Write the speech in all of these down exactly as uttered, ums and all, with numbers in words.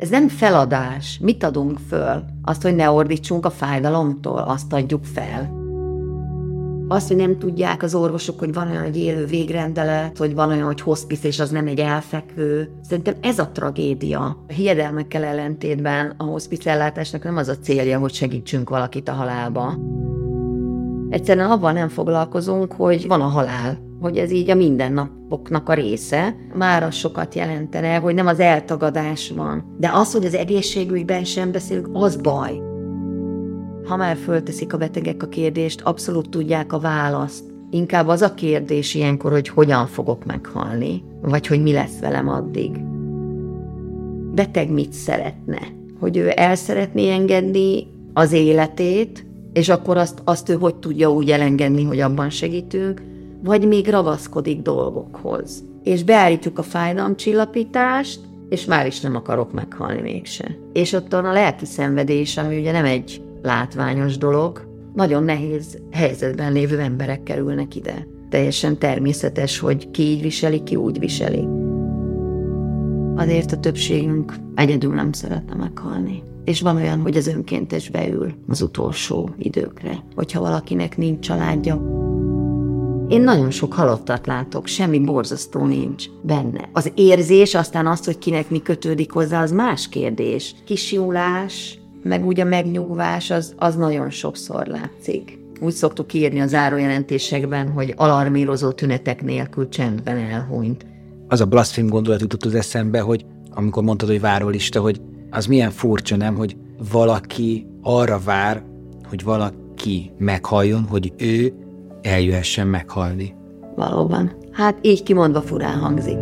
Ez nem feladás. Mit adunk föl? Azt, hogy ne ordítsunk a fájdalomtól, azt adjuk fel. Azt, hogy nem tudják az orvosok, hogy van olyan, hogy élő végrendelet, hogy van olyan, hogy hospice, és az nem egy elfekvő. Szerintem ez a tragédia. A hiedelmekkel ellentétben a hospice ellátásnak nem az a célja, hogy segítsünk valakit a halálba. Egyszerűen abban nem foglalkozunk, hogy van a halál, hogy ez így a mindennapoknak a része. Már az sokat jelentene, hogy nem az eltagadás van. De az, hogy az egészségügyben sem beszélünk, az baj. Ha már fölteszik a betegek a kérdést, abszolút tudják a választ. Inkább az a kérdés ilyenkor, hogy hogyan fogok meghalni, vagy hogy mi lesz velem addig. Beteg mit szeretne? Hogy ő el szeretné engedni az életét, és akkor azt, azt ő hogy tudja úgy elengedni, hogy abban segítünk, vagy még ragaszkodik dolgokhoz. És beállítjuk a fájdalomcsillapítást, és már is nem akarok meghalni mégse. És ott a lelki szenvedés, ami ugye nem egy látványos dolog, nagyon nehéz helyzetben lévő emberek kerülnek ide. Teljesen természetes, hogy ki így viseli, ki úgy viseli. Azért a többségünk egyedül nem szeretne meghalni. És van olyan, hogy az önkéntes beül az utolsó időkre, hogyha valakinek nincs családja. Én nagyon sok halottat látok, semmi borzasztó nincs benne. Az érzés, aztán az, hogy kinek mi kötődik hozzá, az más kérdés. Kisiulás, meg úgy a megnyugvás, az, az nagyon sokszor látszik. Úgy szoktuk írni a zárójelentésekben, hogy alarmírozó tünetek nélkül csendben elhunyt. Az a blaszfém gondolat jutott az eszembe, hogy amikor mondtad, hogy várólista, hogy az milyen furcsa, nem, hogy valaki arra vár, hogy valaki meghalljon, hogy ő eljöhessen meghalni. Valóban. Hát így kimondva furán hangzik.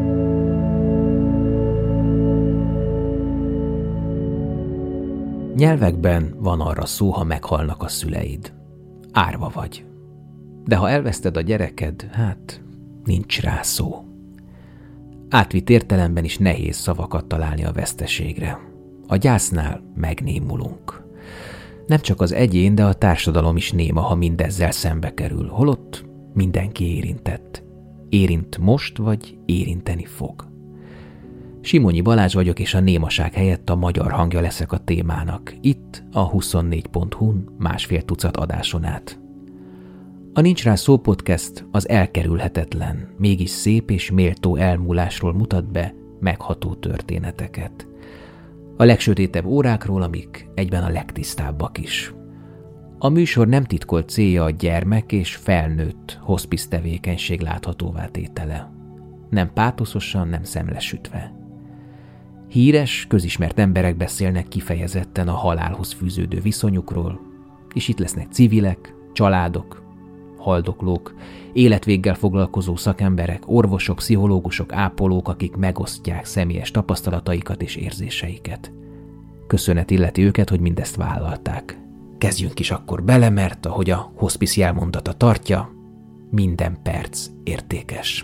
Nyelvekben van arra szó, ha meghalnak a szüleid. Árva vagy. De ha elveszted a gyereked, hát nincs rá szó. Átvitt értelemben is nehéz szavakat találni a veszteségre. A gyásznál megnémulunk. Nem csak az egyén, de a társadalom is néma, ha mindezzel szembe kerül, holott mindenki érintett. Érint most, vagy érinteni fog. Simonyi Balázs vagyok, és a némaság helyett a magyar hangja leszek a témának, itt a huszonnégy pont hu-n másfél tucat adáson át. A Nincs rá szó podcast az elkerülhetetlen, mégis szép és méltó elmúlásról mutat be megható történeteket. A legsötétebb órákról, amik egyben a legtisztábbak is. A műsor nem titkolt célja a gyermek és felnőtt hospice tevékenység láthatóvá tétele. Nem pátoszosan, nem szemlesütve. Híres, közismert emberek beszélnek kifejezetten a halálhoz fűződő viszonyukról, és itt lesznek civilek, családok, haldoklók, életvéggel foglalkozó szakemberek, orvosok, pszichológusok, ápolók, akik megosztják személyes tapasztalataikat és érzéseiket. Köszönet illeti őket, hogy mindezt vállalták. Kezdjünk is akkor bele, mert ahogy a hospice jelmondata tartja, minden perc értékes.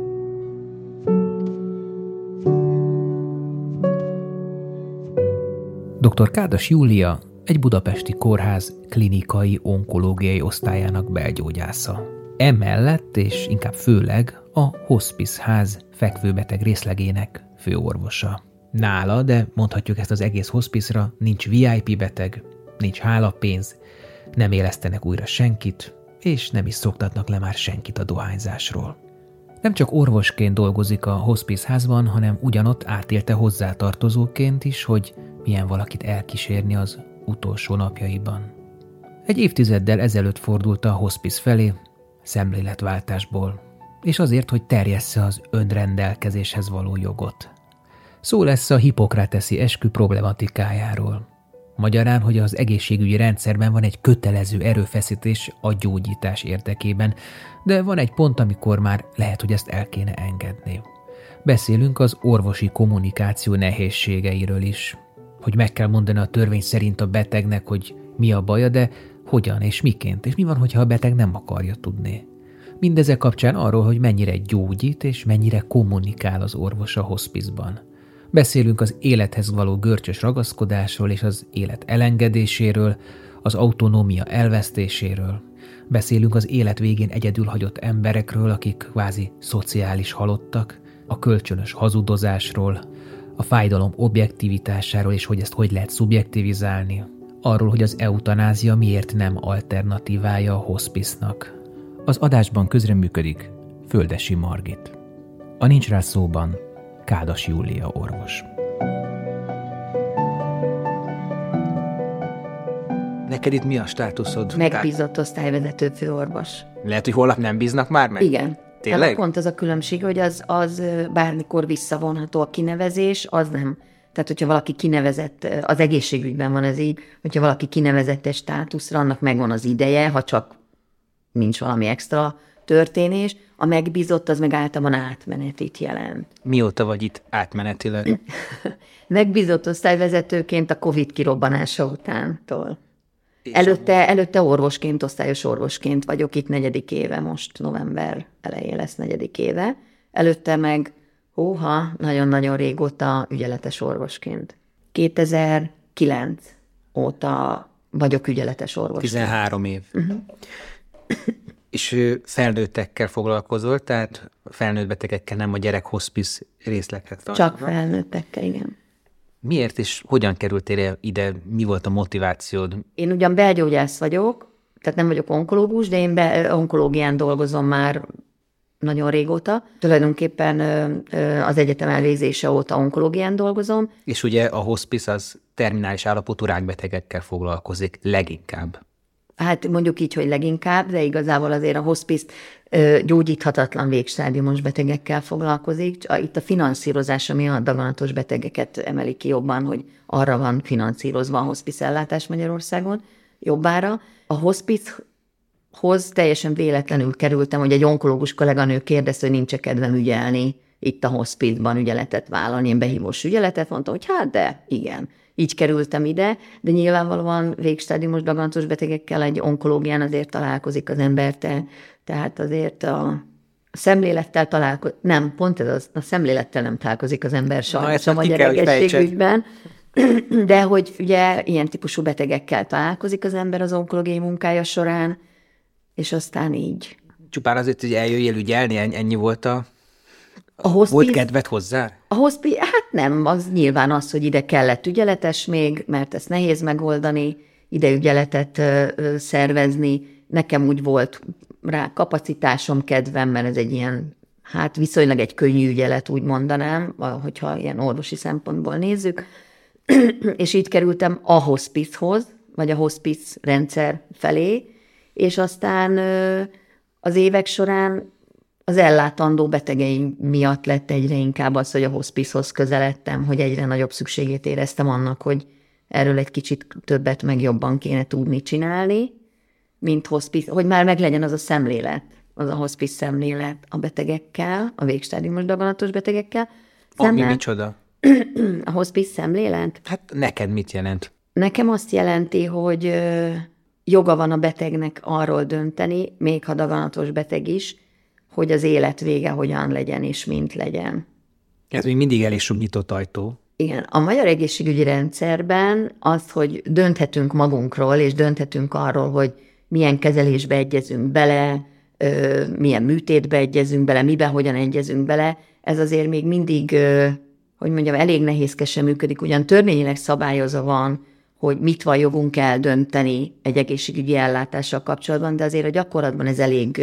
doktor Kádas Júlia egy budapesti kórház klinikai onkológiai osztályának belgyógyásza. Emellett, és inkább főleg a hospice ház fekvőbeteg részlegének főorvosa. Nála, de mondhatjuk ezt az egész hospice-ra, nincs vé i pé beteg, nincs hálapénz, nem élesztenek újra senkit, és nem is szoktatnak le már senkit a dohányzásról. Nem csak orvosként dolgozik a hospice házban, hanem ugyanott átélte hozzátartozóként is, hogy milyen valakit elkísérni az utolsó napjaiban. Egy évtizeddel ezelőtt fordult a hospice felé, szemléletváltásból, és azért, hogy terjessze az önrendelkezéshez való jogot. Szó lesz a hipokrateszi eskü problematikájáról. Magyarán, hogy az egészségügyi rendszerben van egy kötelező erőfeszítés a gyógyítás érdekében, de van egy pont, amikor már lehet, hogy ezt el kéne engedni. Beszélünk az orvosi kommunikáció nehézségeiről is, hogy meg kell mondani a törvény szerint a betegnek, hogy mi a baja, de hogyan és miként, és mi van, hogyha a beteg nem akarja tudni. Mindezek kapcsán arról, hogy mennyire gyógyít és mennyire kommunikál az orvos a hospice-ban. Beszélünk az élethez való görcsös ragaszkodásról és az élet elengedéséről, az autonómia elvesztéséről. Beszélünk az élet végén egyedül hagyott emberekről, akik kvázi szociális halottak, a kölcsönös hazudozásról, a fájdalom objektivitásáról és hogy ezt hogy lehet szubjektivizálni, arról, hogy az eutanázia miért nem alternatívája a hospice-nak. Az adásban közreműködik Földessy Margit. A Nincs rá szóban Kádas Júlia orvos. Neked itt mi a státuszod? Megbízott osztályvezető főorvos. Lehet, hogy holnap nem bíznak már meg? Igen. Tényleg? Tehát pont az a különbség, hogy az, az bármikor visszavonható a kinevezés, az nem. Tehát, hogyha valaki kinevezett, az egészségügyben van ez így, hogyha valaki kinevezett egy státuszra, annak megvan az ideje, ha csak nincs valami extra történés, a megbízott az meg általában átmenetit jelent. Mióta vagy itt átmenetileg? Megbízott osztályvezetőként a Covid kirobbanása utántól. Előtte, előtte orvosként, osztályos orvosként vagyok itt negyedik éve, most november elején lesz negyedik éve. Előtte meg, hóha, nagyon-nagyon régóta ügyeletes orvosként. kétezer-kilenc óta vagyok ügyeletes orvos. tizenhárom év. Uh-huh. És felnőttekkel foglalkozol, tehát felnőtt betegekkel, nem a gyerek hospice részleghez tartoznak? Csak felnőttekkel, igen. Miért és hogyan kerültél ide? Mi volt a motivációd? Én ugyan belgyógyász vagyok, tehát nem vagyok onkológus, de én be, onkológián dolgozom már nagyon régóta. Tulajdonképpen az egyetem elvégzése óta onkológián dolgozom. És ugye a hospice az terminális állapotú rákbetegekkel foglalkozik leginkább. Hát mondjuk így, hogy leginkább, de igazából azért a hospice gyógyíthatatlan végstádiumos betegekkel foglalkozik. Itt a finanszírozás, ami a daganatos betegeket emeli ki jobban, hogy arra van finanszírozva a hospice ellátás Magyarországon jobbára. A hospice-hoz teljesen véletlenül kerültem, hogy egy onkológus kolléganő kérdezte, hogy nincs-e kedvem ügyelni itt a hospice-ban ügyeletet vállalni, én behívós ügyeletet, mondtam, hogy hát de, igen. Így kerültem ide, de nyilvánvalóan végstádiumos daganatos betegekkel egy onkológián azért találkozik az ember, te, tehát azért a szemlélettel találkozik, nem, pont ez az, a szemlélettel nem találkozik az ember sajnos a magyar egészségügyben, de hogy ugye ilyen típusú betegekkel találkozik az ember az onkológiai munkája során, és aztán így. Csupán azért, hogy eljöjjél ügyelni, ennyi volt a... A hospice, volt kedved hozzá? A hospice, hát nem, az nyilván az, hogy ide kellett ügyeletes még, mert ezt nehéz megoldani, ide ügyeletet ö, szervezni. Nekem úgy volt rá kapacitásom, kedvem, mert ez egy ilyen, hát viszonylag egy könnyű ügyelet, úgy mondanám, hogyha ilyen orvosi szempontból nézzük. És így kerültem a hospice-hoz, vagy a hospice rendszer felé, és aztán ö, az évek során az ellátandó betegeim miatt lett egyre inkább az, hogy a hospice-hoz közeledtem, hogy egyre nagyobb szükségét éreztem annak, hogy erről egy kicsit többet meg jobban kéne tudni csinálni, mint hospice, hogy már meglegyen az a szemlélet, az a hospice szemlélet a betegekkel, a végstádiumos daganatos betegekkel. Ami micsoda? A hospice szemlélet? Hát neked mit jelent? Nekem azt jelenti, hogy joga van a betegnek arról dönteni, még ha daganatos beteg is, hogy az élet vége hogyan legyen és mint legyen. Ez még mindig elég sok nyitott ajtó. Igen, a magyar egészségügyi rendszerben az, hogy dönthetünk magunkról, és dönthetünk arról, hogy milyen kezelésbe egyezünk bele, milyen műtétbe egyezünk bele, miben, hogyan egyezünk bele, ez azért még mindig, hogy mondjam, elég nehézkesen működik, ugyan törvényileg szabályozva van, hogy mit van jogunk eldönteni egy egészségügyi ellátással kapcsolatban, de azért a gyakorlatban ez elég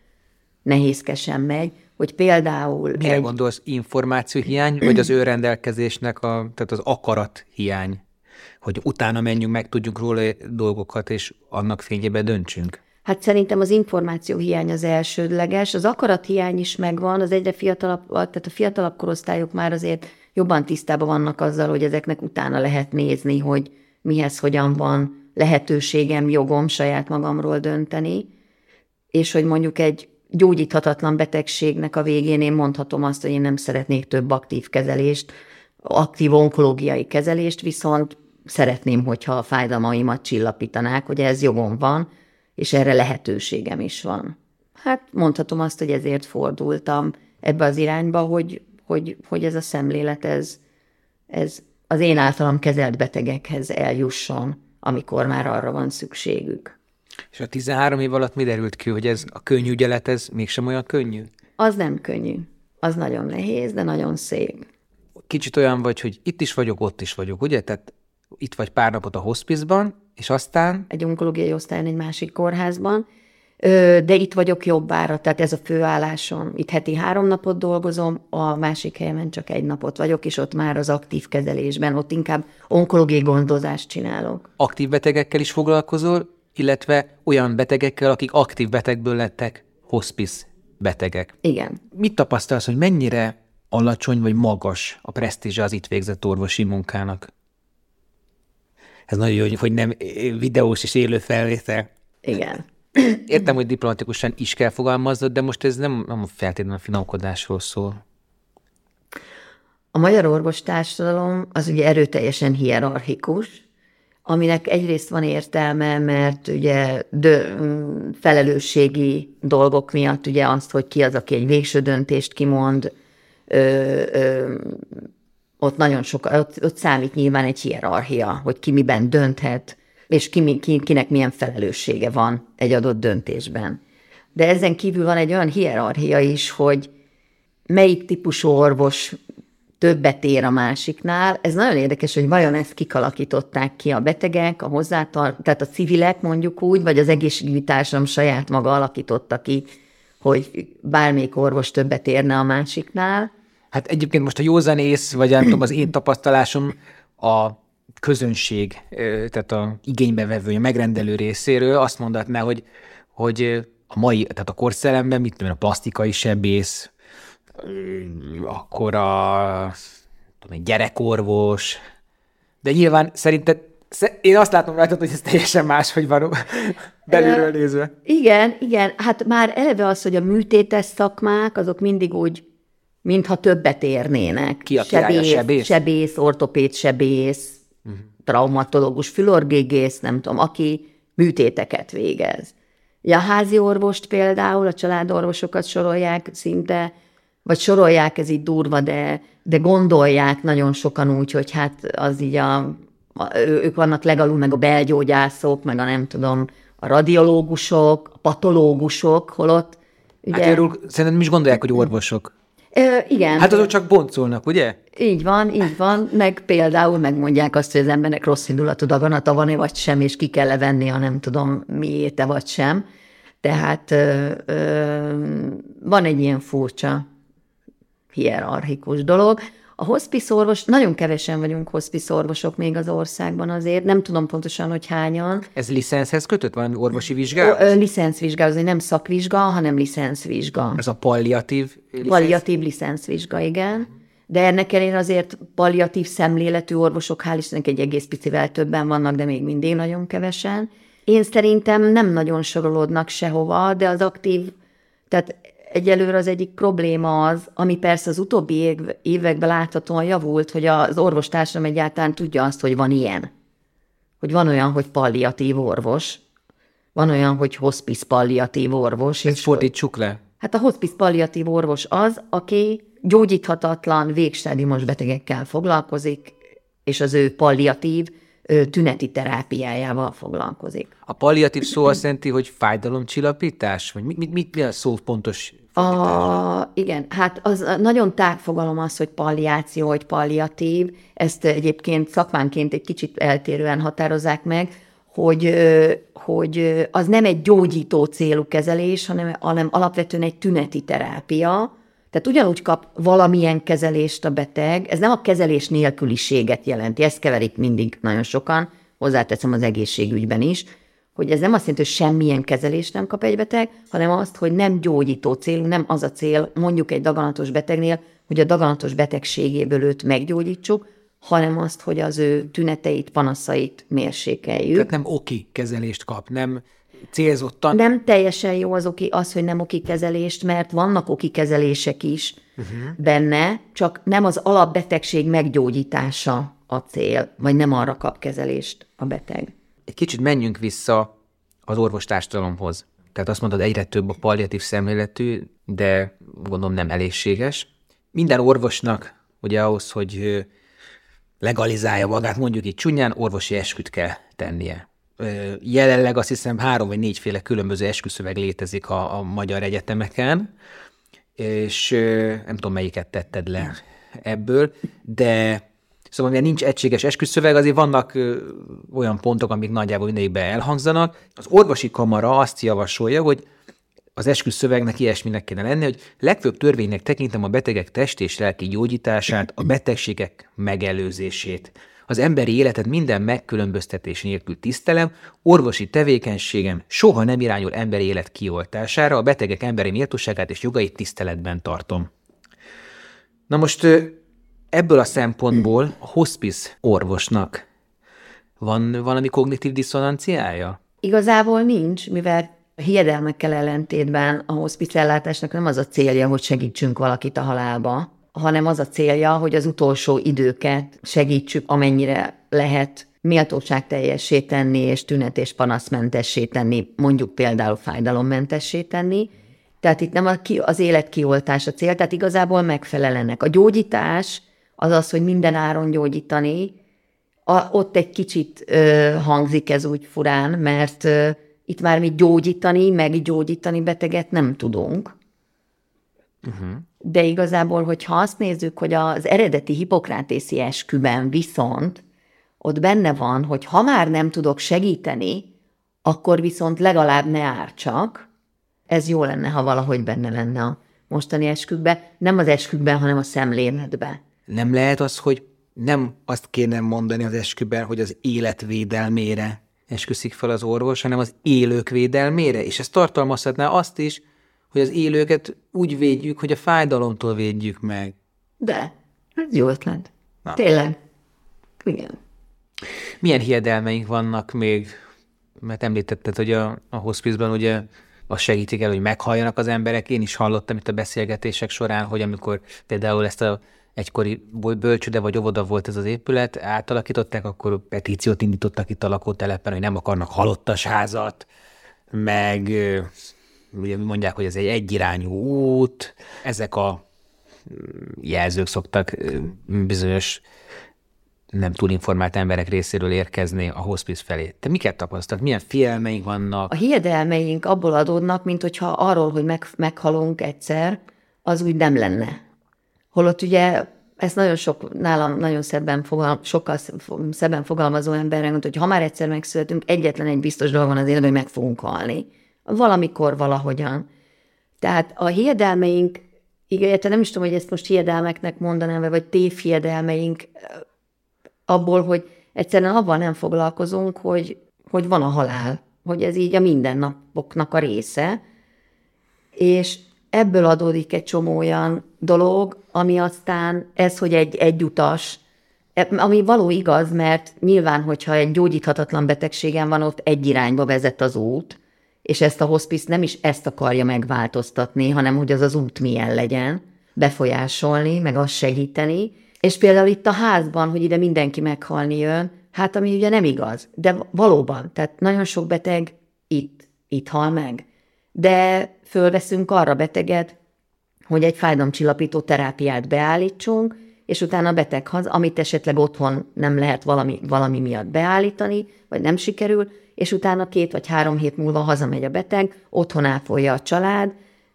nehézkesen megy, hogy például... Mire egy... gondolsz, információhiány, vagy az önrendelkezésnek, a, tehát az akarat hiány, hogy utána menjünk, meg tudjuk róla dolgokat, és annak fényében döntsünk? Hát szerintem az információhiány az elsődleges, az akarathiány is megvan, az egyre fiatalabb, tehát a fiatalabb korosztályok már azért jobban tisztában vannak azzal, hogy ezeknek utána lehet nézni, hogy mihez, hogyan van lehetőségem, jogom saját magamról dönteni, és hogy mondjuk egy gyógyíthatatlan betegségnek a végén én mondhatom azt, hogy én nem szeretnék több aktív kezelést, aktív onkológiai kezelést, viszont szeretném, hogyha a fájdalmaimat csillapítanák, hogy ez jogom van, és erre lehetőségem is van. Hát mondhatom azt, hogy ezért fordultam ebbe az irányba, hogy, hogy, hogy ez a szemlélet, ez, ez az én általam kezelt betegekhez eljusson, amikor már arra van szükségük. És a tizenhárom év alatt mi derült ki, hogy ez a könnyű ügyelet, ez mégsem olyan könnyű? Az nem könnyű. Az nagyon nehéz, de nagyon szép. kicsit olyan vagy, hogy itt is vagyok, ott is vagyok, ugye? Tehát itt vagy pár napot a hospice-ban, és aztán... Egy onkológiai osztályon egy másik kórházban, de itt vagyok jobbára, tehát ez a főállásom. Itt heti három napot dolgozom, a másik helyemen csak egy napot vagyok, és ott már az aktív kezelésben, ott inkább onkológiai gondozást csinálok. Aktív betegekkel is foglalkozol, illetve olyan betegekkel, akik aktív betegből lettek hospice betegek. Igen. Mit tapasztalsz, hogy mennyire alacsony vagy magas a presztízse az itt végzett orvosi munkának? Ez nagyon jó, hogy nem videós és élő felvétel. Igen. Értem, hogy diplomatikusan is kell fogalmaznod, de most ez nem, nem feltétlenül a finomkodásról szól. A magyar orvostársadalom az ugye erőteljesen hierarchikus, aminek egyrészt van értelme, mert ugye dö, felelősségi dolgok miatt ugye azt, hogy ki az, aki egy végső döntést kimond, ö, ö, ott nagyon sok, ott, ott számít nyilván egy hierarchia, hogy ki miben dönthet, és ki, ki, kinek milyen felelőssége van egy adott döntésben. De ezen kívül van egy olyan hierarchia is, hogy melyik típusú orvos többet ér a másiknál. Ez nagyon érdekes, hogy vajon ezt kik alakították ki, a betegek, a hozzátar, tehát a civilek mondjuk úgy, vagy az egészségügyi társadalom saját maga alakította ki, hogy bármelyik orvos többet érne a másiknál. Hát egyébként most a józanész, vagy nem tudom, az én tapasztalásom a közönség, tehát a igénybevevő, a megrendelő részéről azt mondatná, hogy, hogy a mai, tehát a korszellemben, mit tudom, a plastikai sebész, akkor a tudom, egy gyerekorvos, de nyilván szerinted, én azt látom rajtad, hogy ez teljesen máshogy van belülről nézve. Igen, igen, hát már eleve az, hogy a műtétes szakmák, azok mindig úgy, mintha többet érnének. Ki a király, a sebész? Sebész, ortopéd sebész, uh-huh. traumatológus, fülorgégész, nem tudom, aki műtéteket végez. Ja, a házi orvost például, a családorvosokat sorolják szinte, vagy sorolják, ez így durva, de, de gondolják nagyon sokan úgy, hogy hát az így a, a, ők vannak legalul, meg a belgyógyászok, meg a nem tudom, a radiológusok, a patológusok, holott. Ugye, hát őről szerintem is gondolják, hogy orvosok. Ö, igen. Hát azok csak boncolnak, ugye? Így van, így van, meg például megmondják azt, hogy az embernek rossz indulatú daganata van-e vagy sem, és ki kell venni, ha nem tudom miért-e vagy sem. Tehát ö, ö, van egy ilyen furcsa hierarchikus dolog. A hospice orvos, nagyon kevesen vagyunk hospice orvosok még az országban azért, nem tudom pontosan, hogy hányan. Ez licenszhez kötött? Valami orvosi vizsgálat? Licencvizsgálat, nem szakvizsga, hanem licencvizsga. Ez a palliatív licensz? Palliatív licencvizsga, igen. De ennek ellenére azért palliatív szemléletű orvosok, hál' Istennek egy egész picivel többen vannak, de még mindig nagyon kevesen. Én szerintem nem nagyon sorolódnak sehova, de az aktív, tehát egyelőre az egyik probléma az, ami persze az utóbbi év, években láthatóan javult, hogy az orvostársadalom egyáltalán tudja azt, hogy van ilyen. Hogy van olyan, hogy palliatív orvos, van olyan, hogy hospice palliatív orvos. Ezt fordítsuk le. Hát a hospice palliatív orvos az, aki gyógyíthatatlan, végstádiumos betegekkel foglalkozik, és az ő palliatív tüneti terápiájával foglalkozik. A palliatív szó azt jelenti, hogy fájdalomcsillapítás? Vagy mit, mit, mit mi a szó pontos a, igen, hát az nagyon tág fogalom az, hogy palliáció, hogy palliatív. Ezt egyébként szakmánként egy kicsit eltérően határozzák meg, hogy, hogy az nem egy gyógyító célú kezelés, hanem, hanem alapvetően egy tüneti terápia. Tehát ugyanúgy kap valamilyen kezelést a beteg, ez nem a kezelés nélküliséget jelenti, ezt keverik mindig nagyon sokan, hozzáteszem az egészségügyben is, hogy ez nem azt jelenti, hogy semmilyen kezelést nem kap egy beteg, hanem azt, hogy nem gyógyító célú, nem az a cél, mondjuk egy daganatos betegnél, hogy a daganatos betegségéből őt meggyógyítsuk, hanem azt, hogy az ő tüneteit, panaszait mérsékeljük. Tehát nem oki kezelést kap, nem célzottan. Nem teljesen jó az, oki, az, hogy nem oki kezelést, mert vannak oki kezelések is uh-huh. benne, csak nem az alapbetegség meggyógyítása a cél, vagy nem arra kap kezelést a beteg. Egy kicsit menjünk vissza az orvostársadalomhoz. Tehát azt mondod, egyre több a palliatív szemléletű, de gondolom nem elégséges. Minden orvosnak ugye ahhoz, hogy legalizálja magát, mondjuk így csúnyán, orvosi esküt kell tennie. Jelenleg azt hiszem három vagy négyféle különböző esküszöveg létezik a, a magyar egyetemeken, és nem tudom, melyiket tetted le. ebből, de szóval mivel nincs egységes esküszöveg, azért vannak ö, olyan pontok, amik nagyjából mindegyikben elhangzanak. Az orvosi kamara azt javasolja, hogy az esküszövegnek ilyesminek kéne lenni, hogy legfőbb törvénynek tekintem a betegek testi és lelki gyógyítását, a betegségek megelőzését. Az emberi életet minden megkülönböztetés nélkül tisztelem, orvosi tevékenységem soha nem irányul emberi élet kioltására, a betegek emberi méltóságát és jogait tiszteletben tartom. Na most ebből a szempontból a hospice orvosnak van valami kognitív diszonanciája? Igazából nincs, mivel a hiedelmekkel ellentétben a hospice ellátásnak nem az a célja, hogy segítsünk valakit a halálba, hanem az a célja, hogy az utolsó időket segítsük, amennyire lehet méltóságteljessé tenni, és tünet- és panaszmentessé tenni, mondjuk például fájdalommentessé tenni. Tehát itt nem az élet kioltás a cél, tehát igazából megfelelenek. A gyógyítás az az, hogy minden áron gyógyítani, a, ott egy kicsit ö, hangzik ez úgy furán, mert ö, itt már mi gyógyítani, meggyógyítani beteget nem tudunk. Uh-huh. De igazából, hogyha azt nézzük, hogy az eredeti hipokrátészi esküben viszont ott benne van, hogy ha már nem tudok segíteni, akkor viszont legalább ne ártsak. Ez jó lenne, ha valahogy benne lenne a mostani eskükben. Nem az eskükben, hanem a szemléletben. Nem lehet az, hogy nem azt kéne mondani az esküben, hogy az élet védelmére esküszik fel az orvos, hanem az élők védelmére, és ez tartalmazhatná azt is, hogy az élőket úgy védjük, hogy a fájdalomtól védjük meg. De, ez jó ötlet. Na. Tényleg. Igen. Milyen hiedelmeink vannak még, mert említetted, hogy a, a hospice-ban ugye azt segítik el, hogy meghalljanak az emberek. Én is hallottam itt a beszélgetések során, hogy amikor például ezt a egykori bölcsőde vagy óvoda volt ez az épület, átalakították, akkor petíciót indítottak itt a lakótelepen, hogy nem akarnak halottas házat, meg ugye mondják, hogy ez egy egyirányú út. Ezek a jelzők szoktak bizonyos nem túl informált emberek részéről érkezni a hospice felé. Te miket tapasztalt? Milyen félelmeink vannak? A hiedelmeink abból adódnak, mint hogyha arról, hogy meg, meghalunk egyszer, az úgy nem lenne. Holott ugye ezt nagyon sok, nálam nagyon szebben fogal, sokkal szebben fogalmazó emberre mondta, hogy ha már egyszer megszületünk, egyetlen egy biztos dolog van az életben, hogy meg fogunk halni. Valamikor, valahogyan. Tehát a hiedelmeink, igen, nem is tudom, hogy ezt most hiedelmeknek mondanám, vagy tévhiedelmeink abból, hogy egyszerűen abban nem foglalkozunk, hogy, hogy van a halál, hogy ez így a mindennapoknak a része, és ebből adódik egy csomó olyan dolog, ami aztán ez, hogy egy egyutas, ami való igaz, mert nyilván, hogyha egy gyógyíthatatlan betegségem van, ott egy irányba vezet az út, és ezt a hospice nem is ezt akarja megváltoztatni, hanem hogy az az út milyen legyen, befolyásolni, meg azt segíteni. És például itt a házban, hogy ide mindenki meghalni jön, hát ami ugye nem igaz, de valóban, tehát nagyon sok beteg itt, itt hal meg. De fölveszünk arra beteget, hogy egy fájdalomcsillapító terápiát beállítsunk, és utána a beteg haza, amit esetleg otthon nem lehet valami, valami miatt beállítani, vagy nem sikerül, és utána két vagy három hét múlva hazamegy a beteg, otthon ápolja a család,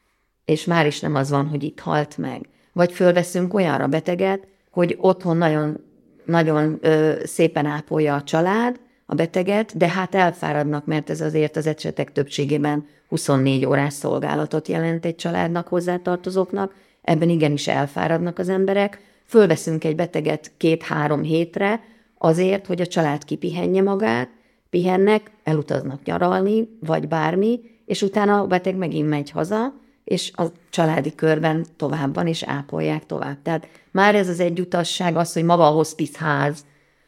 és már is nem az van, hogy itt halt meg. Vagy fölveszünk olyanra beteget, hogy otthon nagyon, nagyon ö, szépen ápolja a család, a beteget, de hát elfáradnak, mert ez azért az esetek többségében huszonnégy órás szolgálatot jelent egy családnak, hozzátartozóknak, ebben igenis elfáradnak az emberek. Fölveszünk egy beteget két-három hétre azért, hogy a család kipihenje magát, pihennek, elutaznak nyaralni, vagy bármi, és utána a beteg megint megy haza, és a családi körben tovább van, és ápolják tovább. Tehát már ez az egyutasság, az, hogy maga a hospice ház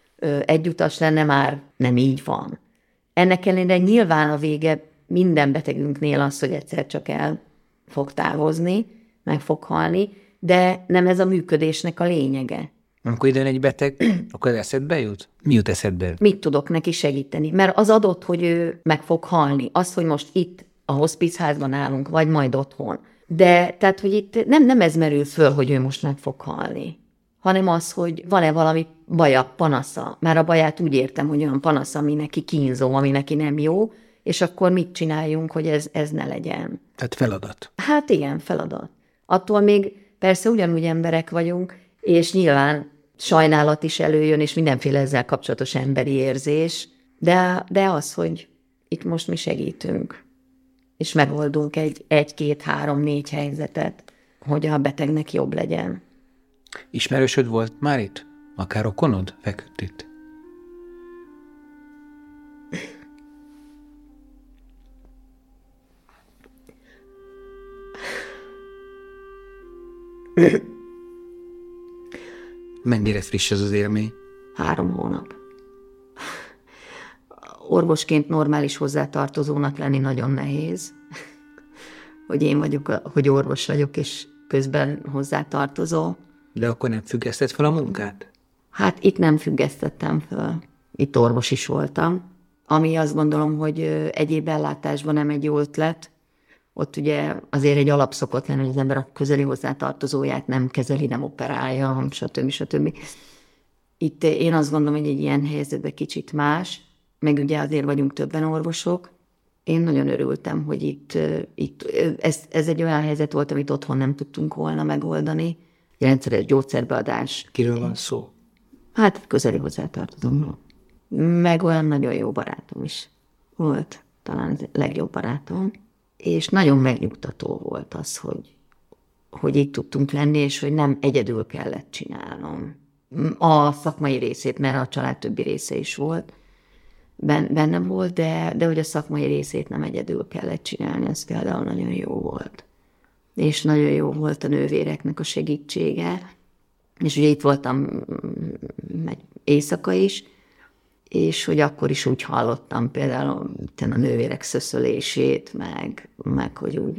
egyutas lenne, már nem így van. Ennek ellenére nyilván a vége minden betegünknél az, hogy egyszer csak el fog távozni, meg fog halni, de nem ez a működésnek a lényege. Amikor ide egy beteg, akkor az eszedbe jut? Mi jut eszedbe? Mit tudok neki segíteni? Mert az adott, hogy ő meg fog halni. Az, hogy most itt a hospice házban állunk, vagy majd otthon. De tehát, hogy itt nem, nem ez merül föl, hogy ő most meg fog halni, hanem az, hogy van-e valami baja, panasza. Már a baját úgy értem, hogy olyan panasz, ami neki kínzó, ami neki nem jó, és akkor mit csináljunk, hogy ez, ez ne legyen. Tehát feladat. Hát igen, feladat. Attól még persze ugyanúgy emberek vagyunk, És nyilván sajnálat is előjön, és mindenféle ezzel kapcsolatos emberi érzés, de, de az, hogy itt most mi segítünk, és megoldunk egy, egy, két, három, négy helyzetet, hogy a betegnek jobb legyen. Ismerősöd volt már itt? Akár rokonod feküdt itt? Mennyire friss ez az élmény? Három hónap. Orvosként normális hozzátartozónak lenni nagyon nehéz. Hogy én vagyok, hogy orvos vagyok, és közben hozzátartozó. De akkor nem függesztett fel a munkát? Hát itt nem függesztettem fel. Itt orvos is voltam. Ami azt gondolom, hogy egyéb ellátásban nem egy jó ötlet. Ott ugye azért egy alap szokott lenni, hogy az ember a közeli hozzátartozóját nem kezeli, nem operálja, stb. stb. Itt én azt gondolom, hogy egy ilyen helyzetben kicsit más, meg ugye azért vagyunk többen orvosok. Én nagyon örültem, hogy itt, itt ez, ez egy olyan helyzet volt, amit otthon nem tudtunk volna megoldani. Rendszeres gyógyszerbeadás. Kiről van szó? Hát közeli hozzátartozom. Meg olyan nagyon jó barátom is volt, talán az legjobb barátom. És nagyon megnyugtató volt az, hogy, hogy így tudtunk lenni, és hogy nem egyedül kellett csinálnom. A szakmai részét, mert a család többi része is volt, bennem volt, de, de hogy a szakmai részét nem egyedül kellett csinálni, ez például nagyon jó volt. És nagyon jó volt a nővéreknek a segítsége, és ugye itt voltam egy éjszaka is, és hogy akkor is úgy hallottam például a nővérek szöszölését, meg, meg hogy úgy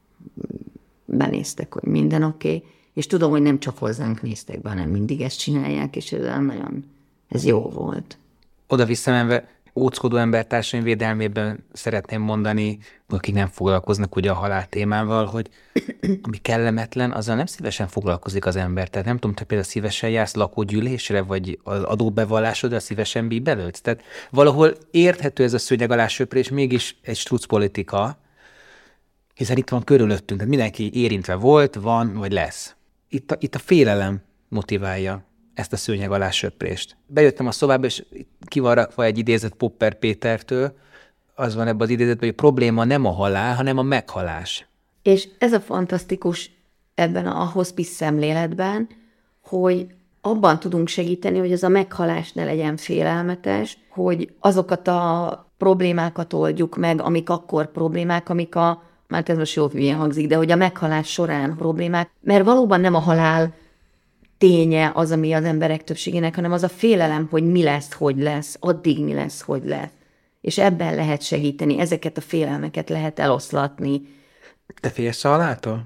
benéztek, hogy minden oké, okay. És tudom, hogy nem csak hozzánk néztek be, hanem mindig ezt csinálják, és ez nagyon, ez jó volt. Oda visszamenve, óckodó embertársaim védelmében szeretném mondani, akik nem foglalkoznak ugye a halál témával, hogy ami kellemetlen, azzal nem szívesen foglalkozik az ember. Tehát nem tudom, te például szívesen jársz lakógyűlésre, vagy az adóbevallásodra szívesen bíbelődsz. Tehát valahol érthető ez a szőnyeg alá söprés, mégis egy struc politika, hiszen itt van körülöttünk, tehát mindenki érintve volt, van, vagy lesz. Itt a, itt a félelem motiválja ezt a szőnyeg alá söprést. Bejöttem a szobába, és ki van rakva egy idézet Popper Pétertől, az van ebben az idézetben, hogy a probléma nem a halál, hanem a meghalás. És ez a fantasztikus ebben a hospice szemléletben, hogy abban tudunk segíteni, hogy ez a meghalás ne legyen félelmetes, hogy azokat a problémákat oldjuk meg, amik akkor problémák, amik a, már ez most jó hülyen hangzik, de hogy a meghalás során problémák, mert valóban nem a halál ténye az, ami az emberek többségének, hanem az a félelem, hogy mi lesz, hogy lesz, addig mi lesz, hogy lesz. És ebben lehet segíteni, ezeket a félelmeket lehet eloszlatni. Te félsz a haláltól?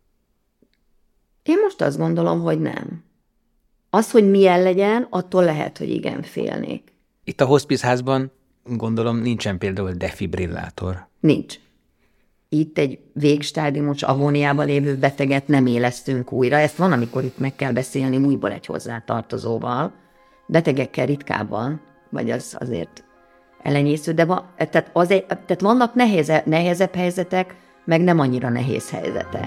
Én most azt gondolom, hogy nem. Az, hogy milyen legyen, attól lehet, hogy igen, félnék. Itt a hospice házban gondolom nincsen például defibrillátor. Nincs. Itt egy végstádiumos agóniában lévő beteget nem élesztünk újra. Ezt van, amikor itt meg kell beszélni újból egy hozzátartozóval. Betegekkel ritkábban, vagy az azért elenyésző, de van, tehát, az egy, tehát vannak nehéze, nehezebb helyzetek, meg nem annyira nehéz helyzetek.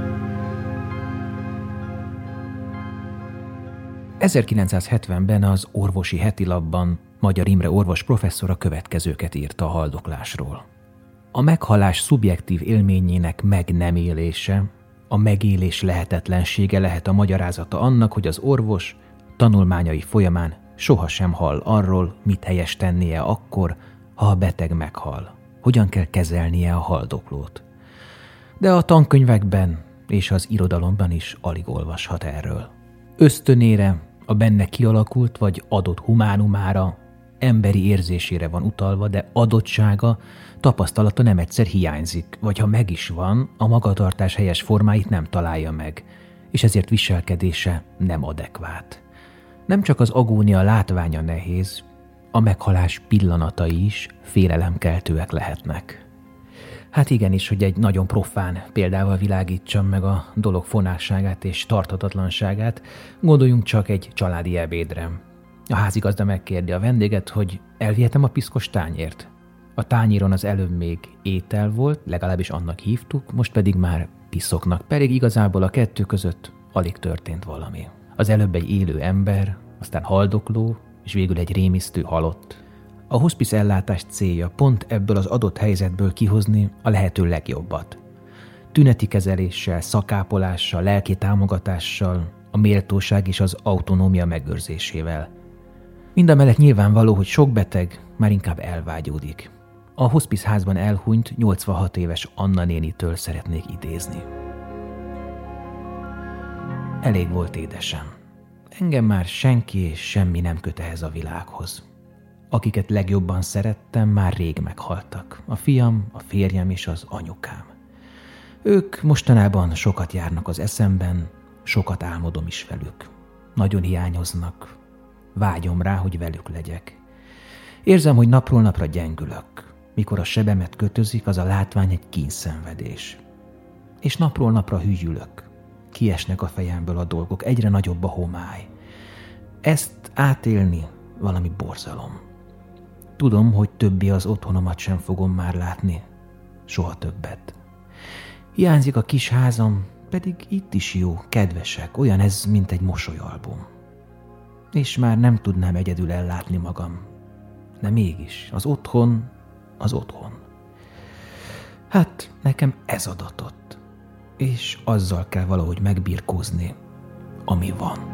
ezerkilencszázhetvenben az Orvosi Hetilapban Magyar Imre orvos professzor a következőket írta a haldoklásról. A meghalás szubjektív élményének meg nem élése, a megélés lehetetlensége lehet a magyarázata annak, hogy az orvos tanulmányai folyamán sohasem hall arról, mit helyes tennie akkor, ha a beteg meghal. Hogyan kell kezelnie a haldoklót. De a tankönyvekben és az irodalomban is alig olvashat erről. Ösztönére, a benne kialakult vagy adott humánumára, emberi érzésére van utalva, de adottsága, tapasztalata nem egyszer hiányzik, vagy ha meg is van, a magatartás helyes formáit nem találja meg, és ezért viselkedése nem adekvát. Nem csak az agónia látványa nehéz, a meghalás pillanatai is félelemkeltőek lehetnek. Hát igenis, hogy egy nagyon profán példával világítsam meg a dolog fonásságát és tarthatatlanságát, gondoljunk csak egy családi ebédre. A házigazda megkérdi a vendéget, hogy elvihetem a piszkos tányért. A tányéron az előbb még étel volt, legalábbis annak hívtuk, most pedig már piszoknak, pedig igazából a kettő között alig történt valami. Az előbb egy élő ember, aztán haldokló, és végül egy rémisztő halott. A hospice ellátás célja pont ebből az adott helyzetből kihozni a lehető legjobbat. Tüneti kezeléssel, szakápolással, lelki támogatással, a méltóság és az autonómia megőrzésével. Mindamellett nyilvánvaló, hogy sok beteg már inkább elvágyódik. A hospice házban elhunyt nyolcvanhat éves Anna nénitől szeretnék idézni. Elég volt, édesem. Engem már senki és semmi nem köt ehhez a világhoz. Akiket legjobban szerettem, már rég meghaltak. A fiam, a férjem és az anyukám. Ők mostanában sokat járnak az eszemben, sokat álmodom is velük. Nagyon hiányoznak. Vágyom rá, hogy velük legyek. Érzem, hogy napról napra gyengülök. Mikor a sebemet kötözik, az a látvány egy kínszenvedés. És napról napra hügyülök. Kiesnek a fejemből a dolgok, egyre nagyobb a homály. Ezt átélni valami borzalom. Tudom, hogy többé az otthonomat sem fogom már látni. Soha többet. Hiányzik a kis házam, pedig itt is jó, kedvesek, olyan ez, mint egy mosolyalbum. És már nem tudnám egyedül ellátni magam. De mégis, az otthon, az otthon. Hát, nekem ez adatott. És azzal kell valahogy megbirkózni, ami van.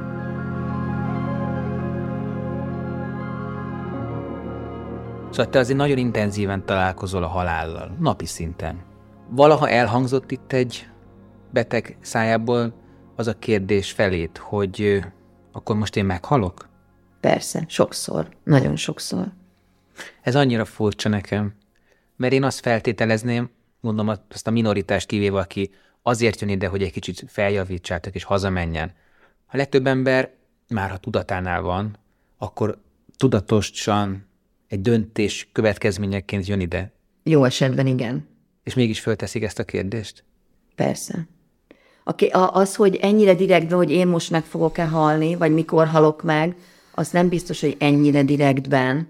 Szóval te azért nagyon intenzíven találkozol a halállal, napi szinten. Valaha elhangzott itt egy beteg szájából az a kérdés felét, hogy akkor most én meghalok? Persze, sokszor, nagyon sokszor. Ez annyira furcsa nekem, mert én azt feltételezném, mondom azt a minoritást kivéve, aki azért jön ide, hogy egy kicsit feljavítsátok és hazamenjen. A legtöbb ember, már ha tudatánál van, akkor tudatosan egy döntés következményeként jön ide. Jó esetben igen. És mégis fölteszik ezt a kérdést? Persze. Aki, az, hogy ennyire direktben, hogy én most meg fogok-e halni, vagy mikor halok meg, az nem biztos, hogy ennyire direktben,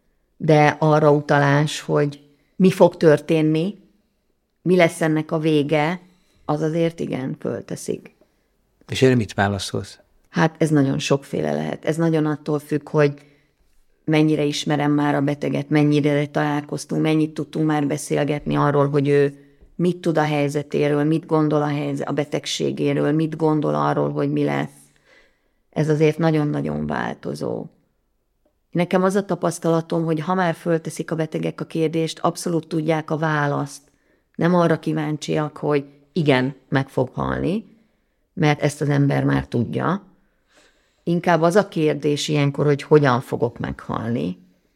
de arra utalás, hogy mi fog történni, mi lesz ennek a vége, az azért igen, fölteszik. És erre mit válaszolsz? Hát ez nagyon sokféle lehet. Ez nagyon attól függ, hogy mennyire ismerem már a beteget, mennyire találkoztunk, mennyit tudtunk már beszélgetni arról, hogy ő mit tud a helyzetéről, mit gondol a, helyzet, a betegségéről, mit gondol arról, hogy mi lesz. Ez azért nagyon-nagyon változó. Nekem az a tapasztalatom, hogy ha már fölteszik a betegek a kérdést, abszolút tudják a választ. Nem arra kíváncsiak, hogy igen, meg fog halni, mert ezt az ember már tudja. Inkább az a kérdés ilyenkor, hogy hogyan fogok meghalni,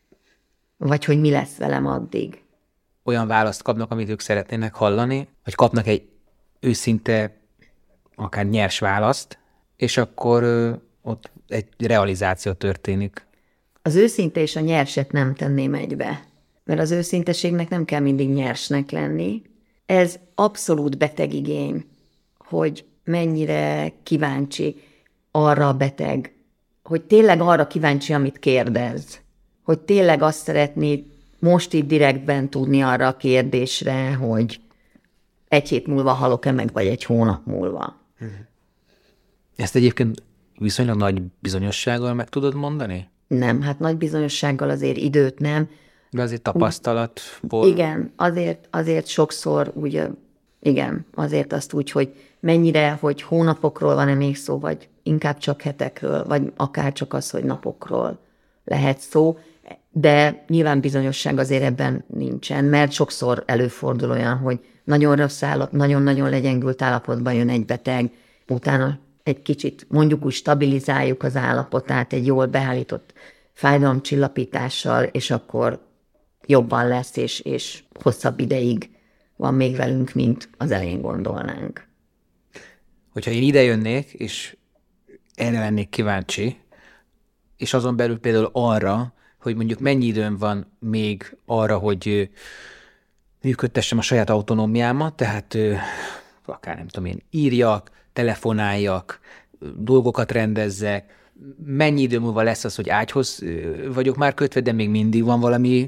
vagy hogy mi lesz velem addig. Olyan választ kapnak, amit ők szeretnének hallani, vagy kapnak egy őszinte, akár nyers választ, és akkor ö, ott egy realizáció történik. Az őszinte és a nyerset nem tenném egybe, mert az őszinteségnek nem kell mindig nyersnek lenni. Ez abszolút betegigény, hogy mennyire kíváncsi arra a beteg, hogy tényleg arra kíváncsi, amit kérdez. Hogy tényleg azt szeretné most itt direktben tudni arra a kérdésre, hogy egy hét múlva halok-e meg, vagy egy hónap múlva. Ezt egyébként viszonylag nagy bizonyossággal meg tudod mondani? Nem, hát nagy bizonyossággal azért időt nem. De azért tapasztalatból... Igen, azért, azért sokszor úgy, igen, azért azt úgy, hogy mennyire, hogy hónapokról van-e még szó, vagy inkább csak hetekről, vagy akár csak az, hogy napokról lehet szó, de nyilván bizonyosság azért ebben nincsen, mert sokszor előfordul olyan, hogy nagyon rossz állap, nagyon-nagyon legyengült állapotban jön egy beteg, utána egy kicsit mondjuk úgy stabilizáljuk az állapotát egy jól beállított fájdalomcsillapítással, és akkor jobban lesz, és, és hosszabb ideig van még velünk, mint az elején gondolnánk. Hogyha én ide jönnék, és erre lennék kíváncsi, és azon belül például arra, hogy mondjuk mennyi időm van még arra, hogy működtessem a saját autonómiámat, tehát akár nem tudom én, írjak, telefonáljak, dolgokat rendezzek, mennyi idő múlva lesz az, hogy ágyhoz vagyok már kötve, de még mindig van valami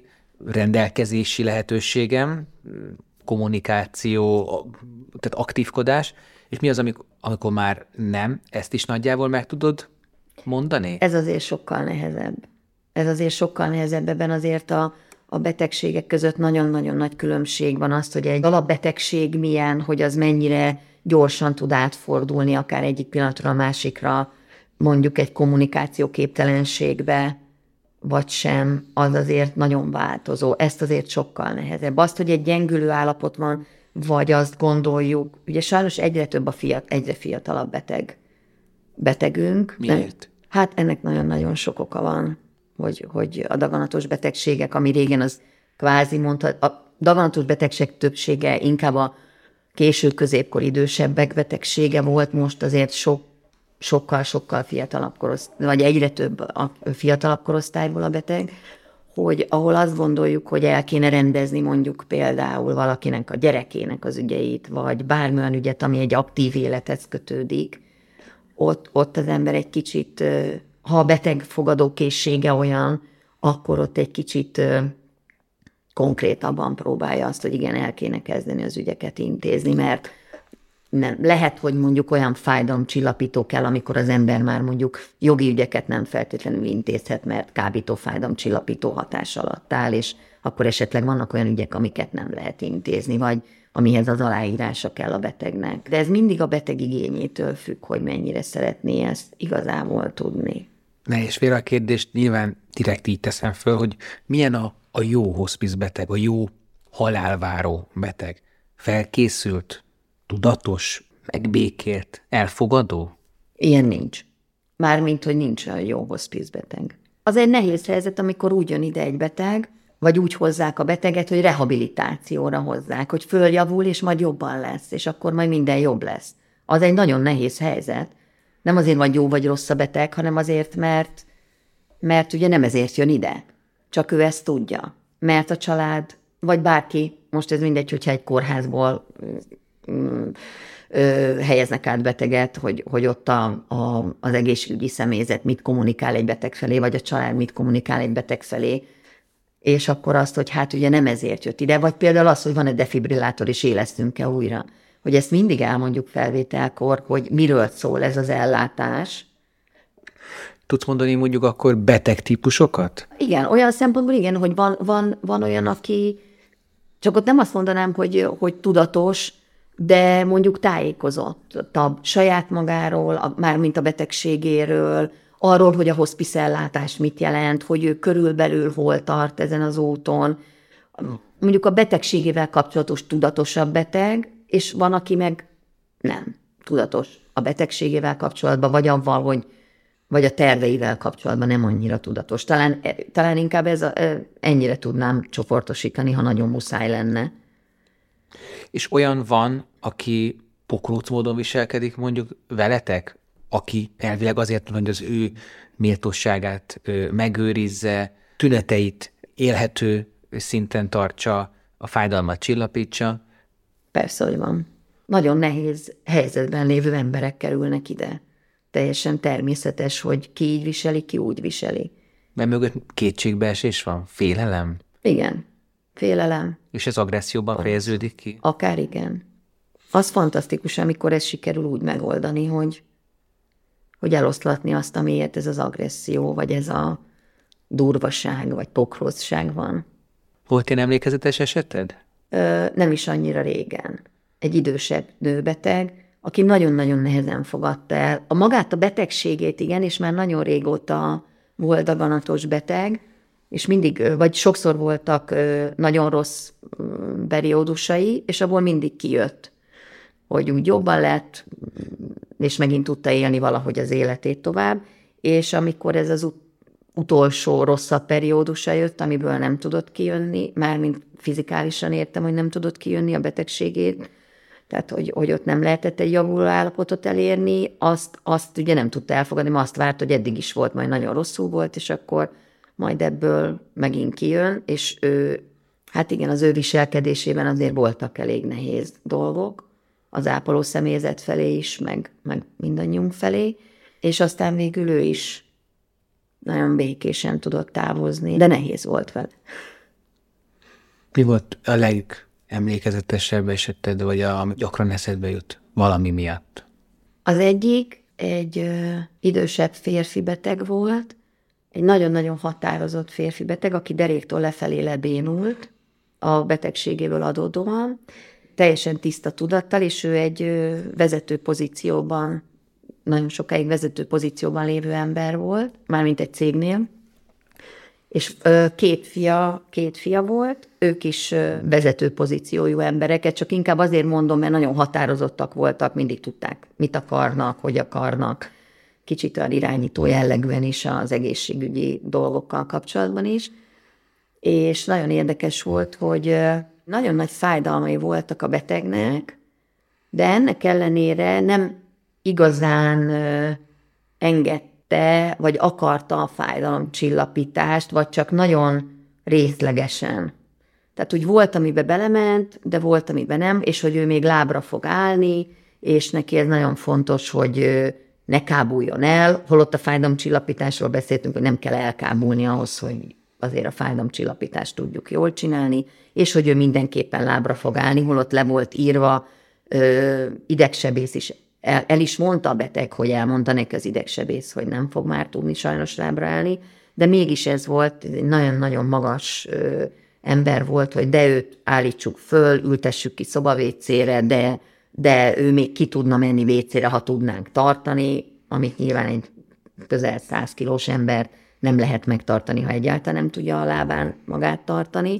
rendelkezési lehetőségem, kommunikáció, tehát aktívkodás, És mi az, amikor, amikor már nem? Ezt is nagyjából meg tudod mondani? Ez azért sokkal nehezebb. Ez azért sokkal nehezebb, ebben azért a, a betegségek között nagyon-nagyon nagy különbség van azt, hogy egy alapbetegség milyen, hogy az mennyire gyorsan tud átfordulni, akár egyik pillanatra a másikra, mondjuk egy kommunikációképtelenségbe, vagy sem, az azért nagyon változó. Ezt azért sokkal nehezebb. Azt, hogy egy gyengülő állapot van, vagy azt gondoljuk, ugye sajnos egyre több a fiat, egyre fiatalabb beteg, betegünk. Miért? Hát ennek nagyon-nagyon sok oka van, hogy, hogy a daganatos betegségek, ami régen az kvázi mondhat, a daganatos betegség többsége inkább a késő középkor idősebbek betegsége volt, most azért sok, sokkal-sokkal fiatalabb korosztály, vagy egyre több a fiatalabb korosztályból a beteg, hogy ahol azt gondoljuk, hogy el kéne rendezni mondjuk például valakinek a gyerekének az ügyeit, vagy bármilyen ügyet, ami egy aktív élethez kötődik, ott, ott az ember egy kicsit, ha a beteg fogadókészsége olyan, akkor ott egy kicsit konkrétabban próbálja azt, hogy igen, el kéne kezdeni az ügyeket intézni, mert nem. Lehet, hogy mondjuk olyan fájdalomcsillapító kell, amikor az ember már mondjuk jogi ügyeket nem feltétlenül intézhet, mert kábító fájdalomcsillapító hatás alatt áll, és akkor esetleg vannak olyan ügyek, amiket nem lehet intézni, vagy amihez az aláírása kell a betegnek. De ez mindig a beteg igényétől függ, hogy mennyire szeretné ezt igazából tudni. Ne, és félre a kérdést nyilván direkt így teszem föl, hogy milyen a, a jó hospice beteg, a jó halálváró beteg? Felkészült, tudatos, megbékélt, elfogadó? Ilyen nincs. Mármint, hogy nincs olyan jó hospice beteg. Az egy nehéz helyzet, amikor úgy jön ide egy beteg, vagy úgy hozzák a beteget, hogy rehabilitációra hozzák, hogy följavul, és majd jobban lesz, és akkor majd minden jobb lesz. Az egy nagyon nehéz helyzet. Nem azért vagy jó vagy rossz a beteg, hanem azért, mert, mert ugye nem ezért jön ide. Csak ő ezt tudja. Mert a család, vagy bárki, most ez mindegy, hogyha egy kórházból ö, ö, helyeznek át beteget, hogy, hogy ott a, a, az egészségügyi személyzet mit kommunikál egy beteg felé, vagy a család mit kommunikál egy beteg felé, és akkor azt, hogy hát ugye nem ezért jött ide, vagy például az, hogy van egy defibrillátor, és élesztünk-e újra. Hogy ezt mindig elmondjuk felvételkor, hogy miről szól ez az ellátás. Tudsz mondani mondjuk akkor beteg típusokat? Igen, olyan szempontból igen, hogy van, van, van olyan, aki, csak ott nem azt mondanám, hogy, hogy tudatos, de mondjuk tájékozottabb saját magáról, mármint a betegségéről, arról, hogy a hospice ellátás mit jelent, hogy ő körülbelül hol tart ezen az úton. Mondjuk a betegségével kapcsolatos tudatosabb beteg, és van, aki meg nem tudatos a betegségével kapcsolatban, vagy avval, hogy vagy a terveivel kapcsolatban nem annyira tudatos. Talán, talán inkább ez a, ennyire tudnám csoportosítani, ha nagyon muszáj lenne. És olyan van, aki pokróc módon viselkedik mondjuk veletek, aki elvileg azért van, hogy az ő méltóságát megőrizze, tüneteit élhető szinten tartsa, a fájdalmat csillapítsa? Persze, hogy van. Nagyon nehéz helyzetben lévő emberek kerülnek ide. Teljesen természetes, hogy ki így viseli, ki úgy viseli. Mert mögött kétségbeesés van? Félelem? Igen. Félelem. És ez agresszióban fejeződik ki? Akár igen. Az fantasztikus, amikor ez sikerül úgy megoldani, hogy, hogy eloszlatni azt, amiért ez az agresszió, vagy ez a durvaság, vagy pokrózság van. Volt ilyen emlékezetes eseted? Ö, nem is annyira régen. Egy idősebb nőbeteg, aki nagyon-nagyon nehezen fogadta el. A magát a betegségét, igen, és már nagyon régóta volt daganatos beteg, és mindig, vagy sokszor voltak nagyon rossz periódusai, és abból mindig kijött, hogy úgy jobban lett, és megint tudta élni valahogy az életét tovább, és amikor ez az ut- utolsó rosszabb periódusa jött, amiből nem tudott kijönni, mármint fizikálisan értem, hogy nem tudott kijönni a betegségét, tehát hogy, hogy ott nem lehetett egy javuló állapotot elérni, azt, azt ugye nem tudta elfogadni, mert azt várt, hogy eddig is volt, majd nagyon rosszul volt, és akkor majd ebből megint kijön, és ő, hát igen, az ő viselkedésében azért voltak elég nehéz dolgok, az ápoló személyzet felé is, meg, meg mindannyiunk felé, és aztán végül ő is nagyon békésen tudott távozni, de nehéz volt vele. Mi volt a legemlékezetesebb eseted, vagy a, ami gyakran eszedbe jut? valami miatt? Az egyik egy ö, idősebb férfi beteg volt, egy nagyon-nagyon határozott férfi beteg, aki deréktől lefelé lebénult a betegségéből adódóan, teljesen tiszta tudattal, és ő egy ö, vezető pozícióban, nagyon sokáig vezető pozícióban lévő ember volt, mármint egy cégnél, és ö, két fia, két fia volt, ők is ö, vezető pozíciójú embereket, csak inkább azért mondom, mert nagyon határozottak voltak, mindig tudták, mit akarnak, hogy akarnak, kicsit olyan irányító jellegűen is az egészségügyi dolgokkal kapcsolatban is, és nagyon érdekes volt, hogy ö, nagyon nagy fájdalmai voltak a betegnek, de ennek ellenére nem igazán ö, engedte, vagy akarta a fájdalomcsillapítást, vagy csak nagyon részlegesen. Tehát úgy volt, amiben belement, de volt, amiben nem, és hogy ő még lábra fog állni, és neki ez nagyon fontos, hogy ö, ne kábuljon el, holott a fájdalomcsillapításról beszéltünk, hogy nem kell elkábulni ahhoz, hogy azért a fájdalomcsillapítást tudjuk jól csinálni, és hogy ő mindenképpen lábra fog állni, holott le volt írva, ö, idegsebész is El, el is mondta a beteg, hogy elmondta neki az idegsebész, hogy nem fog már tudni sajnos lábra állni, de mégis ez volt, egy nagyon-nagyon magas ö, ember volt, hogy de őt állítsuk föl, ültessük ki szobavécére, de, de ő még ki tudna menni vécére, ha tudnánk tartani, amit nyilván egy közel száz kilós ember nem lehet megtartani, ha egyáltalán nem tudja a lábán magát tartani.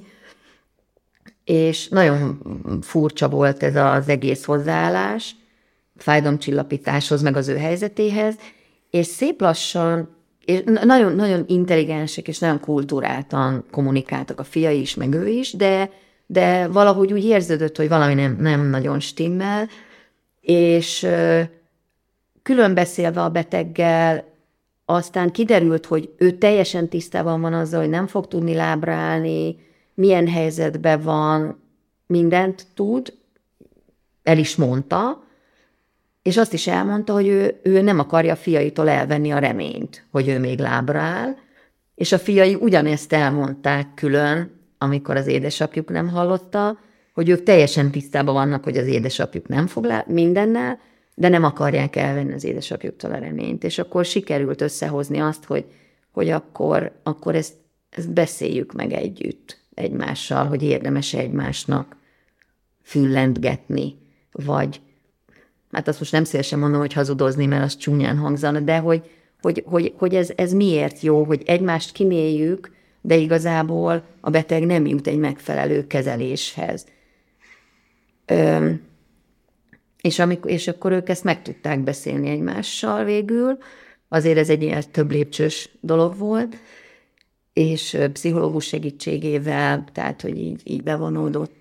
És nagyon furcsa volt ez az egész hozzáállás, fájdalomcsillapításhoz, meg az ő helyzetéhez, és szép lassan, és nagyon, nagyon intelligensek, és nagyon kulturáltan kommunikáltak a fiai is, meg ő is, de, de valahogy úgy érződött, hogy valami nem, nem nagyon stimmel, és külön beszélve a beteggel, aztán kiderült, hogy ő teljesen tisztában van azzal, hogy nem fog tudni lábra állni, milyen helyzetben van, mindent tud, el is mondta, és azt is elmondta, hogy ő, ő nem akarja a fiaitól elvenni a reményt, hogy ő még lábra áll, és a fiai ugyanezt elmondták külön, amikor az édesapjuk nem hallotta, hogy ők teljesen tisztában vannak, hogy az édesapjuk nem fog lá- mindennel, de nem akarják elvenni az édesapjuktól a reményt. És akkor sikerült összehozni azt, hogy, hogy akkor, akkor ezt, ezt beszéljük meg együtt egymással, hogy érdemes egymásnak füllentgetni, vagy hát azt most nem szívesen mondom, hogy hazudozni, mert az csúnyán hangzana, de hogy, hogy, hogy, hogy ez, ez miért jó, hogy egymást kiméljük, de igazából a beteg nem jut egy megfelelő kezeléshez. Öm, és, amikor, és akkor ők ezt meg tudták beszélni egymással végül, azért ez egy ilyen több lépcsős dolog volt, és pszichológus segítségével, tehát, hogy így, így bevonódott.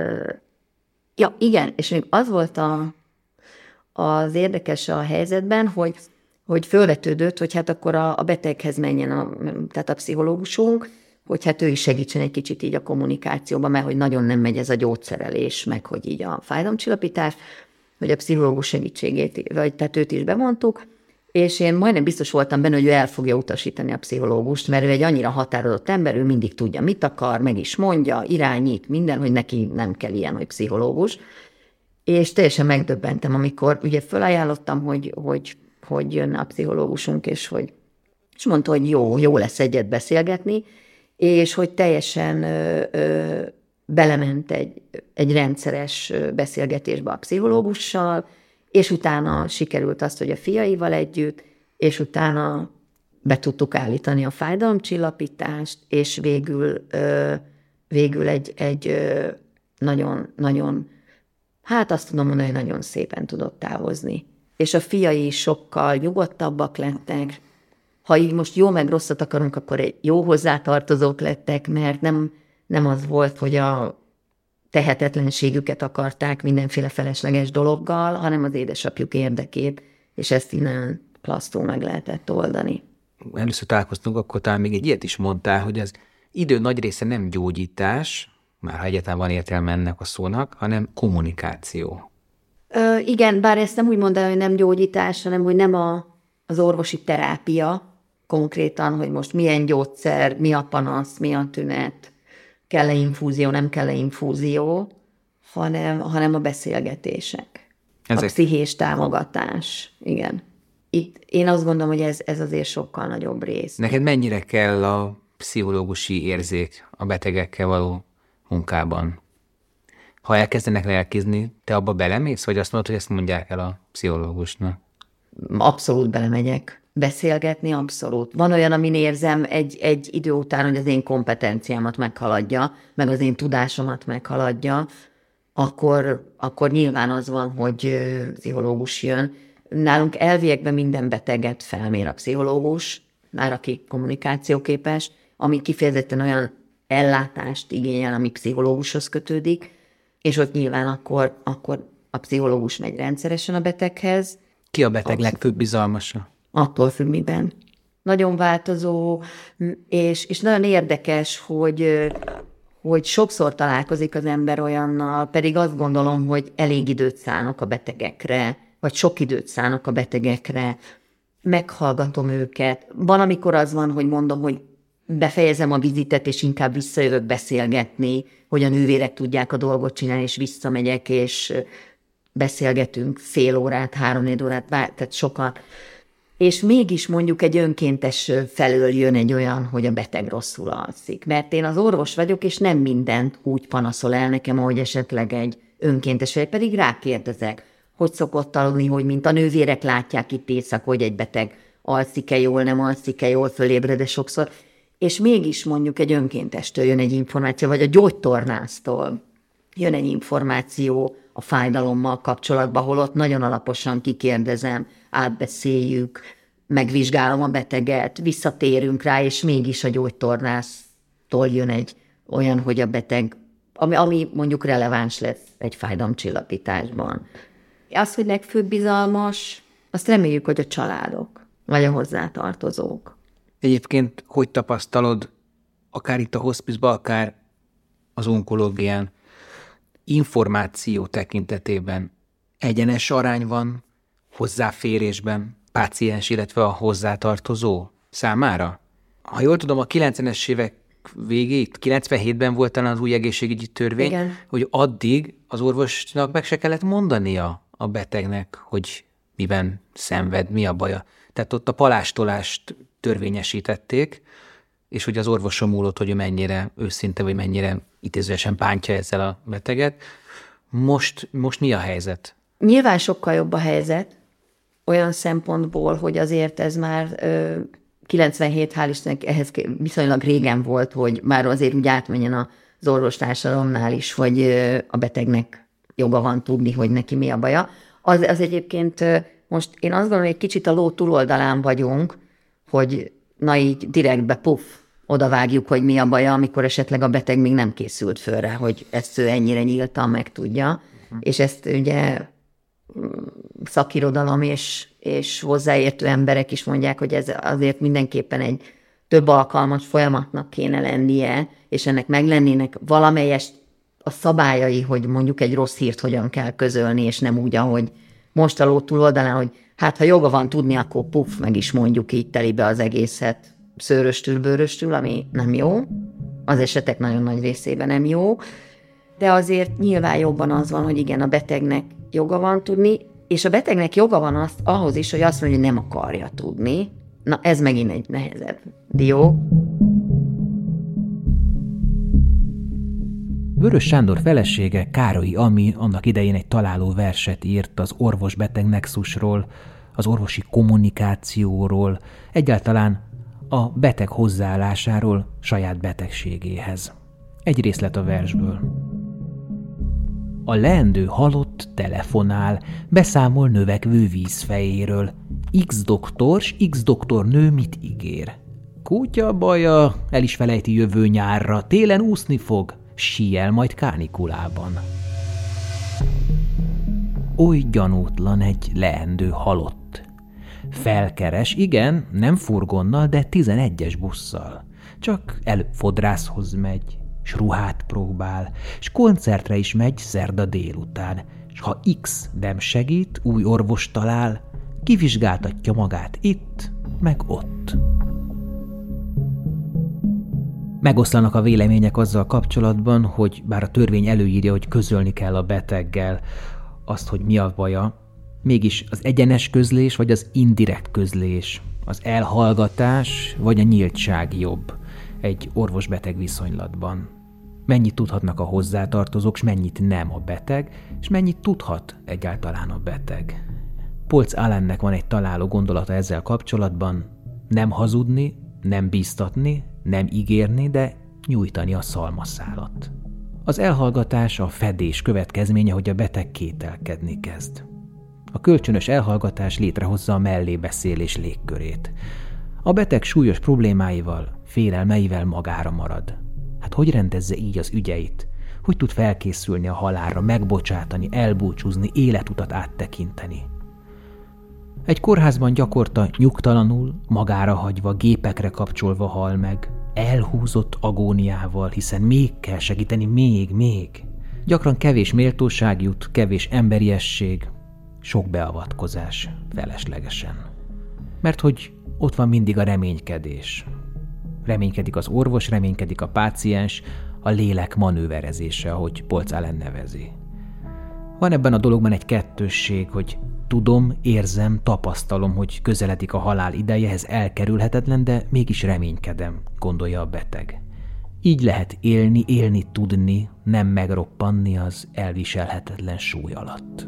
Ja, igen, és még az volt a az érdekes a helyzetben, hogy, hogy fölvetődött, hogy hát akkor a, a beteghez menjen a, tehát a pszichológusunk, hogy hát ő is segítsen egy kicsit így a kommunikációban, mert hogy nagyon nem megy ez a gyógyszerelés, meg hogy így a fájdalomcsillapítás, hogy a pszichológus segítségét, vagy tehát őt is bemondtuk, és én majdnem biztos voltam benne, hogy ő el fogja utasítani a pszichológust, mert ő egy annyira határozott ember, ő mindig tudja, mit akar, meg is mondja, irányít minden, hogy neki nem kell ilyen, hogy pszichológus. És teljesen megdöbbentem, amikor ugye felajánlottam, hogy, hogy, hogy jön a pszichológusunk, és, hogy, és mondta, hogy jó, jó lesz egyet beszélgetni, és hogy teljesen ö, ö, belement egy, egy rendszeres beszélgetésbe a pszichológussal, és utána sikerült azt, hogy a fiaival együtt, és utána be tudtuk állítani a fájdalomcsillapítást, és végül, ö, végül egy, egy ö, nagyon, nagyon hát azt tudom mondani, hogy nagyon szépen tudott távozni. És a fiai is sokkal nyugodtabbak lettek. Ha így most jó meg rosszat akarunk, akkor egy jó hozzátartozók lettek, mert nem, nem az volt, hogy a tehetetlenségüket akarták mindenféle felesleges dologgal, hanem az édesapjuk érdekét, és ezt így nagyon klasszul meg lehetett oldani. Először találkoztunk, akkor talán még egy ilyet is mondtál, hogy az idő nagy része nem gyógyítás, már ha egyáltalán van értelme ennek a szónak, hanem kommunikáció. Ö, igen, bár ezt nem úgy mondanám, hogy nem gyógyítás, hanem hogy nem a, az orvosi terápia konkrétan, hogy most milyen gyógyszer, mi a panasz, mi a tünet, kell-e infúzió, nem kell-e infúzió, hanem, hanem a beszélgetések. Ezek... A pszichés támogatás, igen. Itt én azt gondolom, hogy ez, ez azért sokkal nagyobb rész. Neked mennyire kell a pszichológusi érzék a betegekkel való munkában? Ha elkezdenek lelkizni, te abba belemész, vagy azt mondod, hogy ezt mondják el a pszichológusnak? Abszolút belemegyek. Beszélgetni abszolút. Van olyan, amin érzem egy, egy idő után, hogy az én kompetenciámat meghaladja, meg az én tudásomat meghaladja, akkor, akkor nyilván az van, hogy pszichológus jön. Nálunk elviekben minden beteget felmér a pszichológus, már aki kommunikációképes, ami kifejezetten olyan ellátást igényel, ami pszichológushoz kötődik, és ott nyilván akkor, akkor a pszichológus megy rendszeresen a beteghez. Ki a beteg legfőbb bizalmasa? Attól függ miben. Nagyon változó, és, és nagyon érdekes, hogy, hogy sokszor találkozik az ember olyannal, pedig azt gondolom, hogy elég időt szánok a betegekre, vagy sok időt szánok a betegekre, meghallgatom őket. Van, amikor az van, hogy mondom, hogy befejezem a vizitet, és inkább visszajövök beszélgetni, hogy a nővérek tudják a dolgot csinálni, és visszamegyek, és beszélgetünk fél órát, három-négy órát, tehát sokat. És mégis mondjuk egy önkéntes felől jön egy olyan, hogy a beteg rosszul alszik. Mert én az orvos vagyok, és nem mindent úgy panaszol el nekem, ahogy esetleg egy önkéntes vagy, pedig rákérdezek, hogy szokott aludni, hogy mint a nővérek látják itt éjszak, hogy egy beteg alszik-e jól, nem alszik-e jól, fölébred, sokszor. És mégis mondjuk egy önkéntestől jön egy információ, vagy a gyógytornásztól jön egy információ a fájdalommal kapcsolatban, ahol ott nagyon alaposan kikérdezem, átbeszéljük, megvizsgálom a beteget, visszatérünk rá, és mégis a gyógytornásztól jön egy olyan, hogy a beteg, ami, ami mondjuk releváns lesz egy fájdalomcsillapításban. Az, hogy legfőbb bizalmas, azt reméljük, hogy a családok, vagy a hozzátartozók. Egyébként hogy tapasztalod, akár itt a hospice-ban, akár az onkológián, információ tekintetében egyenes arány van hozzáférésben páciens, illetve a hozzátartozó számára? Ha jól tudom, a kilencvenes évek végét, kilencvenhétben volt talán az új egészségügyi törvény, igen, hogy addig az orvosnak meg se kellett mondania a betegnek, hogy miben szenved, mi a baja. Tehát ott a palástolást törvényesítették, és hogy az orvoson múlott, hogy ő mennyire őszinte, vagy mennyire idézőesen bántja ezzel a beteget. Most, most mi a helyzet? Nyilván sokkal jobb a helyzet, olyan szempontból, hogy azért ez már ö, kilencvenhét, hál' Istennek ehhez viszonylag régen volt, hogy már azért úgy átmenjen az orvostársadalomnál is, hogy ö, a betegnek joga van tudni, hogy neki mi a baja. Az, az egyébként ö, most én azt gondolom, hogy egy kicsit a ló túloldalán vagyunk, hogy na így direktbe puff, odavágjuk, hogy mi a baja, amikor esetleg a beteg még nem készült föl rá, hogy ezt ő ennyire nyíltan megtudja. Uh-huh. És ezt ugye szakirodalom és, és hozzáértő emberek is mondják, hogy ez azért mindenképpen egy több alkalmas folyamatnak kéne lennie, és ennek meglennének valamelyes a szabályai, hogy mondjuk egy rossz hírt hogyan kell közölni, és nem úgy, ahogy most a ló túloldalán, hogy hát ha joga van tudni, akkor puff, meg is mondjuk így telibe az egészet szőröstül, bőröstül, ami nem jó. Az esetek nagyon nagy részében nem jó. De azért nyilván jobban az van, hogy igen, a betegnek joga van tudni, és a betegnek joga van azt, ahhoz is, hogy azt mondja, hogy nem akarja tudni. Na, ez megint egy nehezebb dió. Vörös Sándor felesége, Károlyi Ami annak idején egy találó verset írt az orvos-beteg nexusról, az orvosi kommunikációról, egyáltalán a beteg hozzáállásáról saját betegségéhez. Egy részlet a versből. A leendő halott telefonál, beszámol növekvő vízfejéről. X doktor s X doktornő mit ígér? Kutya baja, el is felejti jövő nyárra, télen úszni fog, síel majd kánikulában. Oly gyanútlan egy leendő halott. Felkeres, igen, nem furgonnal, de tizenegyes busszal. Csak előbb fodrászhoz megy, s ruhát próbál, s koncertre is megy szerda délután, s ha X nem segít, új orvos talál, kivizsgáltatja magát itt, meg ott. Megoszlanak a vélemények azzal kapcsolatban, hogy bár a törvény előírja, hogy közölni kell a beteggel azt, hogy mi a baja, mégis az egyenes közlés vagy az indirekt közlés, az elhallgatás vagy a nyíltság jobb egy orvos-beteg viszonylatban. Mennyit tudhatnak a hozzátartozók, és mennyit nem a beteg, és mennyit tudhat egyáltalán a beteg. Polc Allennek van egy találó gondolata ezzel kapcsolatban: nem hazudni, nem bíztatni, nem ígérni, de nyújtani a szalmaszálat. Az elhallgatás a fedés következménye, hogy a beteg kételkedni kezd. A kölcsönös elhallgatás létrehozza a mellébeszélés légkörét. A beteg súlyos problémáival, félelmeivel magára marad. Hát hogy rendezze így az ügyeit? Hogy tud felkészülni a halálra, megbocsátani, elbúcsúzni, életutat áttekinteni? Egy kórházban gyakorta nyugtalanul, magára hagyva, gépekre kapcsolva hal meg, elhúzott agóniával, hiszen még kell segíteni, még, még. Gyakran kevés méltóság jut, kevés emberiesség, sok beavatkozás feleslegesen. Mert hogy ott van mindig a reménykedés. Reménykedik az orvos, reménykedik a páciens, a lélek manőverezése, ahogy Polc Allen nevezi. Van ebben a dologban egy kettősség, hogy tudom, érzem, tapasztalom, hogy közeledik a halál ideje, ez elkerülhetetlen, de mégis reménykedem, gondolja a beteg. Így lehet élni, élni tudni, nem megroppanni az elviselhetetlen súly alatt.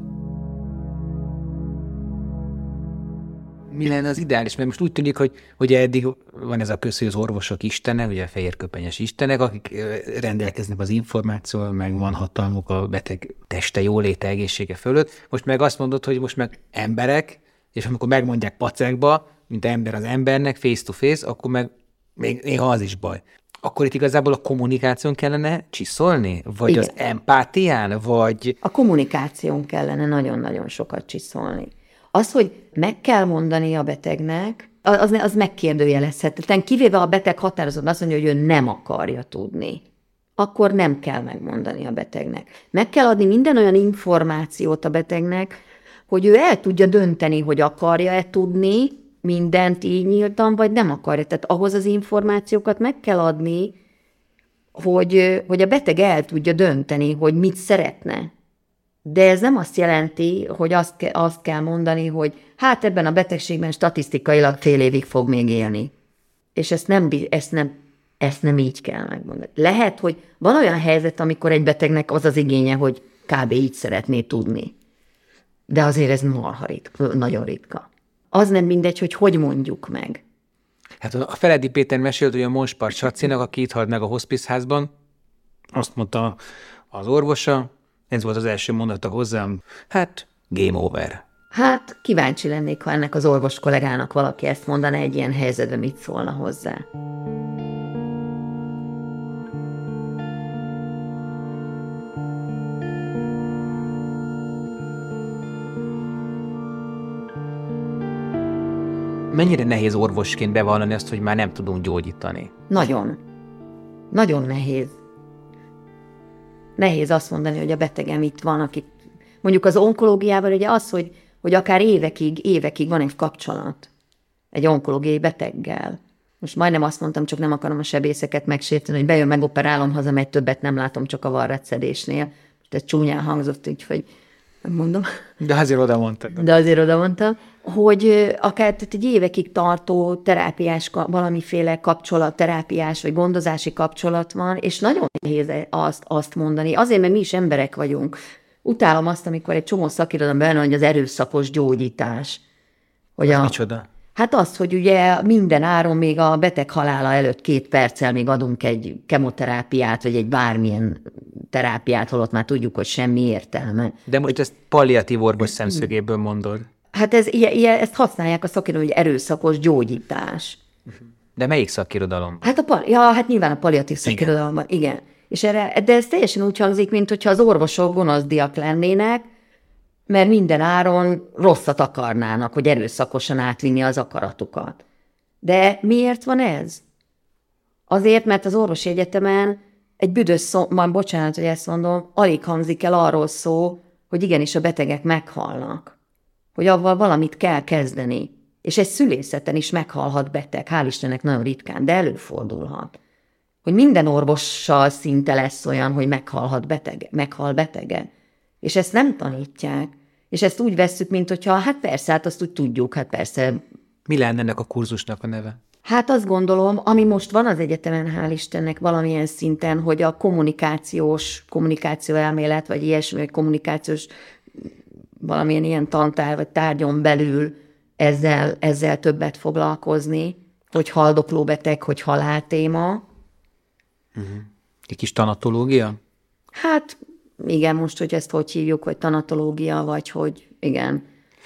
Mi lenne az ideális? Mert most úgy tűnik, hogy ugye eddig van ez a köz, hogy az orvosok istenek, ugye a fehérköpenyes istenek, akik rendelkeznek az információval, meg van hatalmuk a beteg teste jóléte, egészsége fölött. Most meg azt mondod, hogy most meg emberek, és amikor megmondják pacekba, mint ember az embernek, face to face, akkor meg még néha az is baj. Akkor itt igazából a kommunikáción kellene csiszolni? Vagy igen, az empátián? Vagy... A kommunikáción kellene nagyon-nagyon sokat csiszolni. Az, hogy meg kell mondani a betegnek, az, az megkérdőjelezhetetlen, kivéve a beteg határozottan azt mondja, hogy ő nem akarja tudni. Akkor nem kell megmondani a betegnek. Meg kell adni minden olyan információt a betegnek, hogy ő el tudja dönteni, hogy akarja-e tudni mindent így nyíltan, vagy nem akarja. Tehát ahhoz az információkat meg kell adni, hogy, hogy a beteg el tudja dönteni, hogy mit szeretne. De ez nem azt jelenti, hogy azt, ke- azt kell mondani, hogy hát ebben a betegségben statisztikailag fél évig fog még élni. És ezt nem, ezt nem, ezt nem így kell megmondani. Lehet, hogy van olyan helyzet, amikor egy betegnek az az igénye, hogy kb. Így szeretné tudni. De azért ez marha ritka, nagyon ritka. Az nem mindegy, hogy hogy mondjuk meg. Hát a Feledi Péter mesélt, hogy a Monspart Sacinak, aki itt halt meg a hospice-házban, azt mondta az orvosa, ez volt az első mondata hozzám, hát game over. Hát kíváncsi lennék, ha ennek az orvos kollégának valaki ezt mondaná egy ilyen helyzetben, mit szólna hozzá. Mennyire nehéz orvosként bevallani azt, hogy már nem tudunk gyógyítani? Nagyon. Nagyon nehéz. Nehéz azt mondani, hogy a betegem itt van, akit mondjuk az onkológiában ugye az, hogy, hogy akár évekig, évekig van egy kapcsolat egy onkológiai beteggel. Most majdnem azt mondtam, csak nem akarom a sebészeket megsérteni, hogy bejön, megoperálom, hazamegy, többet nem látom, csak a varratszedésnél. Ez csúnyán hangzott, úgyhogy mondom. De azért oda mondtad. De azért oda mondtam, hogy akár tehát egy évekig tartó terápiás, valamiféle kapcsolat, terápiás vagy gondozási kapcsolat van, és nagyon nehéz azt, azt mondani. Azért, mert mi is emberek vagyunk. Utálom azt, amikor egy csomó szakirodalom benne, hogy az erőszakos gyógyítás. Hogy a, micsoda? Hát az, hogy ugye minden áron még a beteg halála előtt két perccel még adunk egy kemoterápiát, vagy egy bármilyen terápiát, holott már tudjuk, hogy semmi értelme. De most ezt palliatív orvos szemszögéből mondod. Hát ez, ilyen, ilyen, ezt használják a szakirodalom, hogy erőszakos gyógyítás. De melyik szakirodalom? Hát, a pal- ja, hát nyilván a palliatív szakirodalomban, igen. igen. És erre, de ez teljesen úgy hangzik, mint hogyha az orvosok gonoszdiak lennének, mert minden áron rosszat akarnának, hogy erőszakosan átvinni az akaratukat. De miért van ez? Azért, mert az orvosi egyetemen egy büdös szó, majd bocsánat, hogy ezt mondom, alig hangzik el arról szó, hogy igenis a betegek meghalnak. Hogy avval valamit kell kezdeni. És egy szülészeten is meghalhat beteg, hál' Istennek nagyon ritkán, de előfordulhat. Hogy minden orvossal szinte lesz olyan, hogy meghalhat betege, meghal betege. És ezt nem tanítják. És ezt úgy vesszük, mint hogyha, hát persze, hát azt úgy tudjuk, hát persze. Mi lenne ennek a kurzusnak a neve? Hát azt gondolom, ami most van az egyetemen, hál' Istennek valamilyen szinten, hogy a kommunikációs, kommunikáció elmélet, vagy ilyesmi, vagy kommunikációs valamilyen ilyen tantár, vagy tárgyon belül ezzel, ezzel többet foglalkozni, hogy haldoklóbeteg, hogy haláltéma. Uh-huh. Egy kis tanatológia? Hát igen, most, hogy ezt hogy hívjuk, vagy tanatológia, vagy hogy igen.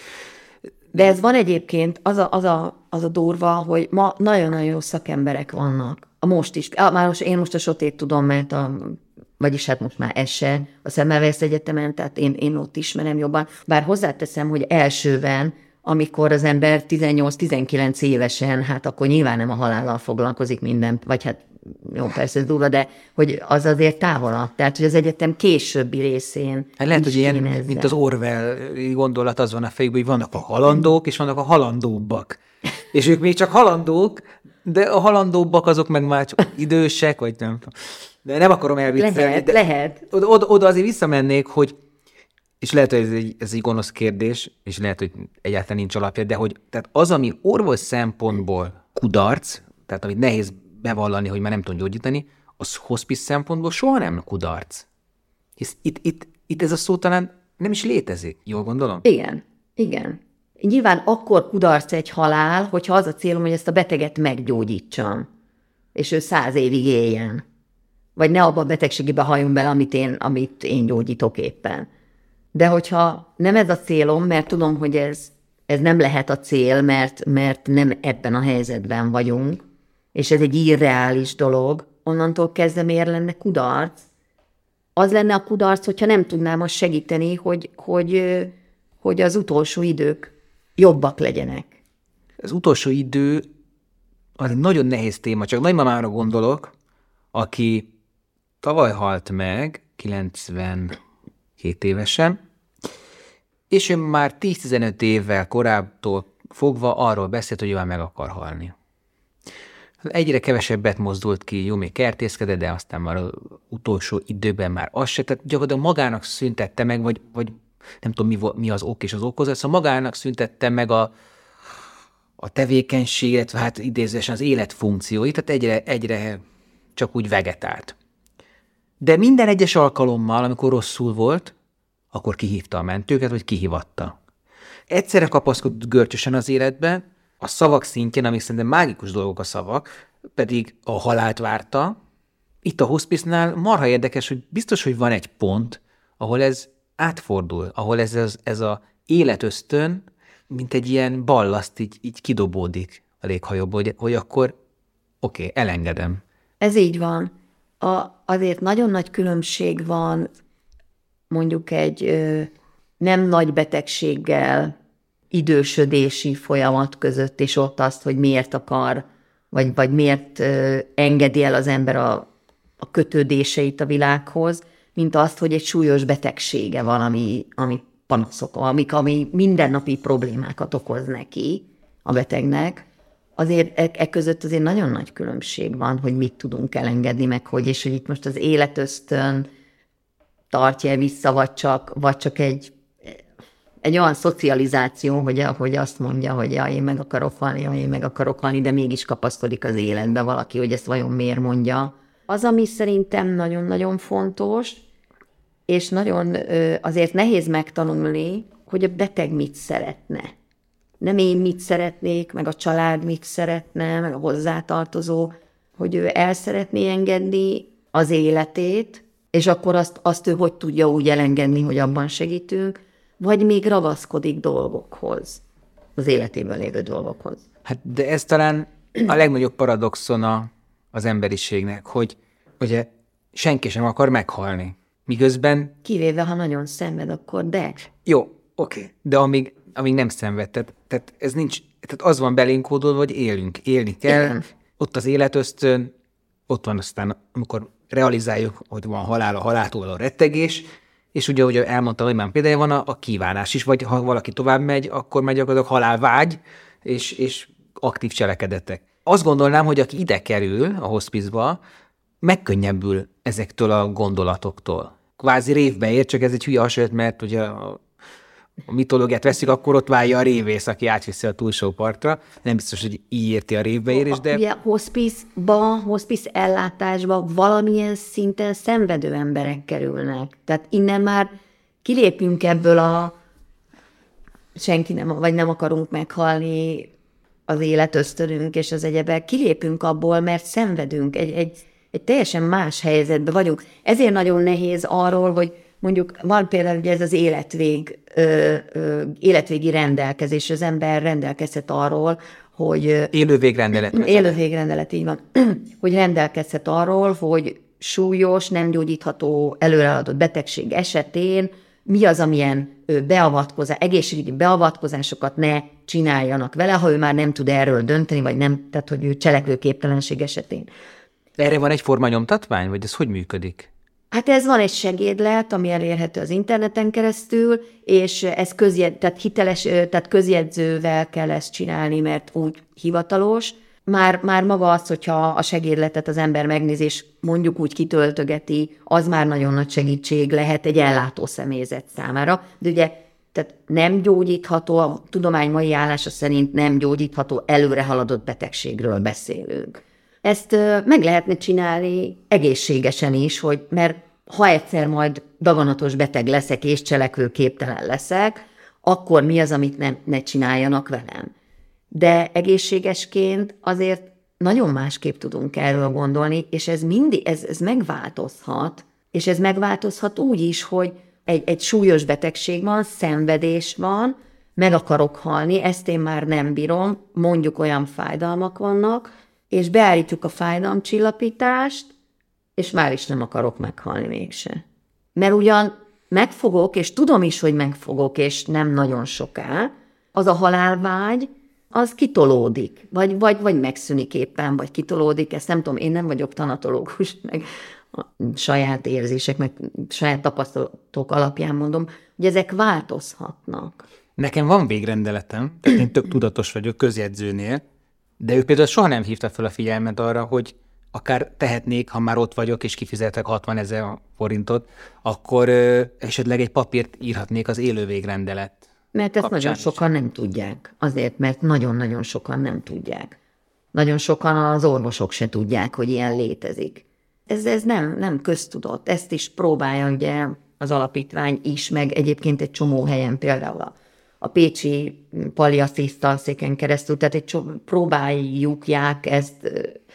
De ez van egyébként, az a, az a, az a durva, hogy ma nagyon-nagyon jó szakemberek vannak. A most is. Ah, már most, én most a sotét tudom, mert a, vagyis hát most már ez se a Semmelweis Egyetemen, tehát én, én ott ismerem jobban. Bár hozzáteszem, hogy elsőben, amikor az ember tizennyolc-tizenkilenc évesen, hát akkor nyilván nem a halállal foglalkozik minden, vagy hát jó, persze ez durva, de hogy az azért távolabb. Tehát, hogy az egyetem későbbi részén hát lehet, hogy ilyen, ezzel. Mint az Orwell gondolat, az van a fejükben, hogy vannak a halandók, és vannak a halandóbbak. És ők még csak halandók, de a halandóbbak azok meg már csak idősek, vagy nem tudom. De nem akarom elviccelni. Lehet, lehet. Oda, oda, oda azért visszamennék, hogy, és lehet, hogy ez egy, ez egy gonosz kérdés, és lehet, hogy egyáltalán nincs alapja, de hogy tehát az, ami orvos szempontból kudarc, tehát amit nehéz bevallani, hogy már nem tudom gyógyítani, az hospice szempontból soha nem kudarc. Hisz itt, itt, itt ez a szó talán nem is létezik, jól gondolom? Igen, igen. Nyilván akkor kudarc egy halál, hogyha az a célom, hogy ezt a beteget meggyógyítsam, és ő száz évig éljen. Vagy ne abba a betegségébe halljon bele, amit én, amit én gyógyítok éppen. De hogyha nem ez a célom, mert tudom, hogy ez, ez nem lehet a cél, mert, mert nem ebben a helyzetben vagyunk, és ez egy irreális dolog, onnantól kezdve miért lenne kudarc? Az lenne a kudarc, hogyha nem tudnám azt segíteni, hogy, hogy, hogy az utolsó idők jobbak legyenek. Az utolsó idő az egy nagyon nehéz téma, csak nagymamára gondolok, aki tavaly halt meg, kilencvenhét évesen, és ő már tíz-tizenöt évvel korábbtól fogva arról beszélt, hogy ő már meg akar halni. Egyre kevesebbet mozdult ki, jó, még kertészkedett, de aztán már az utolsó időben már az se, tehát gyakorlatilag magának szüntette meg, vagy, vagy nem tudom, mi, mi az ok és az okozat, szóval magának szüntette meg a, a tevékenységet, hát idézősen az életfunkcióit, tehát egyre, egyre csak úgy vegetált. De minden egyes alkalommal, amikor rosszul volt, akkor kihívta a mentőket, vagy kihívatta. Egyszerre kapaszkodott görcsösen az életbe, a szavak szintjén, amik szerintem mágikus dolgok a szavak, pedig a halált várta. Itt a hospice-nál marha érdekes, hogy biztos, hogy van egy pont, ahol ez átfordul, ahol ez, ez, ez a életösztön, mint egy ilyen ballaszt így, így kidobódik a léghajóból, hogy, hogy akkor oké, okay, elengedem. Ez így van. A, azért nagyon nagy különbség van mondjuk egy ö, nem nagy betegséggel, idősödési folyamat között, és ott azt, hogy miért akar, vagy, vagy miért ö, engedi el az ember a, a kötődéseit a világhoz, mint azt, hogy egy súlyos betegsége van, ami, ami panaszok, amik, ami mindennapi problémákat okoz neki, a betegnek. Azért e, e között azért nagyon nagy különbség van, hogy mit tudunk elengedni, meg hogy, és hogy itt most az életösztön tartja vissza, vagy csak, vagy csak egy egy olyan szocializáció, hogy, hogy azt mondja, hogy ja, én meg akarok halni, ja, én meg akarok halni, de mégis kapaszkodik az életbe valaki, hogy ezt vajon miért mondja. Az, ami szerintem nagyon-nagyon fontos, és nagyon azért nehéz megtanulni, hogy a beteg mit szeretne. Nem én mit szeretnék, meg a család mit szeretne, meg a hozzátartozó, hogy ő el szeretné engedni az életét, és akkor azt, azt ő hogy tudja úgy elengedni, hogy abban segítünk, vagy még ragaszkodik dolgokhoz, az életében lévő dolgokhoz. Hát de ez talán a legnagyobb paradoxona az emberiségnek, hogy ugye senki sem akar meghalni. Miközben... Kivéve, ha nagyon szenved, akkor de. Jó, oké, okay. De amíg, amíg nem szenved, tehát, tehát ez nincs, tehát az van belénk kódolva, hogy élünk, élni kell. Igen. Ott az életösztön, ott van aztán, amikor realizáljuk, hogy van halál, a haláltól a rettegés, és ugye, ahogy elmondtam, hogy már például van a, a kívánás is, vagy ha valaki tovább megy, akkor megy gyakorlatilag halálvágy, és, és aktív cselekedetek. Azt gondolnám, hogy aki ide kerül a hospice-ba, megkönnyebbül ezektől a gondolatoktól. kvázi révbe ér, csak ez egy hülye hasonlat, mert ugye a, a mitológiát veszik, akkor ott válja a révész, aki átviszi a túlsó partra. Nem biztos, hogy így érti a révbeérés, de... Ugye hospice-ba, hospice ellátásba valamilyen szinten szenvedő emberek kerülnek. Tehát innen már kilépünk ebből a senki nem, vagy nem akarunk meghalni az életösztönünk és az egyebek. Kilépünk abból, mert szenvedünk. Egy, egy, egy teljesen más helyzetben vagyunk. Ezért nagyon nehéz arról, hogy mondjuk van például ugye ez az életvég, ö, ö, életvégi rendelkezés, az ember rendelkezhet arról, hogy... Élővégrendelet. Élővégrendelet, így van. Hogy rendelkezhet arról, hogy súlyos, nem gyógyítható, előrehaladott betegség esetén mi az, amilyen beavatkozás, egészségügyi beavatkozásokat ne csináljanak vele, ha ő már nem tud erről dönteni, vagy nem, tehát hogy ő cselekvőképtelenség esetén. Erre van egyforma nyomtatvány, vagy ez hogy működik? Hát ez van egy segédlet, ami elérhető az interneten keresztül, és ez közjed, tehát hiteles, tehát közjegyzővel kell ezt csinálni, mert úgy hivatalos. Már, már maga az, hogyha a segédletet az ember megnézi, és mondjuk úgy kitöltögeti, az már nagyon nagy segítség lehet egy ellátó személyzet számára. De ugye tehát nem gyógyítható, a tudomány mai állása szerint nem gyógyítható, előre haladott betegségről beszélünk. Ezt meg lehetne csinálni egészségesen is, hogy mert ha egyszer majd daganatos beteg leszek és cselekvőképtelen leszek, akkor mi az, amit nem, ne csináljanak velem. De egészségesként azért nagyon másképp tudunk erről gondolni, és ez mindig, ez, ez megváltozhat, és ez megváltozhat úgy is, hogy egy, egy súlyos betegség van, szenvedés van, meg akarok halni, ezt én már nem bírom, mondjuk olyan fájdalmak vannak, és beállítjuk a fájdalomcsillapítást, és már is nem akarok meghalni mégse. Mert ugyan megfogok, és tudom is, hogy megfogok, és nem nagyon soká, az a halálvágy, az kitolódik, vagy, vagy, vagy megszűnik éppen, vagy kitolódik, ezt nem tudom, én nem vagyok tanatológus, meg a saját érzések, meg saját tapasztalatok alapján mondom, hogy ezek változhatnak. Nekem van végrendeletem, tehát én tök tudatos vagyok közjegyzőnél, de ő például soha nem hívta fel a figyelmet arra, hogy akár tehetnék, ha már ott vagyok, és kifizetek hatvanezer forintot, akkor ö, esetleg egy papírt írhatnék az élő végrendelet. Mert ezt nagyon sokan nem tudják. Azért, mert nagyon-nagyon sokan nem tudják. Nagyon sokan az orvosok se tudják, hogy ilyen létezik. Ez, ez nem, nem köztudott. Ezt is próbálja ugye az alapítvány is, meg egyébként egy csomó helyen, például a, a pécsi palliasszísztalszéken keresztül, tehát egy csomó, próbáljuk ezt,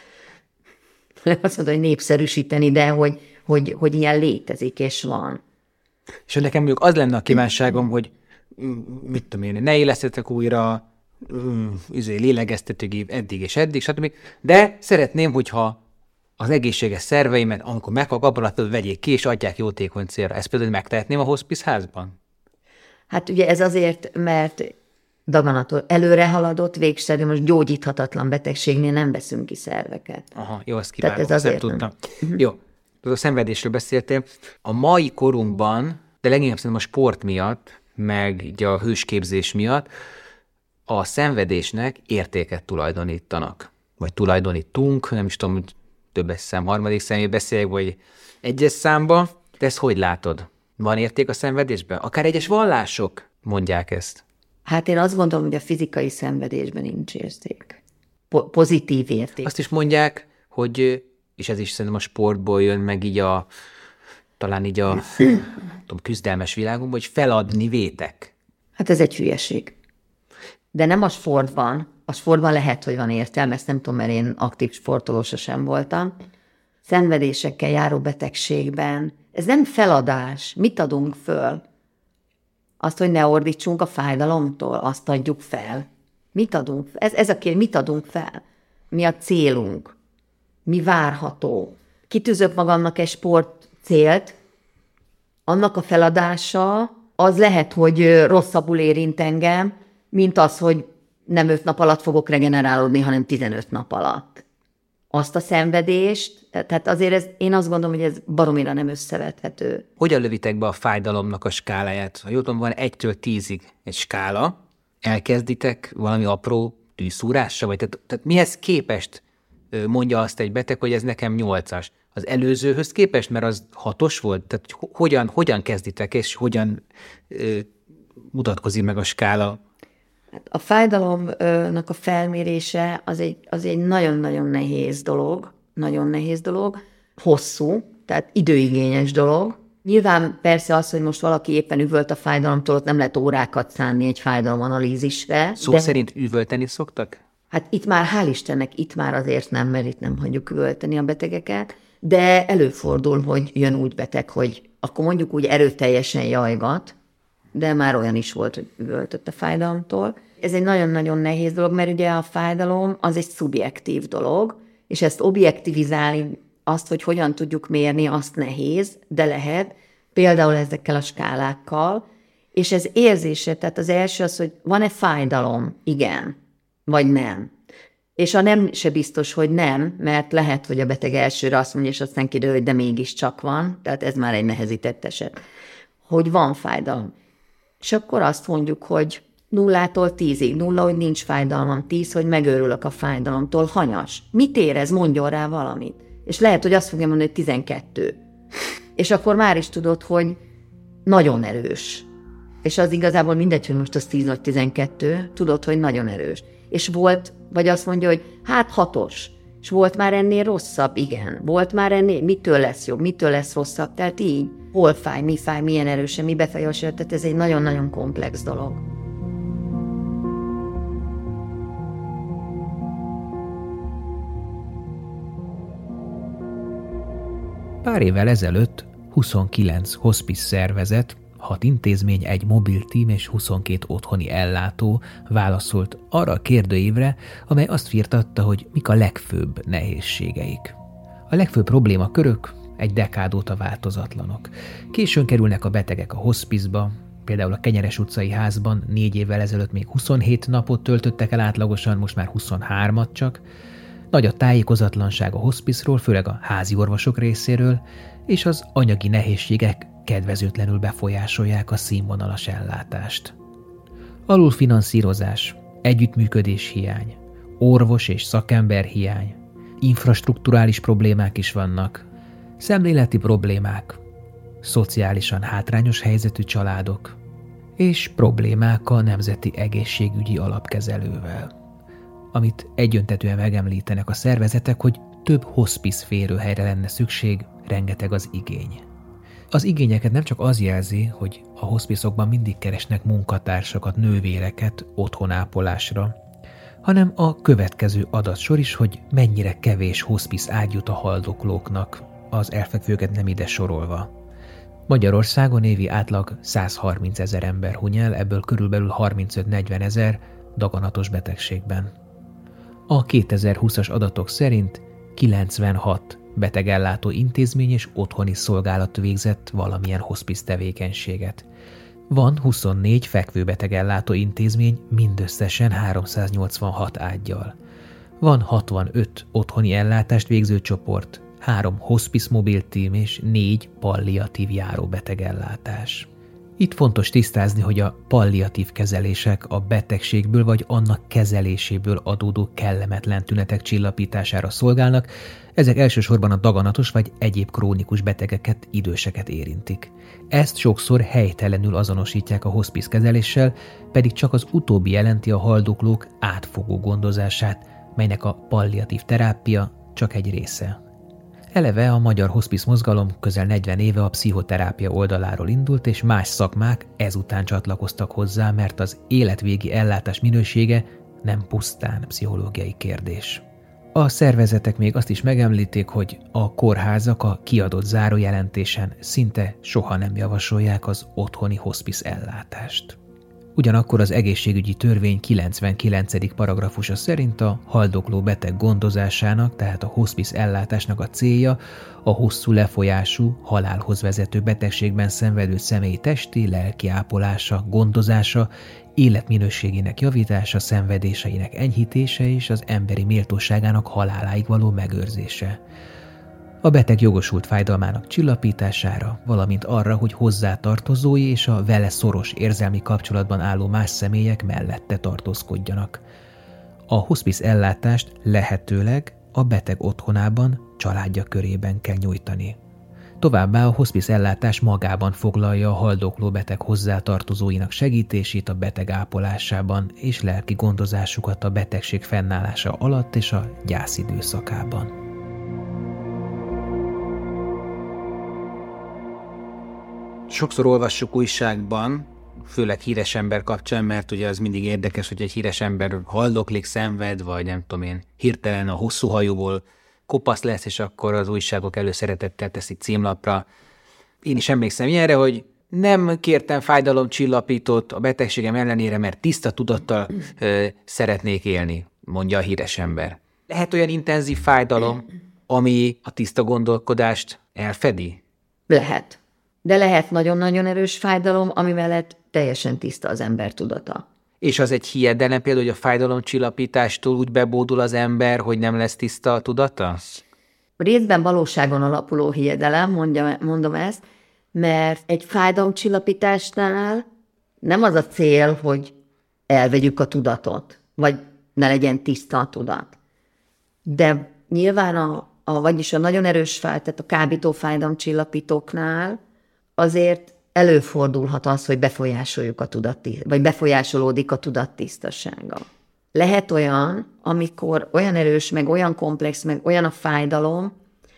nem azt mondom, hogy népszerűsíteni, de hogy, hogy, hogy ilyen létezik és van. És nekem mondjuk az lenne a kívánságom, hogy mit tudom én, ne élesztetek újra, izé, lélegeztetőgép eddig és eddig, stb. De szeretném, hogyha az egészséges szerveimet, amikor meghal, abban vegyék ki, és adják jótékony célra. Ezt például megtehetném a hospice házban? Hát ugye ez azért, mert daganatos, előre haladott, végszerű, most gyógyíthatatlan betegségnél nem veszünk ki szerveket. Aha, jó, ezt kívánom, ez azért nem tudtam. Nem. Jó, a szenvedésről beszéltél. A mai korunkban, de leginkább szerintem a sport miatt, meg így a hősképzés miatt a szenvedésnek értéket tulajdonítanak. Vagy tulajdonítunk, nem is tudom, hogy többes szám, harmadik személy beszéljek, vagy egyes számba. De ezt hogy látod? Van érték a szenvedésben? Akár egyes vallások mondják ezt. Hát én azt gondolom, hogy a fizikai szenvedésben nincs érték. Po- pozitív érték. Azt is mondják, hogy, és ez is szerintem a sportból jön, meg így a talán így a tudom, küzdelmes világunkban, hogy feladni vétek. Hát ez egy hülyeség. De nem a sportban. A sportban lehet, hogy van értelme, ezt nem tudom, mert én aktív sportoló sem voltam. Szenvedésekkel járó betegségben. Ez nem feladás. Mit adunk föl? Azt, hogy ne ordítsunk a fájdalomtól, azt adjuk fel. Mit adunk? Ez, ez a kérdés, mit adunk fel? Mi a célunk? Mi várható? Kitűzök magamnak egy sport célt, annak a feladása az lehet, hogy rosszabbul érint engem, mint az, hogy nem öt nap alatt fogok regenerálódni, hanem tizenöt nap alatt. Azt a szenvedést, tehát azért ez, én azt gondolom, hogy ez baromira nem összevethető. Hogyan lövitek be a fájdalomnak a skáláját? Ha jól tudom, van egytől tízig egy skála, elkezditek valami apró tűszúrással, vagy tehát, tehát mihez képest mondja azt egy beteg, hogy ez nekem nyolcas. Az előzőhöz képest, mert az hatos volt? Tehát hogyan, hogyan kezditek, és hogyan ö, mutatkozik meg a skála? A fájdalomnak a felmérése az egy, az egy nagyon-nagyon nehéz dolog, nagyon nehéz dolog, hosszú, tehát időigényes dolog. Nyilván persze az, hogy most valaki éppen üvölt a fájdalomtól, ott nem lehet órákat szánni egy fájdalomanalízisre. Szó de... szerint üvölteni szoktak? Hát itt már, hál' Istennek, itt már azért nem, mert itt nem hagyjuk üvölteni a betegeket, de előfordul, hogy jön úgy beteg, hogy akkor mondjuk úgy erőteljesen jajgat, de már olyan is volt, hogy üvöltött a fájdalomtól. Ez egy nagyon-nagyon nehéz dolog, mert ugye a fájdalom az egy szubjektív dolog, és ezt objektivizálni, azt, hogy hogyan tudjuk mérni, azt nehéz, de lehet, például ezekkel a skálákkal, és ez érzése, tehát az első az, hogy van-e fájdalom? Igen, vagy nem. És a nem se biztos, hogy nem, mert lehet, hogy a beteg elsőre azt mondja, és aztán kiderül, hogy de mégiscsak van, tehát ez már egy nehezített eset, hogy van fájdalom. És akkor azt mondjuk, hogy nullától tízig, nulla, hogy nincs fájdalmam, tíz, hogy megőrülök a fájdalomtól, hanyas. Mit érez? Mondjon rá valamit. És lehet, hogy azt fogja mondani, hogy tizenkettő. És akkor már is tudod, hogy nagyon erős. És az igazából mindegy, hogy most az tíz vagy tizenkettő, tudod, hogy nagyon erős. És volt, vagy azt mondja, hogy hát hatos. És volt már ennél rosszabb? Igen. Volt már ennél? Mitől lesz jobb? Mitől lesz rosszabb? Tehát így. Hol fáj, mi fáj, milyen erősen, mi befolyásolja. Tehát ez egy nagyon-nagyon komplex dolog. Pár évvel ezelőtt huszonkilenc hospice szervezet, hat intézmény, egy mobil tím és huszonkét otthoni ellátó válaszolt arra a kérdőívre, amely azt firtatta, hogy mik a legfőbb nehézségeik. A legfőbb problémakörök egy dekád óta változatlanok. Későn kerülnek a betegek a hospiceba, például a Kenyeres utcai házban négy évvel ezelőtt még huszonhét napot töltöttek el átlagosan, most már huszonhármat csak. Nagy a tájékozatlanság a hospice-ról, főleg a házi orvosok részéről, és az anyagi nehézségek kedvezőtlenül befolyásolják a színvonalas ellátást. Alulfinanszírozás, együttműködés hiány, orvos és szakember hiány, infrastrukturális problémák is vannak, szemléleti problémák, szociálisan hátrányos helyzetű családok, és problémák a Nemzeti Egészségügyi Alapkezelővel. Amit egyöntetűen megemlítenek a szervezetek, hogy több hospice férőhelyre lenne szükség, rengeteg az igény. Az igényeket nem csak az jelzi, hogy a hospice-okban mindig keresnek munkatársakat, nővéreket otthonápolásra, hanem a következő adatsor is, hogy mennyire kevés hospice ágy jut a haldoklóknak, az elfekvőket nem ide sorolva. Magyarországon évi átlag százharminc ezer ember huny el, ebből körülbelül harmincöt-negyven ezer daganatos betegségben. A kétezer-húszas adatok szerint kilencvenhat betegellátó intézmény és otthoni szolgálat végzett valamilyen hospice tevékenységet. Van huszonnégy fekvőbetegellátó intézmény mindösszesen háromszáznyolcvanhat ággyal. Van hatvanöt otthoni ellátást végző csoport, három hospice mobil tím és négy palliatív járóbetegellátás. Itt fontos tisztázni, hogy a palliatív kezelések a betegségből vagy annak kezeléséből adódó kellemetlen tünetek csillapítására szolgálnak, ezek elsősorban a daganatos vagy egyéb krónikus betegeket, időseket érintik. Ezt sokszor helytelenül azonosítják a hospice kezeléssel, pedig csak az utóbbi jelenti a haldoklók átfogó gondozását, melynek a palliatív terápia csak egy része. Eleve a magyar hospice mozgalom közel negyven éve a pszichoterápia oldaláról indult, és más szakmák ezután csatlakoztak hozzá, mert az életvégi ellátás minősége nem pusztán pszichológiai kérdés. A szervezetek még azt is megemlítik, hogy a kórházak a kiadott zárójelentésen szinte soha nem javasolják az otthoni hospice ellátást. Ugyanakkor az egészségügyi törvény kilencvenkilencedik paragrafusa szerint a haldokló beteg gondozásának, tehát a hospice ellátásnak a célja a hosszú lefolyású, halálhoz vezető betegségben szenvedő személy testi, lelki ápolása, gondozása, életminőségének javítása, szenvedéseinek enyhítése és az emberi méltóságának haláláig való megőrzése. A beteg jogosult fájdalmának csillapítására, valamint arra, hogy hozzátartozói és a vele szoros érzelmi kapcsolatban álló más személyek mellette tartózkodjanak. A hospice ellátást lehetőleg a beteg otthonában, családja körében kell nyújtani. Továbbá a hospice ellátás magában foglalja a haldokló beteg hozzátartozóinak segítését a beteg ápolásában és lelki gondozásukat a betegség fennállása alatt és a gyász időszakában. Sokszor olvassuk újságban, főleg híres ember kapcsán, mert ugye az mindig érdekes, hogy egy híres ember haldoklik, szenved, vagy nem tudom én, hirtelen a hosszú hajóból kopasz lesz, és akkor az újságok előszeretettel teszik címlapra. Én is emlékszem ilyenre, hogy nem kértem fájdalomcsillapítót a betegségem ellenére, mert tiszta tudattal ö, szeretnék élni, mondja a híres ember. Lehet olyan intenzív fájdalom, ami a tiszta gondolkodást elfedi? Lehet. De lehet nagyon-nagyon erős fájdalom, ami mellett teljesen tiszta az ember tudata. És az egy hiedelem például, hogy a fájdalomcsillapítástól úgy bebódul az ember, hogy nem lesz tiszta a tudata? Részben valóságon alapuló hiedelem, mondja, mondom ezt, mert egy fájdalomcsillapításnál nem az a cél, hogy elvegyük a tudatot, vagy ne legyen tiszta a tudat. De nyilván a, a vagyis a nagyon erős fáj, tehát a kábító fájdalomcsillapítóknál azért előfordulhat az, hogy befolyásoljuk a tudat, vagy befolyásolódik a tudattisztasága. Lehet olyan, amikor olyan erős, meg olyan komplex, meg olyan a fájdalom,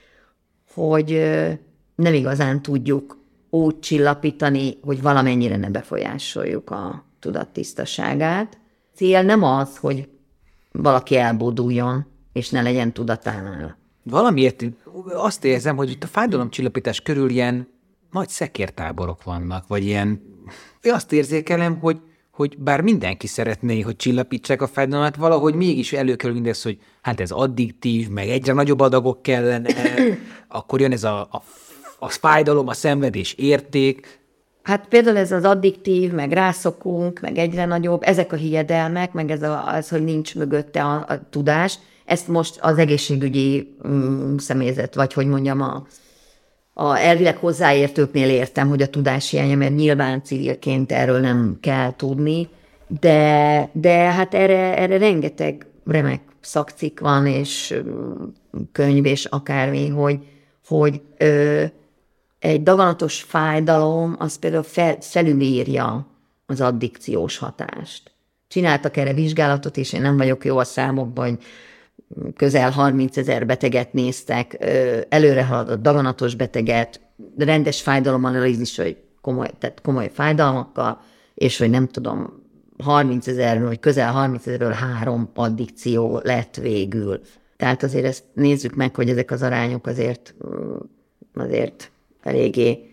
hogy nem igazán tudjuk úgy csillapítani, hogy valamennyire ne befolyásoljuk a tudattisztaságát. Cél nem az, hogy valaki elbóduljon, és ne legyen tudatánál. Valamiért azt érzem, hogy itt a fájdalomcsillapítás körül ilyen nagy szekértáborok vannak, vagy ilyen, azt érzékelem, hogy, hogy bár mindenki szeretné, hogy csillapítsák a fájdalmat, valahogy mégis előkerül mindez, hogy hát ez addiktív, meg egyre nagyobb adagok kellene, akkor jön ez a, a, a fájdalom, a szenvedés érték. Hát például ez az addiktív, meg rászokunk, meg egyre nagyobb, ezek a hiedelmek, meg ez a, az, hogy nincs mögötte a, a tudás, ezt most az egészségügyi mm, személyzet, vagy hogy mondjam, a A elvileg hozzáértőknél értem, hogy a tudás hiánya, mert nyilván civilként erről nem kell tudni, de, de hát erre, erre rengeteg remek szakcikk van, és könyv, és akármi, hogy, hogy ö, egy daganatos fájdalom, az például fel, felülírja az addikciós hatást. Csináltak erre vizsgálatot, és én nem vagyok jó a számokban, hogy közel harmincezer beteget néztek, előre haladott daganatos beteget, rendes fájdalomanalízis, hogy komoly, tehát komoly fájdalmakkal, és hogy nem tudom, harmincezerről, vagy közel harmincezerről három addikció lett végül. Tehát azért ezt nézzük meg, hogy ezek az arányok azért, azért eléggé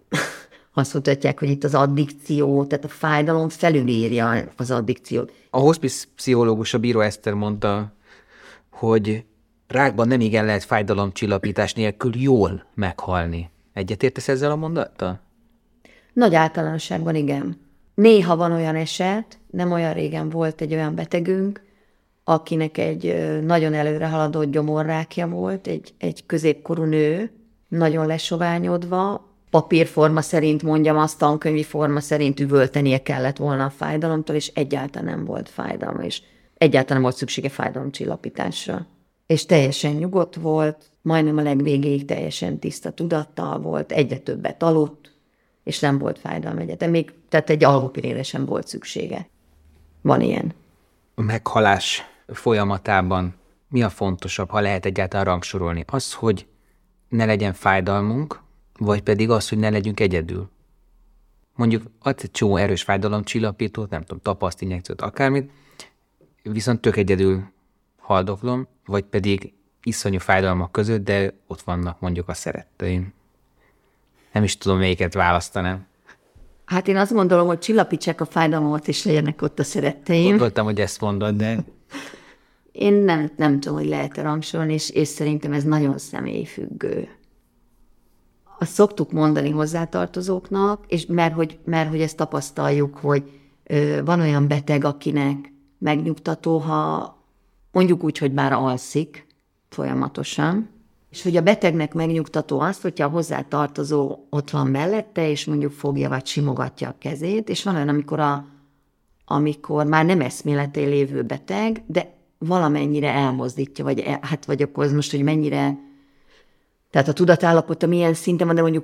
azt mutatják, hogy itt az addikció, tehát a fájdalom felülírja az addikciót. A hospice pszichológus, a Bíró Eszter mondta, hogy rákban nem igen lehet fájdalomcsillapítás nélkül jól meghalni. Egyetértesz ezzel a mondattal? Nagy általánosságban igen. Néha van olyan eset, nem olyan régen volt egy olyan betegünk, akinek egy nagyon előre haladott gyomorrákja volt, egy, egy középkorú nő, nagyon lesoványodva, papírforma szerint, mondjam azt, tankönyvi forma szerint üvöltenie kellett volna a fájdalomtól, és egyáltalán nem volt fájdalma, és egyáltalán nem volt szüksége fájdalomcsillapításra. És teljesen nyugodt volt, majdnem a legvégéig teljesen tiszta tudattal volt, egyre többet aludt, és nem volt fájdalom egyetem. Még, tehát egy alvópirére sem volt szüksége. Van ilyen. A meghalás folyamatában mi a fontosabb, ha lehet egyáltalán rangsorolni? Az, hogy ne legyen fájdalmunk, vagy pedig az, hogy ne legyünk egyedül? Mondjuk adsz egy csomó erős fájdalomcsillapítót, nem tudom, tapaszt, injekciót, akármit, viszont tök egyedül haldoklom, vagy pedig iszonyú fájdalmak között, de ott vannak mondjuk a szeretteim. Nem is tudom, melyiket választanám. Hát én azt gondolom, hogy csillapítsák a fájdalmamat, és legyenek ott a szeretteim. Gondoltam, hogy ezt mondod, de... Én nem, nem tudom, hogy lehet rangsorolni, és, és szerintem ez nagyon személyfüggő. Azt szoktuk mondani hozzátartozóknak, és mert hogy, mert hogy ezt tapasztaljuk, hogy ö, van olyan beteg, akinek megnyugtató, ha mondjuk úgy, hogy már alszik folyamatosan, és hogy a betegnek megnyugtató azt, hogyha a hozzátartozó ott van mellette, és mondjuk fogja vagy simogatja a kezét, és van olyan, amikor, a, amikor már nem eszméletén lévő beteg, de valamennyire elmozdítja, vagy, el, hát vagy akkor az most, hogy mennyire, tehát a tudatállapota milyen szinten van, de mondjuk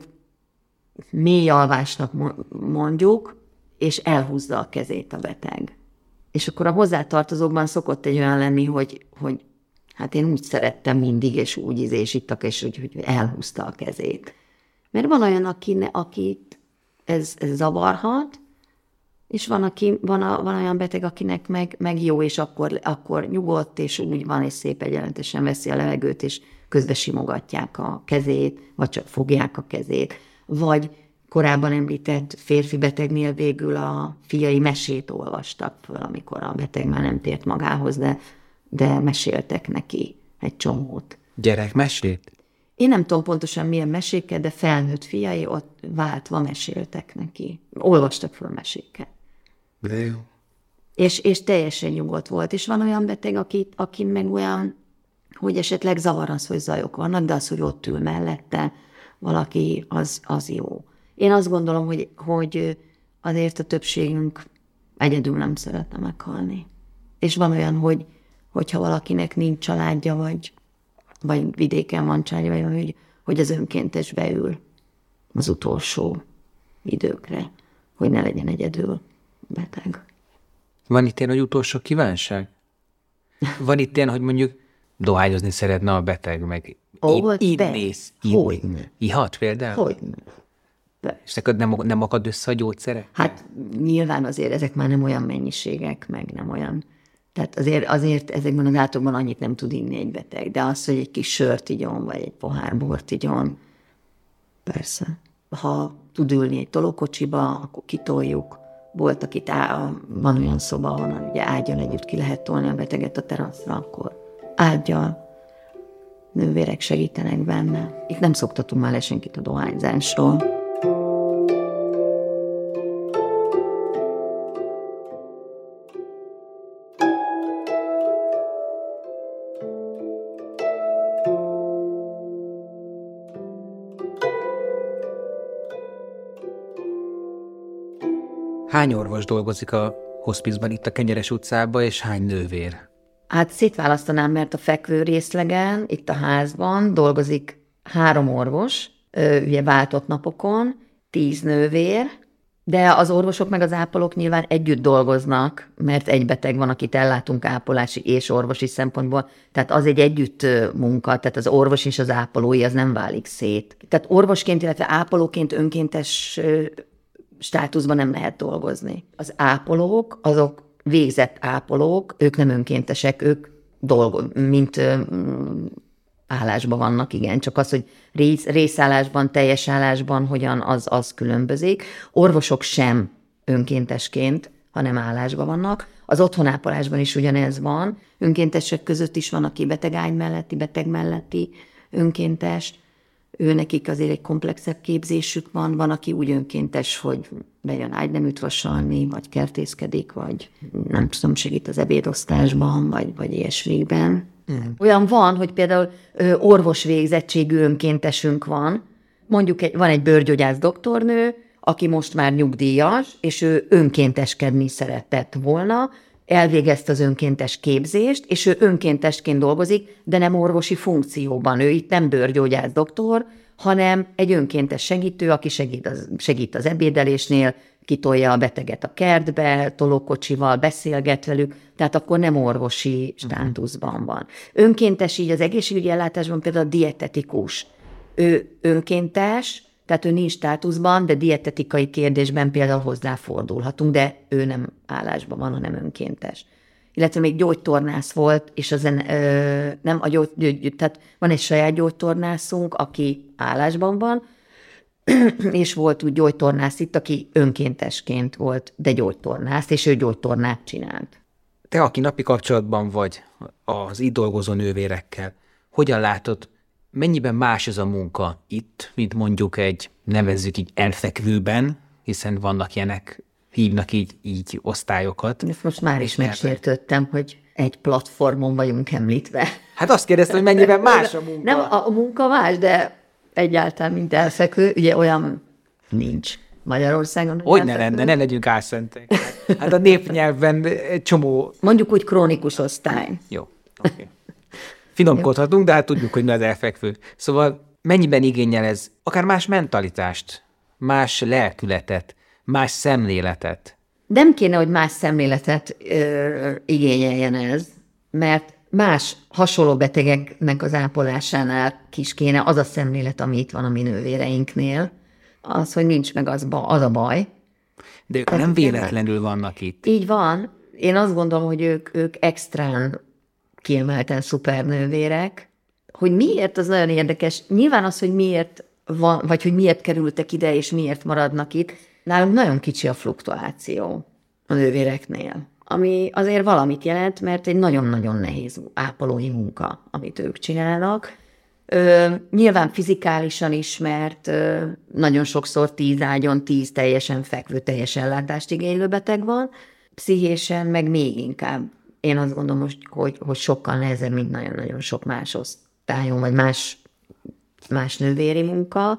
mély alvásnak mondjuk, és elhúzza a kezét a beteg. És akkor a hozzátartozókban szokott egy olyan lenni, hogy, hogy hát én úgy szerettem mindig, és úgy ízés ittak, és úgy, hogy elhúzta a kezét. Mert van olyan, akine, akit ez, ez zavarhat, és van, aki, van, a, van olyan beteg, akinek meg, meg jó, és akkor, akkor nyugodt, és úgy van, és szép egyenletesen veszi a levegőt, és közben simogatják a kezét, vagy csak fogják a kezét. Vagy korábban említett férfi betegnél végül a fiai mesét olvastak föl, amikor a beteg már nem tért magához, de, de meséltek neki egy csomót. Gyerekmesét? Én nem tudom pontosan milyen meséket, de felnőtt fiai ott váltva meséltek neki. Olvastak föl meséket. De jó. És, és teljesen nyugodt volt. És van olyan beteg, aki, aki meg olyan, hogy esetleg zavar az, hogy zajok vannak, de az, hogy ott ül mellette valaki, az, az jó. Én azt gondolom, hogy, hogy azért a többségünk egyedül nem szeretne meghalni. És van olyan, hogy hogyha valakinek nincs családja, vagy, vagy vidéken van családja, vagy hogy, hogy az önkéntes beül az utolsó időkre, hogy ne legyen egyedül beteg. Van itt ilyen, hogy utolsó kívánság? Van itt ilyen, hogy mondjuk dohányozni szeretne a beteg, meg Ó, így, így be. néz. Hogy? Ihat például? Hogy? És neked nem, nem akad össze a gyógyszere? Hát nyilván azért ezek már nem olyan mennyiségek, meg nem olyan. Tehát azért, azért ezekben az átokban annyit nem tud inni egy beteg, de az, hogy egy kis sört igyon, vagy egy pohár bort igyon, persze. Ha tud ülni egy tolókocsiba, akkor kitoljuk. Volt, akit á, van olyan szoba, ahonnan ugye ágyon együtt ki lehet tolni a beteget a teraszra, akkor ágyal nővérek segítenek benne. Itt nem szoktatunk már le senkit a dohányzásról. Hány orvos dolgozik a hospizban itt a Kenyeres utcában, és hány nővér? Hát szétválasztanám, mert a fekvő részlegen, itt a házban dolgozik három orvos, ugye váltott napokon, tíz nővér, de az orvosok meg az ápolók nyilván együtt dolgoznak, mert egy beteg van, akit ellátunk ápolási és orvosi szempontból, tehát az egy együtt munka, tehát az orvos és az ápolói az nem válik szét. Tehát orvosként, illetve ápolóként önkéntes státuszban nem lehet dolgozni. Az ápolók, azok végzett ápolók, ők nem önkéntesek, ők dolgo, mint ö, állásban vannak, igen, csak az, hogy rész, részállásban, teljes állásban hogyan, az, az különbözik. Orvosok sem önkéntesként, hanem állásban vannak. Az otthonápolásban is ugyanez van. Önkéntesek között is van, aki betegágy melletti, beteg melletti önkéntes. Ő nekik azért egy komplexebb képzésük van, van, aki úgy önkéntes, hogy bejön ágyneműt vasalni, vagy kertészkedik, vagy nem tudom, segít az ebédosztásban, vagy, vagy ilyesmikben. Mm. Olyan van, hogy például ö, orvos végzettségű önkéntesünk van, mondjuk egy, van egy bőrgyógyász doktornő, aki most már nyugdíjas, és ő önkénteskedni szeretett volna, elvégezte az önkéntes képzést, és ő önkéntesként dolgozik, de nem orvosi funkcióban. Ő itt nem bőrgyógyász doktor, hanem egy önkéntes segítő, aki segít az, segít az ebédelésnél, kitolja a beteget a kertbe, tolókocsival, beszélget velük, tehát akkor nem orvosi státuszban van. Önkéntes így az egészségügyi ellátásban például a dietetikus. Ő önkéntes, tehát ő nincs státuszban, de dietetikai kérdésben például hozzáfordulhatunk, de ő nem állásban van, hanem önkéntes. Illetve még gyógytornász volt, és az ö, nem a gyógy, gyógy, tehát van egy saját gyógytornászunk, aki állásban van, és volt úgy gyógytornász itt, aki önkéntesként volt, de gyógytornász, és ő gyógytornát csinált. Te, aki napi kapcsolatban vagy az itt dolgozó nővérekkel, hogyan látod, mennyiben más ez a munka itt, mint mondjuk egy, nevezzük így elfekvőben, hiszen vannak ilyenek, hívnak így, így osztályokat. Ezt most már is megsértődtem, hogy egy platformon vagyunk említve. Hát azt kérdeztem, hogy mennyiben más a munka. Nem, a, a munka más, de egyáltalán mint elfekvő, ugye olyan nincs. Magyarországon. Hogy ne lenne, ne legyünk álszentek. Hát a népnyelvben egy csomó... Mondjuk úgy krónikus osztály. Jó, oké. Okay. Finomkodhatunk, de hát tudjuk, hogy mi az elfekvő. Szóval mennyiben igényel ez akár más mentalitást, más lelkületet, más szemléletet? Nem kéne, hogy más szemléletet ö, igényeljen ez, mert más hasonló betegeknek az ápolásánál is kéne az a szemlélet, ami itt van a mi nővéreinknél, az, hogy nincs meg az, az a baj. De ők nem véletlenül vannak itt. Így van. Én azt gondolom, hogy ők, ők extrán kiemelten szupernővérek. Hogy miért, az nagyon érdekes. Nyilván az, hogy miért van, vagy hogy miért kerültek ide, és miért maradnak itt, nálunk nagyon kicsi a fluktuáció a nővéreknél, ami azért valamit jelent, mert egy nagyon-nagyon nehéz ápolói munka, amit ők csinálnak. Ö, nyilván fizikálisan is, mert ö, nagyon sokszor tíz ágyon, tíz teljesen fekvő, teljes ellátást igénylő beteg van, pszichésen meg még inkább. Én azt gondolom, hogy, hogy, hogy sokkal nehezebb, mint nagyon-nagyon sok más osztályon, vagy más, más nővéri munka.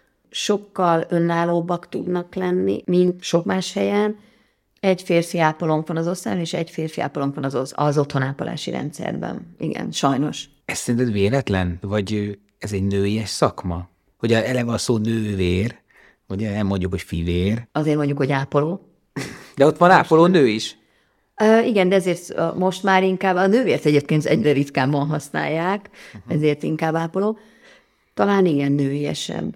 Sokkal önállóbbak tudnak lenni, mint sok más helyen. Egy férfi ápolónk van az osztályon, és egy férfi ápolónk van az, az otthonápolási rendszerben. Igen, sajnos. Ez szerinted véletlen? Vagy ez egy nőies szakma? Hogy eleve a szó nővér, ugye nem mondjuk, hogy fivér. Azért mondjuk, hogy ápoló. De ott van ápoló nő is. Uh, igen, de ezért most már inkább a nővért egyébként egyre ritkábban használják, uh-huh. ezért inkább ápoló. Talán igen, nőiesebb.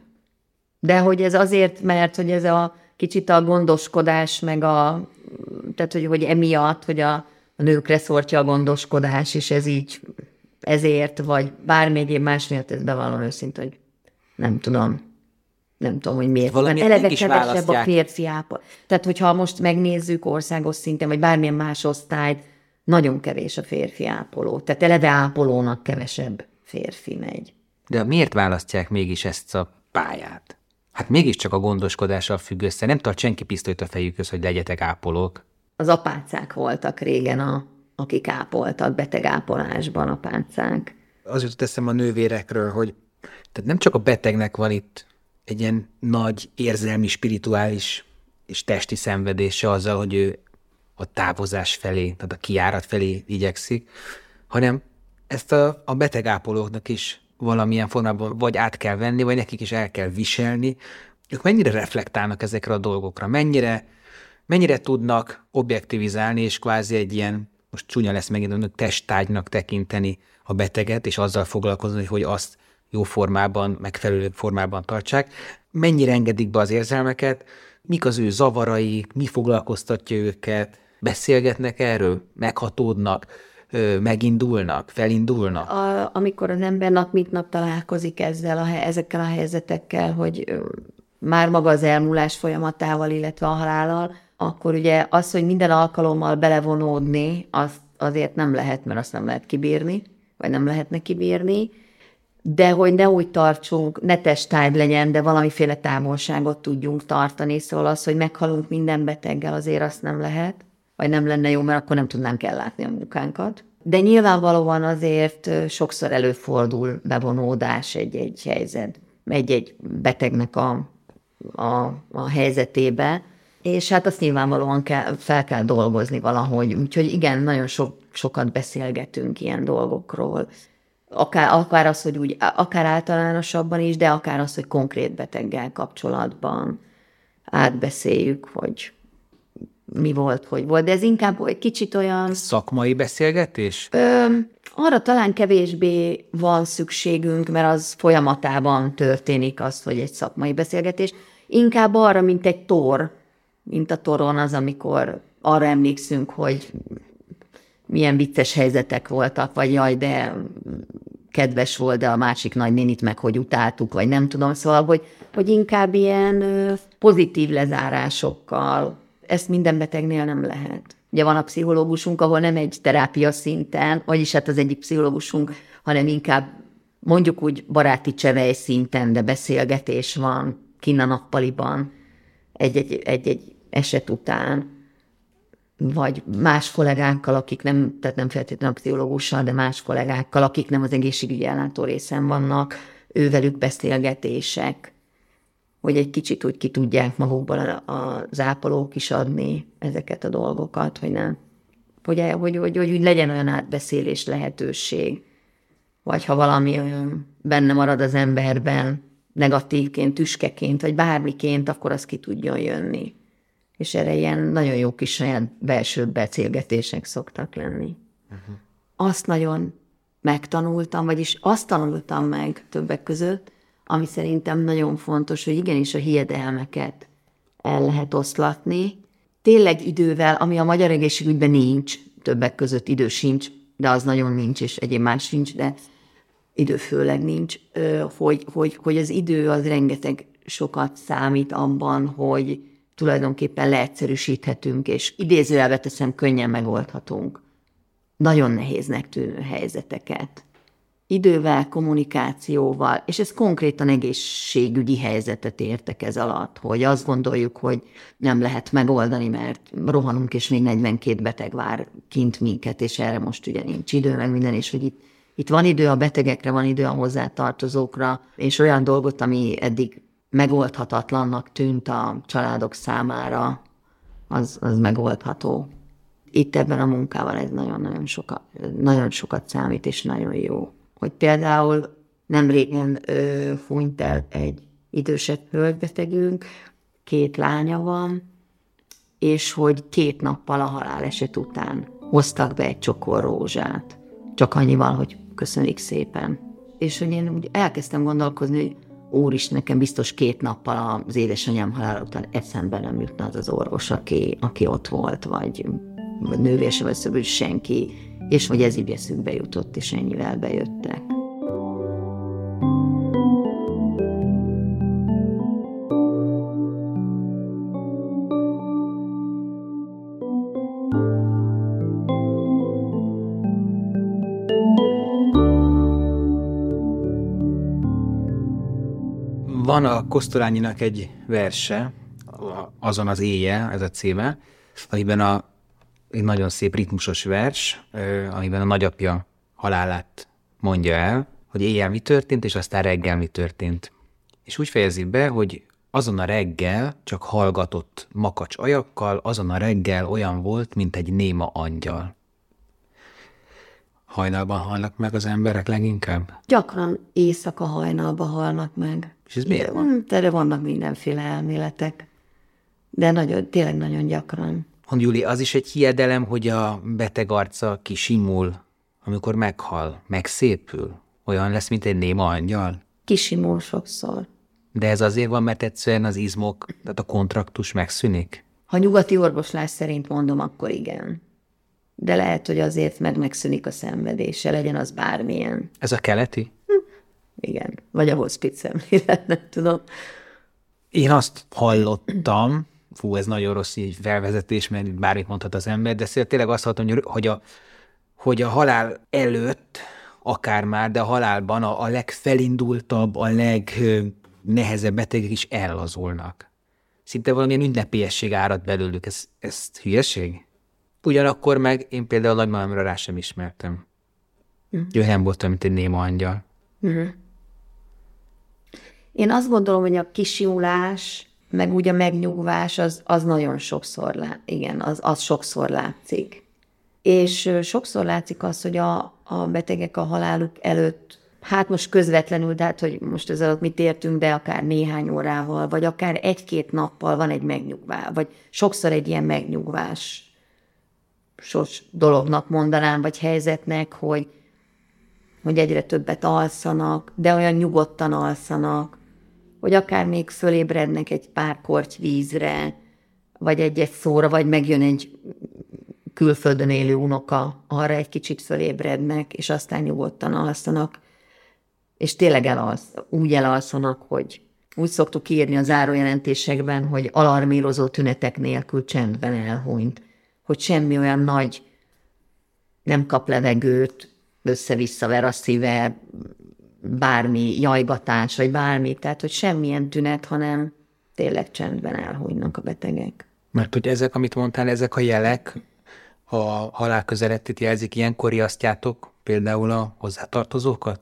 De hogy ez azért, mert hogy ez a kicsit a gondoskodás, meg a, tehát hogy, hogy emiatt, hogy a, a nők reszortja a gondoskodás, és ez így ezért, vagy bármi egyéb más miatt, ez bevallom őszint, hogy nem tudom. Nem tudom, hogy miért. Mert eleve kevesebb a férfi ápoló. Tehát, hogyha most megnézzük országos szinten, vagy bármilyen más osztályt, nagyon kevés a férfi ápoló. Tehát eleve ápolónak kevesebb férfi megy. De miért választják mégis ezt a pályát? Hát mégiscsak a gondoskodással függ össze. Nem tart senki pisztolyt a fejükhöz, hogy legyetek ápolók. Az apácák voltak régen, a, akik ápoltak, betegápolásban apácák. Az jutott eszembe a nővérekről, hogy tehát nem csak a betegnek van itt egy ilyen nagy érzelmi, spirituális és testi szenvedése azzal, hogy ő a távozás felé, tehát a kijárat felé igyekszik, hanem ezt a, a betegápolóknak is valamilyen formában vagy át kell venni, vagy nekik is el kell viselni. Ők mennyire reflektálnak ezekre a dolgokra, mennyire, mennyire tudnak objektivizálni, és kvázi egy ilyen, most csúnya lesz megint, hogy testtárgynak tekinteni a beteget, és azzal foglalkozni, hogy azt jó formában, megfelelő formában tartsák. Mennyire engedik be az érzelmeket, mik az ő zavarai, mi foglalkoztatja őket, beszélgetnek erről, meghatódnak, megindulnak, felindulnak? A, amikor az ember nap mint nap találkozik ezzel a, ezekkel a helyzetekkel, hogy már maga az elmúlás folyamatával, illetve a halállal, akkor ugye az, hogy minden alkalommal belevonódni, az azért nem lehet, mert azt nem lehet kibírni, vagy nem lehetne kibírni, de hogy ne úgy tartsunk, ne testtárgy legyen, de valamiféle távolságot tudjunk tartani, szóval az, hogy meghalunk minden beteggel, azért azt nem lehet, vagy nem lenne jó, mert akkor nem tudnánk ellátni a munkánkat. De nyilvánvalóan azért sokszor előfordul bevonódás egy-egy helyzet, egy-egy betegnek a, a, a helyzetébe, és hát azt nyilvánvalóan kell, fel kell dolgozni valahogy. Úgyhogy igen, nagyon sok, sokat beszélgetünk ilyen dolgokról. Akár, akár az, hogy úgy, akár általánosabban is, de akár az, hogy konkrét beteggel kapcsolatban átbeszéljük, hogy mi volt, hogy volt. De ez inkább egy kicsit olyan... Szakmai beszélgetés? Ö, arra talán kevésbé van szükségünk, mert az folyamatában történik az, hogy egy szakmai beszélgetés. Inkább arra, mint egy tor, mint a toron az, amikor arra emlékszünk, hogy milyen vicces helyzetek voltak, vagy jaj, de kedves volt, de a másik nagynénit meg hogy utáltuk, vagy nem tudom, szóval, hogy, hogy inkább ilyen pozitív lezárásokkal. Ezt minden betegnél nem lehet. Ugye van a pszichológusunk, ahol nem egy terápia szinten, vagyis hát az egyik pszichológusunk, hanem inkább mondjuk úgy baráti csevej szinten, de beszélgetés van kinn a nappaliban egy-egy, egy-egy eset után, vagy más kollégánkkal, akik nem, tehát nem feltétlenül a pszichológussal, de más kollégákkal, akik nem az egészségügyi ellátó részen vannak, ővelük beszélgetések. hogy egy kicsit úgy ki tudják magukban az ápolók is adni ezeket a dolgokat, hogy nem. Hogy, hogy, hogy, hogy legyen olyan átbeszélés lehetőség. Vagy ha valami olyan benne marad az emberben, negatívként, tüskeként, vagy bármiként, akkor az ki tudjon jönni. És erre ilyen nagyon jó kis saját belső beszélgetések szoktak lenni. Uh-huh. Azt nagyon megtanultam, vagyis azt tanultam meg többek között, ami szerintem nagyon fontos, hogy igenis a hiedelmeket el lehet oszlatni. Tényleg idővel, ami a magyar egészségügyben nincs, többek között idő sincs, de az nagyon nincs, és egyéb más sincs, de idő főleg nincs, hogy, hogy, hogy az idő az rengeteg sokat számít abban, hogy tulajdonképpen leegyszerűsíthetünk, és idézőjelbe teszem, könnyen megoldhatunk nagyon nehéznek tűnő helyzeteket. Idővel, kommunikációval, és ez konkrétan egészségügyi helyzetet értek ez alatt, hogy azt gondoljuk, hogy nem lehet megoldani, mert rohanunk, és még negyvenkét beteg vár kint minket, és erre most ugye nincs idő, meg minden, és hogy itt, itt van idő a betegekre, van idő a hozzátartozókra, és olyan dolgot, ami eddig megoldhatatlannak tűnt a családok számára, az, az megoldható. Itt ebben a munkában ez nagyon-nagyon sokat, nagyon sokat számít, és nagyon jó. Hogy például nem régen ö, hunyt el egy idősebb hölgybetegünk, két lánya van, és hogy két nappal a haláleset után hoztak be egy csokor rózsát. Csak annyival, hogy köszönik szépen. És hogy én úgy elkezdtem gondolkozni, hogy úristen, nekem biztos két nappal az édesanyám halál után eszembe nem jutna az az orvos, aki, aki ott volt, vagy, vagy nővérse, vagy szóval senki, és hogy ez így eszükbe jutott, és ennyivel bejöttek. Van a Kosztolányinak egy verse, Azon az éjjel, ez a címe, amiben a, egy nagyon szép ritmusos vers, amiben a nagyapja halálát mondja el, hogy éjjel mi történt, és aztán reggel mi történt. És úgy fejezi be, hogy azon a reggel csak hallgatott makacs ajakkal, azon a reggel olyan volt, mint egy néma angyal. Hajnalban halnak meg az emberek leginkább? Gyakran éjszaka hajnalban halnak meg. És ez miért van? Erre vannak mindenféle elméletek. De nagyon, tényleg nagyon gyakran. Hond Júli, az is egy hiedelem, hogy a beteg arca kisimul, amikor meghal, megszépül? Olyan lesz, mint egy néma angyal? Kisimul sokszor. De ez azért van, mert egyszerűen az izmok, tehát a kontraktus megszűnik? Ha nyugati orvoslás szerint mondom, akkor igen. De lehet, hogy azért meg megszűnik a szenvedése, legyen az bármilyen. Ez a keleti? Hm. Igen. Vagy a hospic szemlélet, nem tudom. Én azt hallottam, fú, ez nagyon rossz így felvezetés, mert bármit mondhat az ember, de szóval tényleg azt hallottam, hogy a, hogy a halál előtt, akár már, de a halálban a, a legfelindultabb, a legnehezebb betegek is ellazulnak. Szinte valamilyen ünnepélyesség árad belőlük. Ez, ez hülyeség? Ugyanakkor meg én például a nagymamámra rá sem ismertem. Mm. Ő nem volt, mint egy néma angyal. Mm. Én azt gondolom, hogy a kisimulás, meg úgy a megnyugvás, az, az nagyon sokszor lát, igen, az, az sokszor látszik. És sokszor látszik az, hogy a, a betegek a haláluk előtt, hát most közvetlenül, de hát, hogy most ez alatt mit értünk, de akár néhány órával, vagy akár egy-két nappal van egy megnyugvás, vagy sokszor egy ilyen megnyugvás sos dolognak mondanám, vagy helyzetnek, hogy, hogy egyre többet alszanak, de olyan nyugodtan alszanak, hogy akár még fölébrednek egy pár korty vízre, vagy egy-egy szóra, vagy megjön egy külföldön élő unoka, arra egy kicsit fölébrednek, és aztán nyugodtan alszanak, és tényleg elalsz, úgy elalszanak, hogy úgy szoktuk írni a zárójelentésekben, hogy alarmírozó tünetek nélkül csendben elhunyt, hogy semmi olyan nagy nem kap levegőt, össze-vissza ver a szíve, bármi jajgatás, vagy bármi, tehát, hogy semmilyen tünet, hanem tényleg csendben elhunynak a betegek. Mert hogy ezek, amit mondtál, ezek a jelek, a halál közelettét jelzik, ilyenkor riasztjátok például a hozzátartozókat?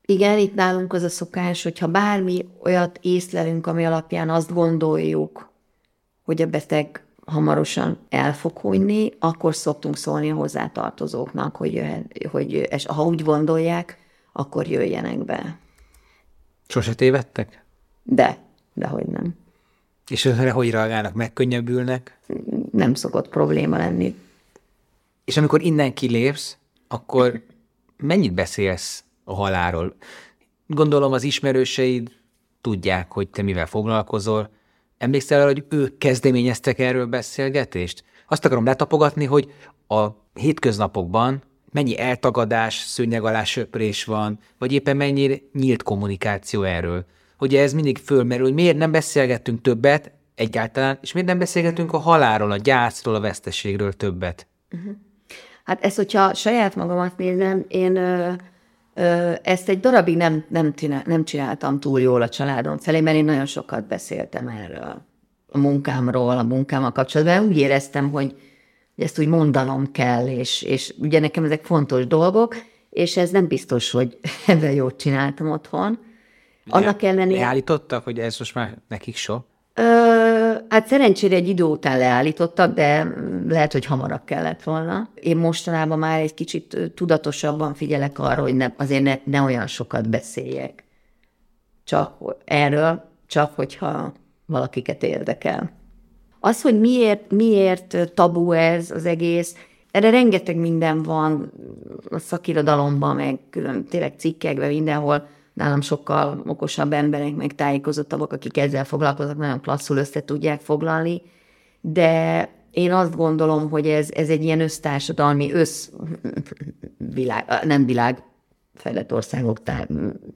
Igen, itt nálunk az a szokás, hogyha bármi olyat észlelünk, ami alapján azt gondoljuk, hogy a beteg hamarosan el fog hunyni, akkor szoktunk szólni a hozzátartozóknak, hogy, jöhet, hogy és ha úgy gondolják, akkor jöjjenek be. Sose tévedtek? De, dehogy nem. És erre hogy reagálnak? Megkönnyebbülnek? Nem szokott probléma lenni. És amikor innen kilépsz, akkor mennyit beszélsz a halálról? Gondolom az ismerőseid tudják, hogy te mivel foglalkozol. Emlékszel arra, hogy ők kezdeményeztek erről beszélgetést? Azt akarom letapogatni, hogy a hétköznapokban mennyi eltagadás, szőnyeg alá söprés van, vagy éppen mennyi nyílt kommunikáció erről. Ugye ez mindig fölmerül, hogy miért nem beszélgettünk többet egyáltalán, és miért nem beszélgetünk a halálról, a gyászról, a veszteségről többet. Uh-huh. Hát ezt, hogyha saját magamat nézem, én ö, ö, ezt egy darabig nem, nem, csinál, nem csináltam túl jól a családom felé, mert én nagyon sokat beszéltem erről, a munkámról, a munkámmal kapcsolatban. Úgy éreztem, hogy ezt úgy mondanom kell, és, és ugye nekem ezek fontos dolgok, és ez nem biztos, hogy ebben jót csináltam otthon. Annak ellenére... Leállítottak, hogy ez most már nekik sok? Ö, hát szerencsére egy idő után leállítottak, de lehet, hogy hamarabb kellett volna. Én mostanában már egy kicsit tudatosabban figyelek arra, hogy ne, azért ne, ne olyan sokat beszéljek. Csak erről, csak hogyha valakiket érdekel. Az, hogy miért, miért tabu ez az egész, erre rengeteg minden van a szakirodalomban, meg külön tényleg cikkekben, mindenhol. Nálam sokkal okosabb emberek, meg tájékozottabbak, akik ezzel foglalkoznak, nagyon klasszul össze tudják foglalni, de én azt gondolom, hogy ez, ez egy ilyen össztársadalmi, össz világ, nem világ, fejlett országok tá-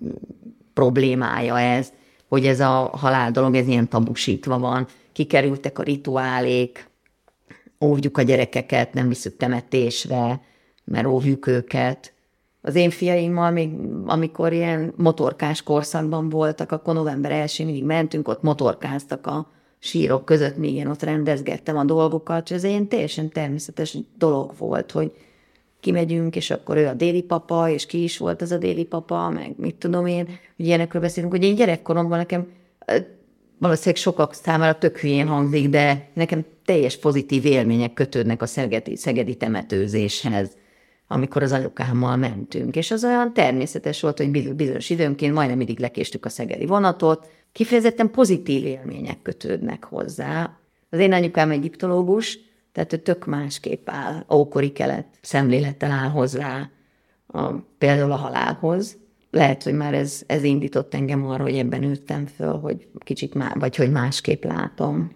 problémája ez, hogy ez a halál dolog, ez ilyen tabusítva van, kikerültek a rituálék, óvjuk a gyerekeket, nem viszük temetésre, mert óvjuk őket. Az én fiaimmal még, amikor ilyen motorkás korszakban voltak, akkor november elsején mindig mentünk, ott motorkáztak a sírok között, míg én ott rendezgettem a dolgokat, és ez egy teljesen természetes dolog volt, hogy kimegyünk, és akkor ő a déli papa, és ki is volt az a déli papa, meg mit tudom én, hogy ilyenekről beszélünk, hogy én gyerekkoromban nekem valószínűleg sokak számára tök hülyén hangzik, de nekem teljes pozitív élmények kötődnek a szegedi, szegedi temetőzéshez, amikor az anyukámmal mentünk. És az olyan természetes volt, hogy bizonyos időnként majdnem mindig lekéstük a szegedi vonatot, kifejezetten pozitív élmények kötődnek hozzá. Az én anyukám egyiptológus, tehát ő tök másképp áll, ókori kelet szemlélettel áll hozzá a, például a halálhoz. Lehet, hogy már ez, ez indított engem arra, hogy ebben nőttem föl, hogy kicsit má, vagy hogy másképp látom.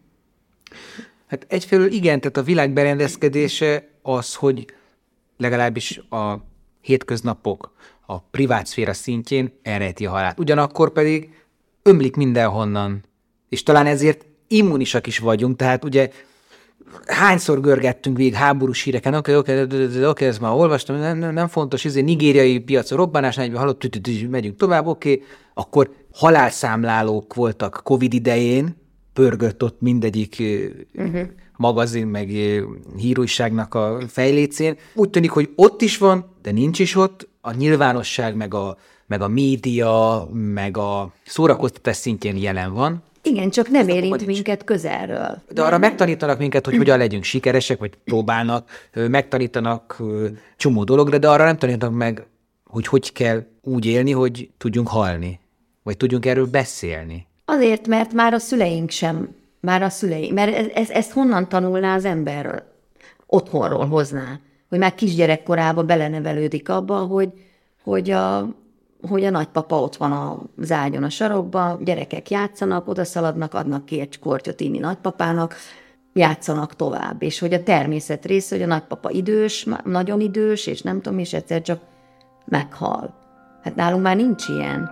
Hát egyfelől igen, tehát a világ berendezkedése az, hogy legalábbis a hétköznapok, a privát szféra szintjén elrejti a halált. Ugyanakkor pedig ömlik mindenhonnan, és talán ezért immunisak is vagyunk, tehát ugye hányszor görgettünk végig háborús híreken, oké, oké, oké, ezt már olvastam, nem, nem fontos, ezért nigériai piacon robbanás, egyben halott, megyünk tovább, oké, akkor halálszámlálók voltak Covid idején, pörgött ott mindegyik uh-huh. magazin, meg hírújságnak a fejlécén. Úgy tűnik, hogy ott is van, de nincs is ott. A nyilvánosság, meg a, meg a média, meg a szórakoztatás szintjén jelen van. Igen, csak nem érint minket közelről. De arra megtanítanak minket, hogy hogyan legyünk sikeresek, vagy próbálnak, megtanítanak csomó dologra, de arra nem tanítanak meg, hogy hogy kell úgy élni, hogy tudjunk halni, vagy tudjunk erről beszélni. Azért, mert már a szüleink sem, már a szüleink, mert ez, ez, ezt honnan tanulná az emberről? Otthonról hozná, hogy már kisgyerekkorában belenevelődik abba, hogy, hogy, a, hogy a nagypapa ott van az ágyon a sarokban, gyerekek játszanak, odaszaladnak, adnak ki egy kortyot inni nagypapának, játszanak tovább, és hogy a természet része, hogy a nagypapa idős, nagyon idős, és nem tudom, és egyszer csak meghal. Hát nálunk már nincs ilyen.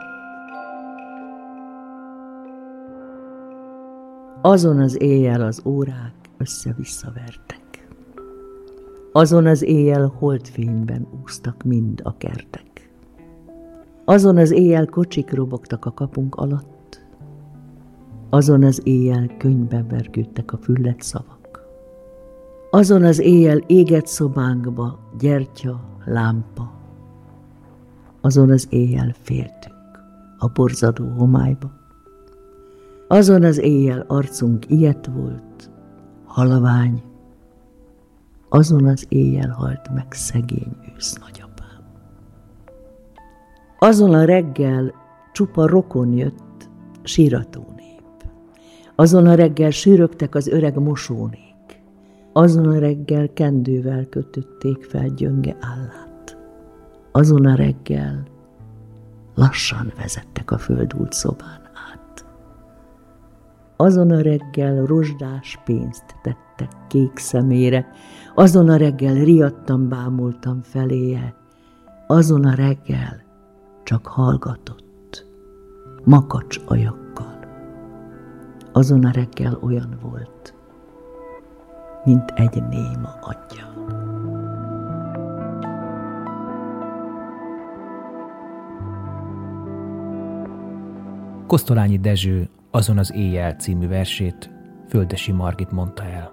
Azon az éjjel az órák össze-visszavertek. Azon az éjjel holdfényben úsztak mind a kertek. Azon az éjjel kocsik robogtak a kapunk alatt. Azon az éjjel könyvben vergődtek a füllet szavak. Azon az éjjel égett szobánkba gyertya, lámpa. azon az éjjel féltünk a borzadó homályba. Azon az éjjel arcunk ilyet volt, halvány. Azon az éjjel halt meg szegény ősz nagyapám. Azon a reggel csupa rokon jött, sírató nép. Azon a reggel sűrögtek az öreg mosónék. Azon a reggel kendővel kötötték fel gyönge állát. Azon a reggel lassan vezettek a földúlt szobán át. Azon a reggel rozsdás pénzt tettek kék szemére, azon a reggel riadtan bámultam feléje, azon a reggel csak hallgatott, makacs ajakkal. Azon a reggel olyan volt, mint egy néma agyja. Kosztolányi Dezső Azon az éjjel című versét Földesi Margit mondta el.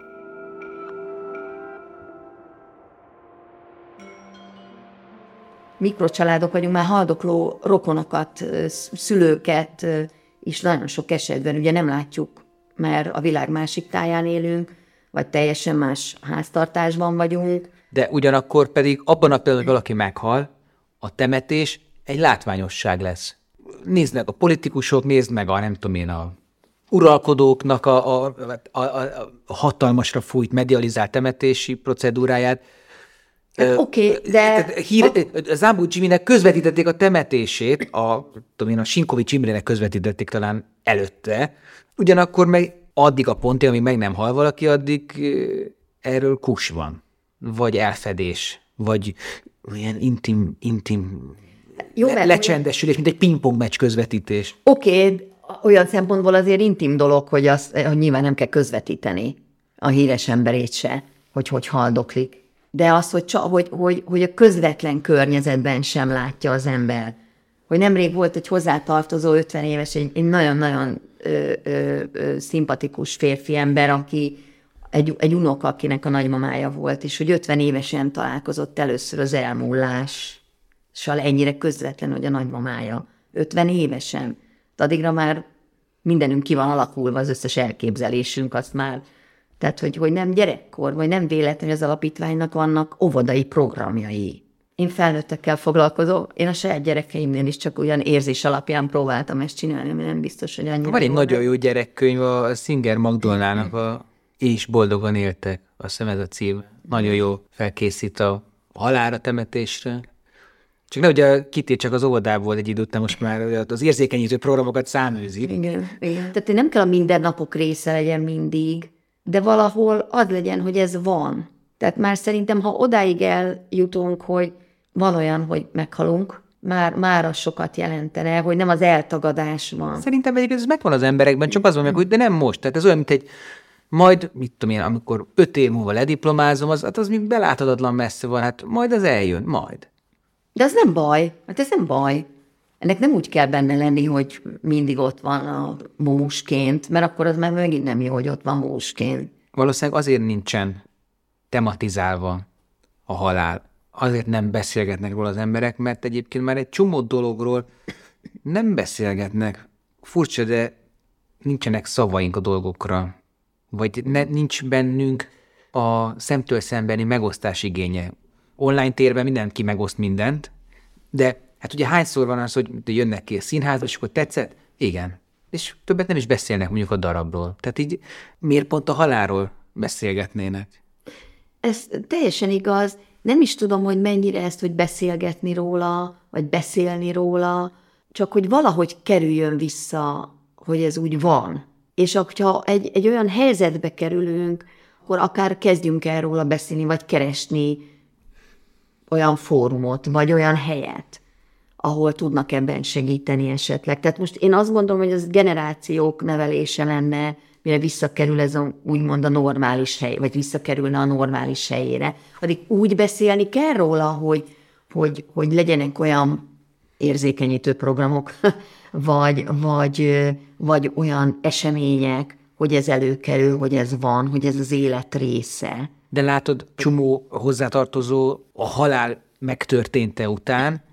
Mikrocsaládok vagyunk, már haldokló rokonokat, szülőket is nagyon sok esetben ugye nem látjuk, mert a világ másik táján élünk, vagy teljesen más háztartásban vagyunk. De ugyanakkor pedig abban a pillanatban, hogy valaki meghal, a temetés egy látványosság lesz. Nézd meg a politikusok, nézd meg a nem tudom én, a uralkodóknak a, a, a, a, a hatalmasra fújt, medializált temetési procedúráját. Hát, Oké, okay, de... Hír, a Zámbó Jiminek közvetítették a temetését, a, tudom én, a Sinkovics Imrének közvetítették talán előtte, ugyanakkor meg addig a pontig, amíg meg nem hal valaki, addig erről kus van, vagy elfedés, vagy olyan intim, intim Jó, le, lecsendesülés, mint egy pingpong meccs közvetítés. Oké, okay, olyan szempontból azért intim dolog, hogy, azt, hogy nyilván nem kell közvetíteni a híres emberét se, hogy hogy haldoklik. De az, hogy, csak, hogy, hogy, hogy a közvetlen környezetben sem látja az ember. Hogy nemrég volt egy hozzátartozó ötven éves, egy, egy nagyon-nagyon ö, ö, ö, szimpatikus férfi ember, aki egy, egy unoka, akinek a nagymamája volt, és hogy ötven évesen találkozott először az elmúlással ennyire közvetlen, hogy a nagymamája. ötven évesen. De addigra már mindenünk ki van alakulva, az összes elképzelésünk, azt már... Tehát, hogy, hogy nem gyerekkor, vagy nem véletlenül az alapítványnak vannak óvodai programjai. Én felnőttekkel foglalkozom, én a saját gyerekeimnél is csak olyan érzés alapján próbáltam ezt csinálni, ami nem biztos, hogy annyira... Van egy nagyon jó gyerekkönyv, a Singer Magdolnának a És boldogan éltek, azt hiszem ez a cím. Nagyon jó felkészít a halálra, temetésre. Csak ne, ugye Kitty csak az óvodából egy idő után most már az érzékenyítő programokat száműzik. Igen, igen. Tehát nem kell a mindennapok része legyen mindig, de valahol az legyen, hogy ez van. Tehát már szerintem, ha odáig eljutunk, hogy van olyan, hogy meghalunk, már, már az sokat jelentene, hogy nem az eltagadás van. Szerintem egyébként ez megvan az emberekben, csak az van meg, hogy de nem most. Tehát ez olyan, mint egy majd, mit tudom én, amikor öt év múlva lediplomázom, az, hát az még beláthatatlan messze van, hát majd az eljön, majd. De az nem baj, hát ez nem baj. Ennek nem úgy kell benne lenni, hogy mindig ott van a músként, mert akkor az már megint nem jó, hogy ott van músként. Valószínűleg azért nincsen tematizálva a halál. Azért nem beszélgetnek róla az emberek, mert egyébként már egy csomó dologról nem beszélgetnek. Furcsa, de nincsenek szavaink a dolgokra. Vagy ne, nincs bennünk a szemtől szembeni megosztás igénye. Online térben mindenki megoszt mindent, de hát ugye hányszor van az, hogy jönnek ki a színházba, és akkor tetszett? Igen. És többet nem is beszélnek mondjuk a darabról. Tehát így miért pont a halálról beszélgetnének? Ez teljesen igaz. Nem is tudom, hogy mennyire ezt, hogy beszélgetni róla, vagy beszélni róla, csak hogy valahogy kerüljön vissza, hogy ez úgy van. És ha egy, egy olyan helyzetbe kerülünk, akkor akár kezdjünk el róla beszélni, vagy keresni olyan fórumot, vagy olyan helyet, ahol tudnak ebben segíteni esetleg. Tehát most én azt gondolom, hogy az generációk nevelése lenne, mire visszakerül ez a, úgymond a normális hely, vagy visszakerülne a normális helyére. Addig úgy beszélni kell róla, hogy, hogy, hogy legyenek olyan érzékenyítő programok, vagy, vagy, vagy olyan események, hogy ez előkerül, hogy ez van, hogy ez az élet része. De látod, csomó hozzátartozó a halál megtörténte után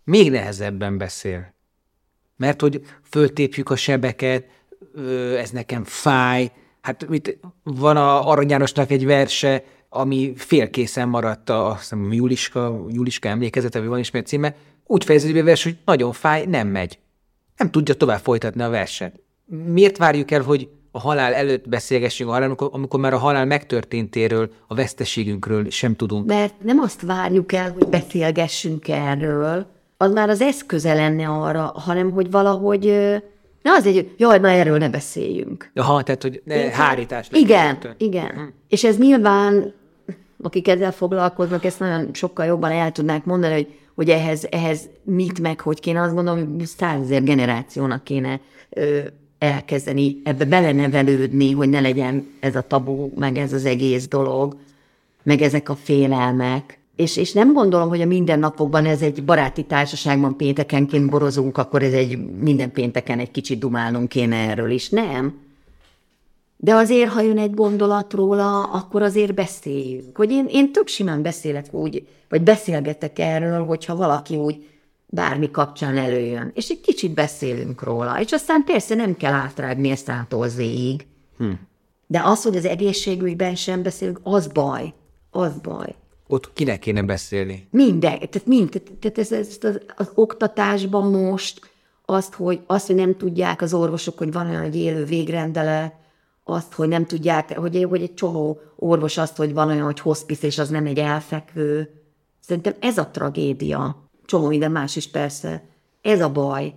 még nehezebben beszél. Mert hogy föltépjük a sebeket, ez nekem fáj. Hát mit, van a Arany Jánosnak egy verse, ami félkészen maradt, a, azt hiszem, Juliska, Juliska emlékezete, vagy van ismert címe, úgy fejeződik be a vers, hogy nagyon fáj, nem megy. Nem tudja tovább folytatni a verset. Miért várjuk el, hogy a halál előtt beszélgessünk a halál, amikor, amikor már a halál megtörténtéről, a veszteségünkről sem tudunk? Mert nem azt várjuk el, hogy beszélgessünk erről, az már az eszköze lenne arra, hanem hogy valahogy, ne az egy, jaj, na erről ne beszéljünk. Aha, tehát, hogy ne, hárítás legyen. Igen, igen. Hm. És ez nyilván, akik ezzel foglalkoznak, ezt nagyon sokkal jobban el tudnák mondani, hogy, hogy ehhez, ehhez mit meg, hogy kéne, azt gondolom, hogy százezer generációnak kéne ö, elkezdeni ebbe belenevelődni, hogy ne legyen ez a tabu, meg ez az egész dolog, meg ezek a félelmek. És, és nem gondolom, hogy a mindennapokban ez egy baráti társaságban péntekenként borozunk, akkor ez egy minden pénteken egy kicsit dumálnunk kéne erről is. Nem. De azért, ha jön egy gondolat róla, akkor azért beszéljünk. Hogy én, én tök simán beszélek úgy, vagy beszélgetek erről, hogyha valaki úgy bármi kapcsán előjön. És egy kicsit beszélünk róla. És aztán persze nem kell átrágni ezt ától zéig. Hm. De az, hogy az egészségügyben sem beszélünk, az baj. Az baj. Ott kinek kéne beszélni? Minden. Tehát, mind, tehát ez, ez az, az oktatásban most azt hogy, azt, hogy nem tudják az orvosok, hogy van olyan, hogy élő végrendelet, azt, hogy nem tudják, hogy, hogy egy csomó orvos azt, hogy van olyan, hogy hospice, és az nem egy elfekvő. Szerintem ez a tragédia. Csomó minden más is persze. Ez a baj.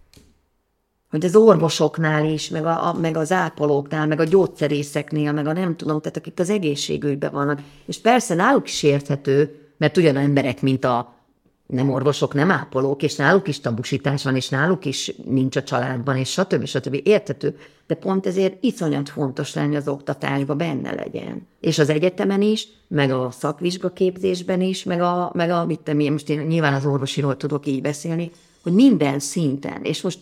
Hogy az orvosoknál is, meg, a, a, meg az ápolóknál, meg a gyógyszerészeknél, meg a nem tudom, tehát akik az egészségügyben vannak. És persze náluk is érthető, mert ugyan emberek, mint a nem orvosok, nem ápolók, és náluk is tabusítás van, és náluk is nincs a családban, és stb. stb. Érthető. De pont ezért iszonyat fontos lenni az oktatásban benne legyen. És az egyetemen is, meg a szakvizsgaképzésben is, meg a, meg a mit tudom én, most én nyilván az orvosiról tudok így beszélni, hogy minden szinten, és most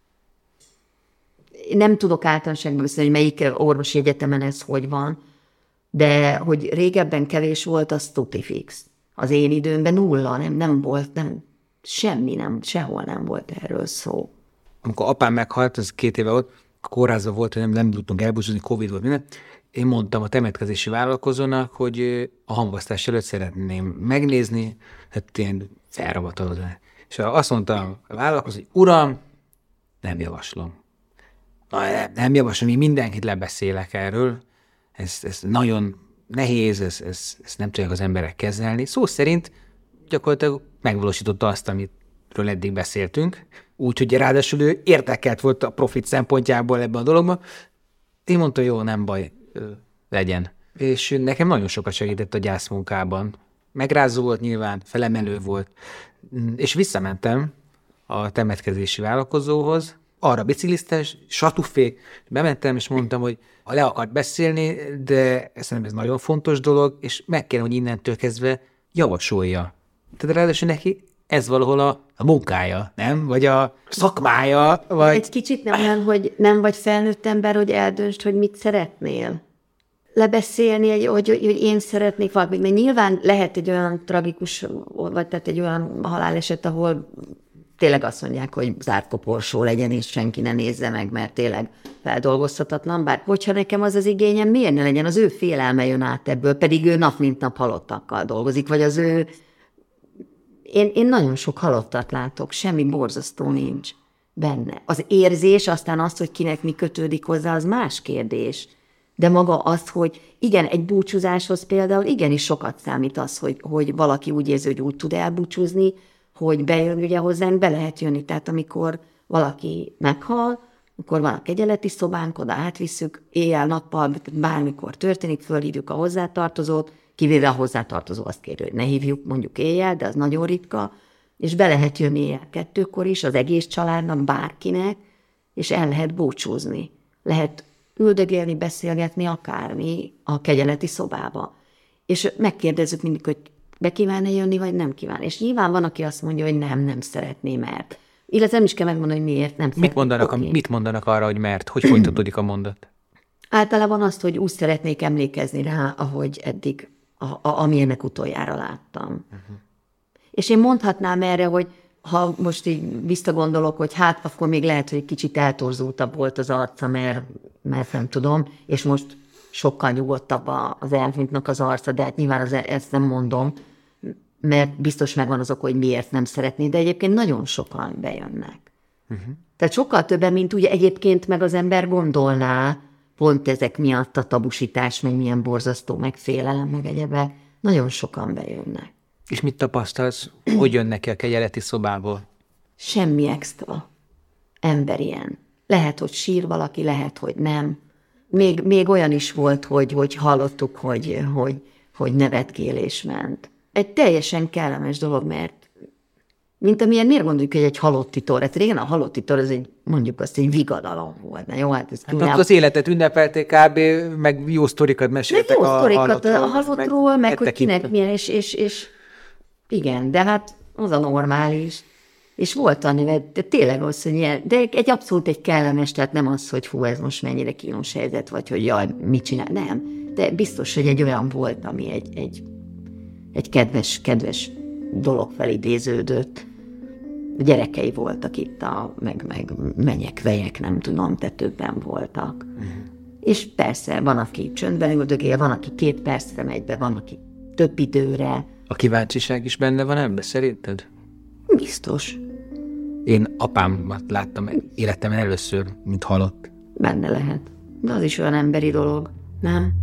nem tudok általánosságban beszélni, hogy melyik orvosi egyetemen ez hogy van, de hogy régebben kevés volt, az tuti fix. Az én időmben nulla, nem, nem volt, nem, semmi nem, sehol nem volt erről szó. Amikor apám meghalt, ez két éve volt, a kórházban volt, hogy nem, nem tudtunk elbúcsúzni, Covid volt minden, én mondtam a temetkezési vállalkozónak, hogy a hamvasztás előtt szeretném megnézni, hát ilyen felrabatolódni. És azt mondta a vállalkozó, hogy uram, nem javaslom. Na, nem, nem javaslom, én mindenkit lebeszélek erről, ez, ez nagyon nehéz, ez, ez, ezt nem tudják az emberek kezelni. Szó szerint gyakorlatilag megvalósította azt, amitről eddig beszéltünk, úgyhogy ráadásul ő érdekelt volt a profit szempontjából ebben a dologban. Én mondta, jó, nem baj, legyen. És nekem nagyon sokat segített a gyászmunkában. Megrázó volt nyilván, felemelő volt. És visszamentem a temetkezési vállalkozóhoz, arra bicikliztes, satufék, bementem, és mondtam, hogy ha le akart beszélni, de szerintem ez nagyon fontos dolog, és meg kell, hogy innentől kezdve javasolja. Tehát ráadásul neki ez valahol a, a munkája, nem? Vagy a szakmája, vagy... Egy kicsit nem olyan, hogy nem vagy felnőtt ember, hogy eldöntsd, hogy mit szeretnél. Lebeszélni, hogy, hogy, hogy én szeretnék valamit, mert nyilván lehet egy olyan tragikus, vagy tehát egy olyan haláleset, ahol tényleg azt mondják, hogy zárt koporsó legyen, és senki ne nézze meg, mert tényleg feldolgozhatatlan. Bár hogyha nekem az az igényem, miért ne legyen? Az ő félelme jön át ebből, pedig ő nap mint nap halottakkal dolgozik, vagy az ő... Én, én nagyon sok halottat látok, semmi borzasztó nincs benne. Az érzés, aztán az, hogy kinek mi kötődik hozzá, az más kérdés. De maga az, hogy igen, egy búcsúzáshoz például igenis sokat számít az, hogy, hogy valaki úgy érzi, hogy úgy tud elbúcsúzni, hogy bejön ugye hozzánk, be lehet jönni. Tehát amikor valaki meghal, akkor van a kegyeleti szobánk, oda átvisszük, éjjel-nappal, bármikor történik, fölhívjuk a hozzátartozót, kivéve a hozzátartozó azt kéri, hogy ne hívjuk mondjuk éjjel, de az nagyon ritka, és be lehet jönni éjjel kettőkor is, az egész családnak, bárkinek, és el lehet búcsúzni. Lehet üldögélni, beszélgetni, akármi a kegyeleti szobába. És megkérdezzük mindig, hogy be kívánna jönni, vagy nem kíván. És nyilván van, aki azt mondja, hogy nem, nem szeretné, mert. Illetve nem is kell megmondani, hogy miért nem mit mondanak, okay. a, mit mondanak arra, hogy mert? Hogy folytatódik a mondat? Általában azt, hogy úgy szeretnék emlékezni rá, ahogy eddig, a, a, ami ennek utoljára láttam. Uh-huh. És én mondhatnám erre, hogy ha most így visszagondolok, hogy hát akkor még lehet, hogy egy kicsit eltorzultabb volt az arca, mert, mert nem tudom, és most sokkal nyugodtabb az Elvintnak az arca, de hát nyilván az, ezt nem mondom, mert biztos megvan az ok, hogy miért nem szeretné, de egyébként nagyon sokan bejönnek. Uh-huh. Tehát sokkal többen, mint ugye egyébként meg az ember gondolná, pont ezek miatt a tabusítás, meg milyen borzasztó, meg félelem, meg egyebek, nagyon sokan bejönnek. És mit tapasztalsz, hogy jön neki a kegyeleti szobából? Semmi extra. Emberien. Lehet, hogy sír valaki, lehet, hogy nem. Még, még olyan is volt, hogy, hogy hallottuk, hogy, hogy, hogy nevetgélés ment. Egy teljesen kellemes dolog, mert mint amilyen, miért gondoljuk, hogy egy halotti tor? Hát régen a halotti tor, az egy, mondjuk azt, egy vigadalom volt. Na jó, hát ez hát akkor az életet ünnepelték kb., meg jó sztorikat meséltek meg jó a sztorikat halottról. a halottról, meg, meg hogy kinek ki... milyen, és, és, és igen, de hát az a normális. És volt a neve, de tényleg az, hogy ilyen, de egy abszolút egy kellemes, tehát nem az, hogy hú, ez most mennyire kínos helyzet, vagy hogy jaj, mit csinál, nem. De biztos, hogy egy olyan volt, ami egy, egy, egy kedves, kedves dolog felidéződött. A gyerekei voltak itt, a, meg, meg menyek, vejek, nem tudom, de többen voltak. Uh-huh. És persze, van, aki csöndben üldögél, van, aki két percre megy be, van, aki több időre. A kíváncsiság is benne van ebbe, szerinted? Biztos. Én apámat láttam életemben először, mint halott. Benne lehet. De az is olyan emberi dolog, nem?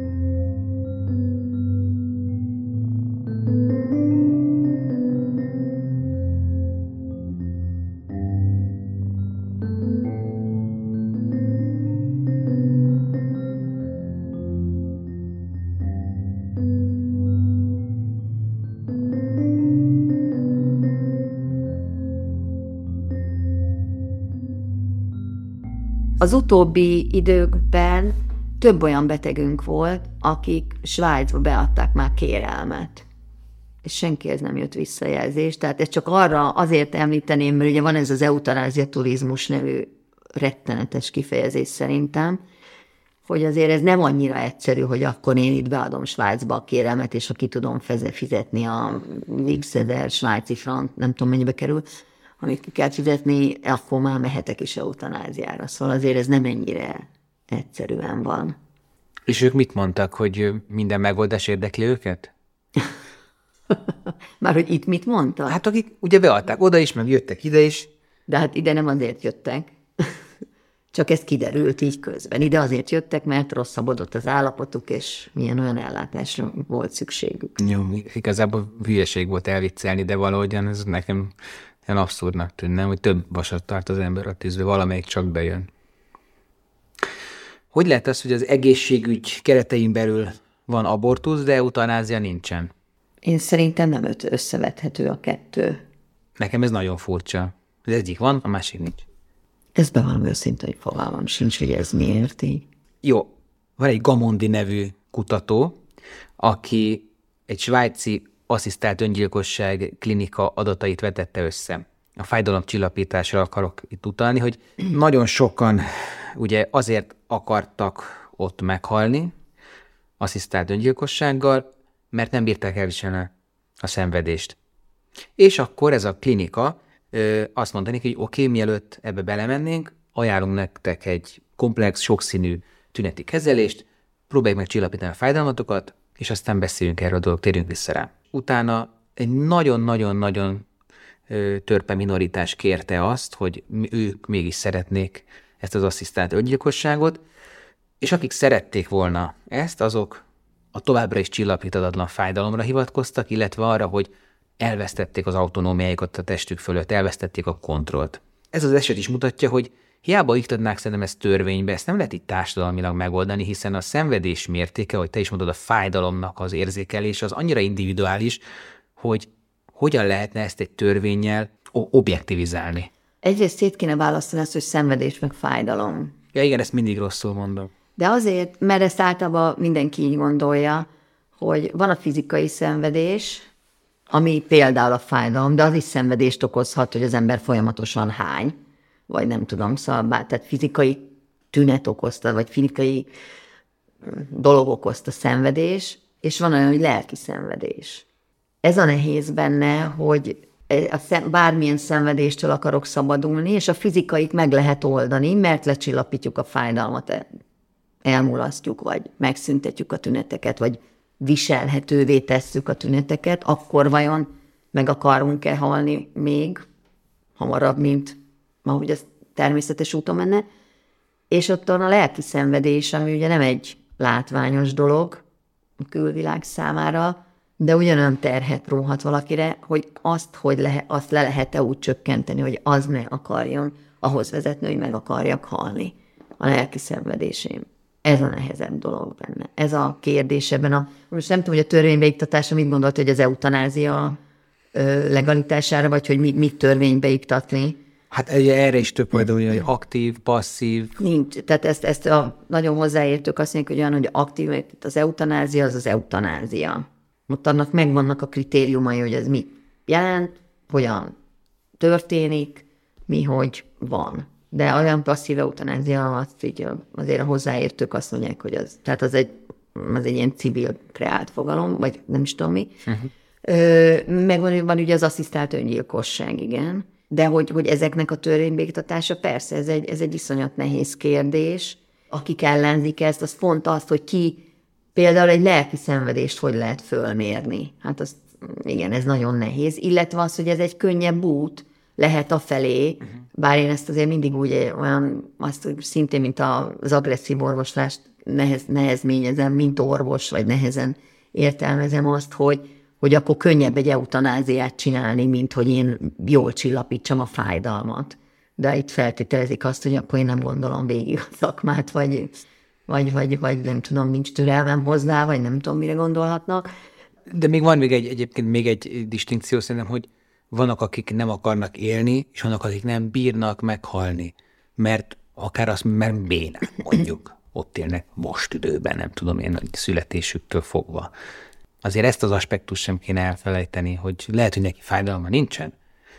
Az utóbbi időkben több olyan betegünk volt, akik Svájcba beadták már kérelmet. És senkihez nem jött visszajelzés. Tehát ezt csak arra azért említeném, mert ugye van ez az eutanázia turizmus nevű rettenetes kifejezés szerintem, hogy azért ez nem annyira egyszerű, hogy akkor én itt beadom Svájcba a kérelmet, és aki tudom fizetni a x ezer svájci frank, nem tudom mennyibe kerül, amit ki kell fizetni, akkor már mehetek is eutanáziára. Szóval azért ez nem ennyire egyszerűen van. És ők mit mondtak, hogy minden megoldás érdekli őket? Már hogy itt mit mondtak? Hát akik ugye beadták oda is, meg jöttek ide is. De hát ide nem azért jöttek. Csak ez kiderült így közben. Ide azért jöttek, mert rosszabbodott az állapotuk, és milyen olyan ellátásra volt szükségük. Jó, igazából hülyeség volt elviccelni, de valahogyan ez nekem ilyen abszurdnak tűnne, hogy több vasat tart az ember a tűzbe, valamelyik csak bejön. Hogy lehet az, hogy az egészségügy keretein belül van abortusz, de eutanázia nincsen? Én szerintem nem összevethető a kettő. Nekem ez nagyon furcsa. Az egyik van, a másik nincs. Ez bevallom őszintén, hogy fogalmam sincs, hogy ez miért így. Jó, van egy Gamondi nevű kutató, aki egy svájci asszisztált öngyilkosság klinika adatait vetette össze. A fájdalomcsillapításra akarok itt utalni, hogy nagyon sokan ugye azért akartak ott meghalni asszisztált öngyilkossággal, mert nem bírták elviselni a szenvedést. És akkor ez a klinika ö, azt mondani, hogy oké, okay, mielőtt ebbe belemennénk, ajánlunk nektek egy komplex, sokszínű tüneti kezelést, próbáljuk meg csillapítani a fájdalmatokat, és aztán beszéljünk erről a dolog, térjünk vissza rá. Utána egy nagyon-nagyon-nagyon törpe minoritás kérte azt, hogy ők mégis szeretnék ezt az asszisztált öngyilkosságot, és akik szerették volna ezt, azok a továbbra is csillapíthatatlan fájdalomra hivatkoztak, illetve arra, hogy elvesztették az autonómiájukat a testük fölött, elvesztették a kontrollt. Ez az eset is mutatja, hogy hiába iktatnák szerintem ezt törvénybe, ezt nem lehet itt társadalmilag megoldani, hiszen a szenvedés mértéke, hogy te is mondod, a fájdalomnak az érzékelése az annyira individuális, hogy hogyan lehetne ezt egy törvénnyel objektivizálni. Egyrészt szét kéne választani azt, hogy szenvedés meg fájdalom. Ja igen, ezt mindig rosszul mondom. De azért, mert ezt általában mindenki így gondolja, hogy van a fizikai szenvedés, ami például a fájdalom, de az is szenvedést okozhat, hogy az ember folyamatosan hány, vagy nem tudom, szóval, tehát fizikai tünet okozta, vagy fizikai dolog okozta szenvedés, és van olyan, hogy lelki szenvedés. Ez a nehéz benne, hogy a szem, bármilyen szenvedéstől akarok szabadulni, és a fizikait meg lehet oldani, mert lecsillapítjuk a fájdalmat, elmulasztjuk, vagy megszüntetjük a tüneteket, vagy viselhetővé tesszük a tüneteket, akkor vajon meg akarunk-e halni még hamarabb, mint ahogy az természetes úton menne. És ott a lelki szenvedés, ami ugye nem egy látványos dolog a külvilág számára, de ugyanolyan terhet róhat valakire, hogy azt, hogy le, azt le lehet-e úgy csökkenteni, hogy az ne akarjon ahhoz vezetni, hogy meg akarjak halni a lelki szenvedésém. Ez a nehezebb dolog benne. Ez a kérdés ebben a... Most nem tudom, hogy a törvénybeiktatása mit gondolt, hogy az eutanázia legalitására, vagy hogy mit, mit törvénybeiktatni. Hát erre is több például, hogy aktív, passzív. Nincs. Tehát ezt, ezt a nagyon hozzáértők azt mondják, hogy olyan, hogy aktív, az eutanázia, az az eutanázia. Ott annak megvannak a kritériumai, hogy ez mit jelent, hogyan történik, mi, hogy van. De olyan passzív eutanázia, azt így azért a hozzáértők azt mondják, hogy az, tehát az egy, az egy ilyen civil kreált fogalom, vagy nem is tudom mi. Uh-huh. Ö, meg van, van ugye az asszisztált öngyilkosság, igen. De hogy, hogy ezeknek a törvénybeiktatása, persze, ez egy, ez egy iszonyat nehéz kérdés. Akik ellenzik ezt, az pont azt, hogy ki például egy lelki szenvedést hogy lehet fölmérni. Hát az, igen, ez nagyon nehéz. Illetve az, hogy ez egy könnyebb út lehet afelé, uh-huh. bár én ezt azért mindig úgy olyan, azt szintén, mint az agresszív orvoslást nehez, nehezményezem, mint orvos, vagy nehezen értelmezem azt, hogy, hogy akkor könnyebb egy eutanáziát csinálni, mint hogy én jól csillapítsam a fájdalmat. De itt feltételezik azt, hogy akkor én nem gondolom végig a szakmát, vagy, vagy, vagy, vagy nem tudom, nincs türelmem hozzá, vagy nem tudom, mire gondolhatnak. De még van még egy, egyébként még egy distinkció szerintem, hogy vannak, akik nem akarnak élni, és vannak, akik nem bírnak meghalni, mert akár azt, mert bénák mondjuk, ott élnek most időben, nem tudom én, születésüktől fogva. Azért ezt az aspektust sem kéne elfelejteni, hogy lehet, hogy neki fájdalma nincsen,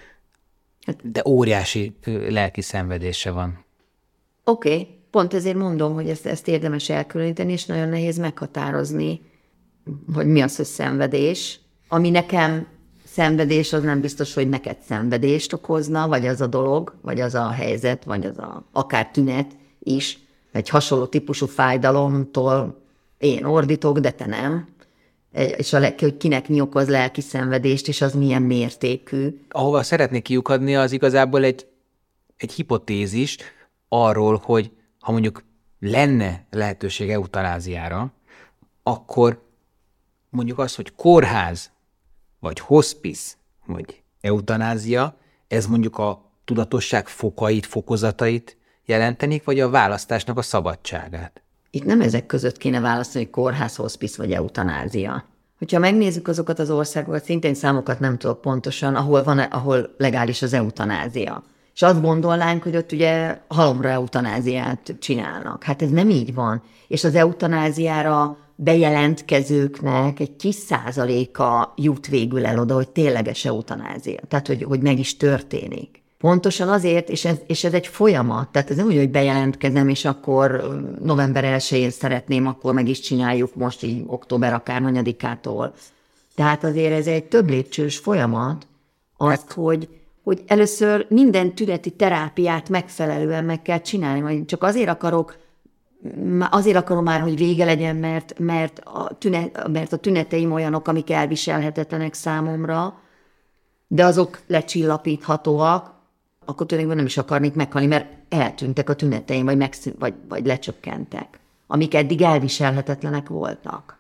de óriási lelki szenvedése van. Oké, okay. Pont ezért mondom, hogy ezt, ezt érdemes elkülöníteni, és nagyon nehéz meghatározni, hogy mi az, hogy szenvedés. Ami nekem szenvedés, az nem biztos, hogy neked szenvedést okozna, vagy az a dolog, vagy az a helyzet, vagy az a akár tünet is. Egy hasonló típusú fájdalomtól én ordítok, de te nem. És a leg, hogy kinek mi okoz lelki szenvedést, és az milyen mértékű. Ahova szeretnék kiukadni, az igazából egy, egy hipotézis arról, hogy ha mondjuk lenne lehetőség eutanáziára, akkor mondjuk az, hogy kórház, vagy hospice, vagy eutanázia, ez mondjuk a tudatosság fokait, fokozatait jelentenik, vagy a választásnak a szabadságát? Itt nem ezek között kéne választani, hogy kórház, hospice vagy eutanázia. Hogyha megnézzük azokat az országokat, szintén számokat nem tudok pontosan, ahol van, ahol legális az eutanázia. És azt gondolnánk, hogy ott ugye halomra eutanáziát csinálnak. Hát ez nem így van. És az eutanáziára bejelentkezőknek egy kis százaléka jut végül el oda, hogy tényleges eutanázia. Tehát, hogy, hogy meg is történik. Pontosan azért, és ez, és ez egy folyamat, tehát ez nem úgy, hogy bejelentkezem, és akkor november elsején szeretném, akkor meg is csináljuk most így október akárhanyadikától. Tehát azért ez egy több lépcsős folyamat, azt, hát, hogy, hogy először minden tüneti terápiát megfelelően meg kell csinálni, vagy csak azért akarok, azért akarom már, hogy vége legyen, mert, mert, a, tünet, mert a tüneteim olyanok, amik elviselhetetlenek számomra, de azok lecsillapíthatóak, akkor tulajdonképpen nem is akarnék meghalni, mert eltűntek a tüneteim, vagy, megszűn, vagy, vagy lecsökkentek, amik eddig elviselhetetlenek voltak.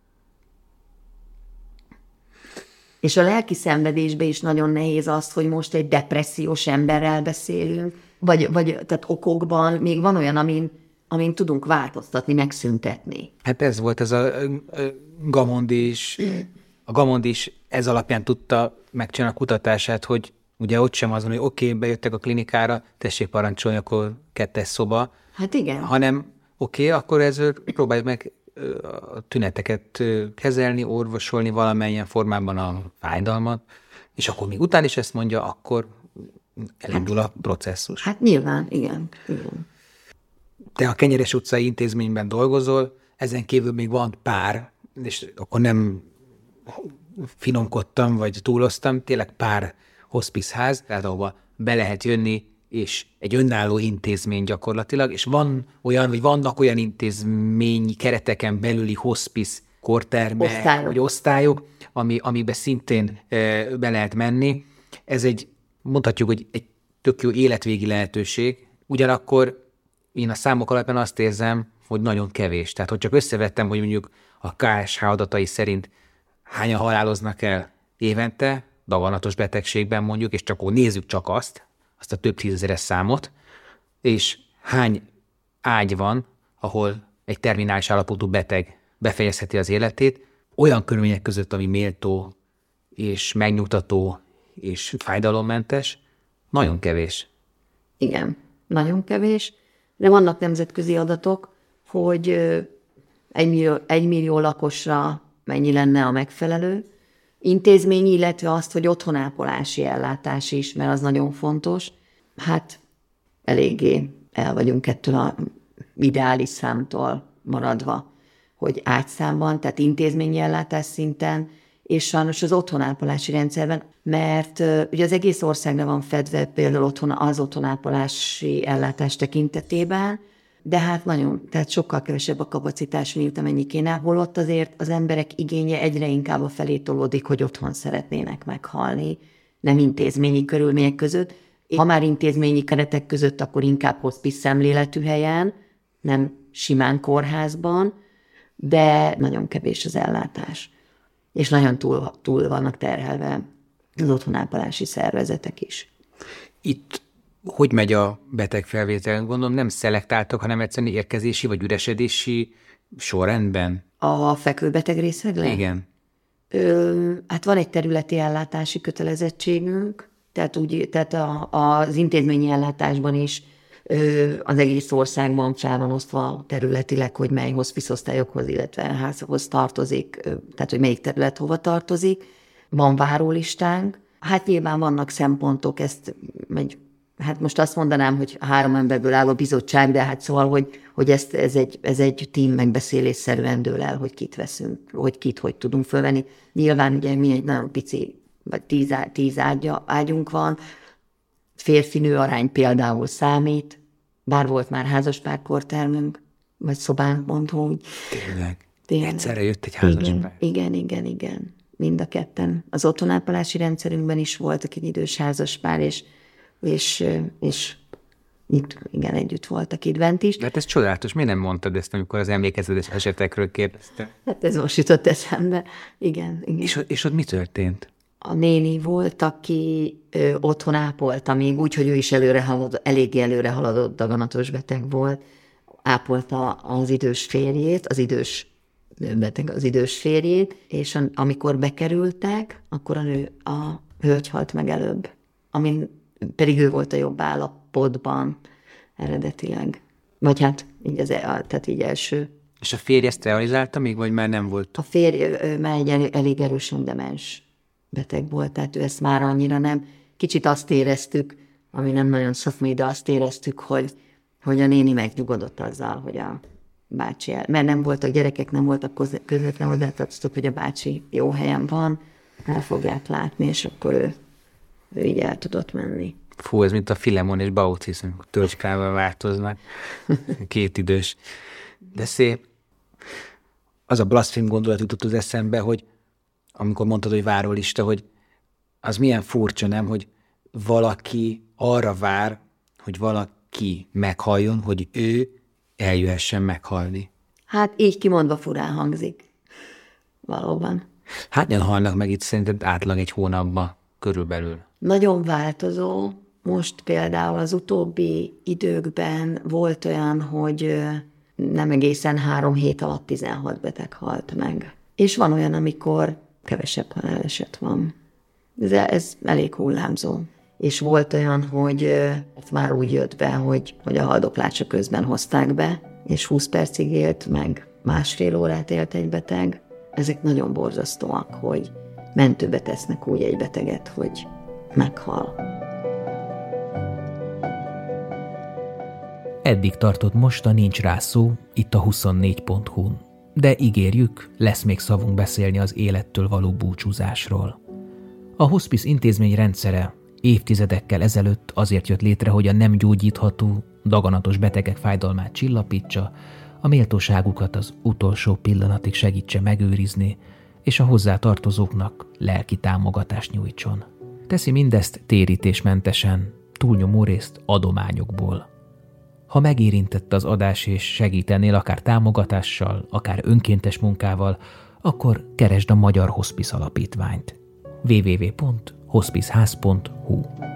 És a lelki szenvedésben is nagyon nehéz az, hogy most egy depressziós emberrel beszélünk, vagy, vagy tehát okokban még van olyan, amin, amin tudunk változtatni, megszüntetni. Hát ez volt ez a, a Gamondi is, a Gamondi is ez alapján tudta megcsinálni a kutatását, hogy ugye ott sem azon, hogy oké, okay, bejöttek a klinikára, tessék parancsolni, akkor kettes szoba. Hát igen. Hanem oké, okay, akkor ezzel próbáljuk meg a tüneteket kezelni, orvosolni valamilyen formában a fájdalmat, és akkor még után is ezt mondja, akkor elindul a processzus. Hát nyilván, igen. igen. Te a Kenyeres utcai intézményben dolgozol, ezen kívül még van pár, és akkor nem finomkodtam, vagy túloztam, tényleg pár hospice ház, tehát ahova be lehet jönni, és egy önálló intézmény gyakorlatilag, és van olyan, vagy vannak olyan intézményi kereteken belüli hospice kortermek, Osztályok. vagy osztályok, ami, amibe szintén e, be lehet menni. Ez egy, mondhatjuk, hogy egy tök jó életvégi lehetőség, ugyanakkor én a számok alapján azt érzem, hogy nagyon kevés. Tehát, hogy csak összevettem, hogy mondjuk a ká es há adatai szerint hányan haláloznak el évente, daganatos betegségben mondjuk, és csak akkor nézzük csak azt, azt a több tízezeres számot, és hány ágy van, ahol egy terminális állapotú beteg befejezheti az életét, olyan körülmények között, ami méltó, és megnyugtató, és fájdalommentes, nagyon kevés. Igen, nagyon kevés, de vannak nemzetközi adatok, hogy egy millió, egy millió lakosra mennyi lenne a megfelelő intézmény, illetve azt, hogy otthonápolási ellátás is, mert az nagyon fontos. Hát eléggé el vagyunk ettől a ideális számtól maradva, hogy ágyszámban, tehát intézményi ellátás szinten, és sajnos az otthonápolási rendszerben, mert uh, ugye az egész országra van fedve például otthon, az otthonápolási ellátás tekintetében, de hát nagyon, tehát sokkal kevesebb a kapacitás, mint amennyi kéne, holott azért az emberek igénye egyre inkább a felé tolódik, hogy otthon szeretnének meghalni, nem intézményi körülmények között. Ha már intézményi keretek között, akkor inkább hospice szemléletű helyen, nem simán kórházban, de nagyon kevés az ellátás. És nagyon túl, túl vannak terhelve az otthonápolási szervezetek is. Itt hogy megy a betegfelvétel? Gondolom nem szelektáltak, hanem egyszerűen érkezési vagy üresedési sorrendben? A fekvőbeteg részeglen? Igen. Ö, hát van egy területi ellátási kötelezettségünk, tehát, úgy, tehát a, az intézményi ellátásban is ö, az egész országban fel van osztva területileg, hogy mely hospice-osztályokhoz, illetve házhoz tartozik, ö, tehát hogy melyik terület hova tartozik. Van várólistánk. Hát nyilván vannak szempontok, ezt megy. Hát most azt mondanám, hogy három emberből áll a bizottság, de hát szóval, hogy, hogy ezt, ez, egy, ez egy tím megbeszélésszerűen dől el, hogy kit veszünk, hogy kit hogy tudunk fölvenni. Nyilván ugye mi egy nagyon pici, vagy tíz, tíz ágya, ágyunk van, férfi-nő arány például számít, bár volt már házaspárkortermünk, vagy szobánk mondva úgy. Tényleg. Tényleg. Egyszerre jött egy házaspár. Igen, igen, igen, igen. Mind a ketten. Az otthonápolási rendszerünkben is voltak egy idős házaspár, és és, és itt, igen, együtt voltak itt bent is. De hát ez csodálatos, miért nem mondtad ezt, amikor az emlékezetes esetekről kérdezte? Hát ez most jutott eszembe. Igen, igen. És, és ott mi történt? A néni volt, aki ö, otthon ápolta még úgy, hogy ő is előre haladott, eléggé előre haladott daganatos beteg volt. Ápolta az idős férjét, az idős beteg, az idős férjét, és amikor bekerültek, akkor a nő, a hölgy halt meg előbb, amin pedig ő volt a jobb állapotban eredetileg. Vagy hát így, az, tehát így első. És a férj ezt realizálta még, vagy már nem volt? A férj ő már egy elég erősen demens beteg volt, tehát ő ezt már annyira nem. Kicsit azt éreztük, ami nem nagyon szakmai, de azt éreztük, hogy, hogy a néni megnyugodott azzal, hogy a bácsi el, mert nem voltak gyerekek, nem voltak közvetlen hozzátartoztak, hogy a bácsi jó helyen van, el fogják látni, és akkor ő ő így el tudott menni. Fú, ez mint a Filemon és Baucis, amikor tölcskával változnak. Két idős. De szép. Az a blaszfém gondolat jutott az eszembe, hogy amikor mondtad, hogy várólista, hogy az milyen furcsa, nem, hogy valaki arra vár, hogy valaki meghalljon, hogy ő eljöhessen meghalni. Hát így kimondva furán hangzik. Valóban. Hányan halnak meg itt szerinted átlag egy hónapban körülbelül? Nagyon változó. Most például az utóbbi időkben volt olyan, hogy nem egészen három hét alatt tizenhat beteg halt meg. És van olyan, amikor kevesebb haláleset van. Ez, ez elég hullámzó. És volt olyan, hogy ez már úgy jött be, hogy, hogy a haldoklása közben hozták be, és húsz percig élt, meg másfél órát élt egy beteg. Ezek nagyon borzasztóak, hogy mentőbe tesznek úgy egy beteget, hogy meghal. Eddig tartott most a Nincs rá szó, itt a huszonnégy pont hu-n. De ígérjük, lesz még szavunk beszélni az élettől való búcsúzásról. A hospice intézmény rendszere évtizedekkel ezelőtt azért jött létre, hogy a nem gyógyítható, daganatos betegek fájdalmát csillapítsa, a méltóságukat az utolsó pillanatig segítse megőrizni, és a hozzátartozóknak lelki támogatást nyújtson. Teszi mindezt térítésmentesen, túlnyomó részt adományokból. Ha megérintett az adás és segítenél akár támogatással, akár önkéntes munkával, akkor keresd a Magyar Hospice Alapítványt. double-u double-u double-u pont hospiceház pont hu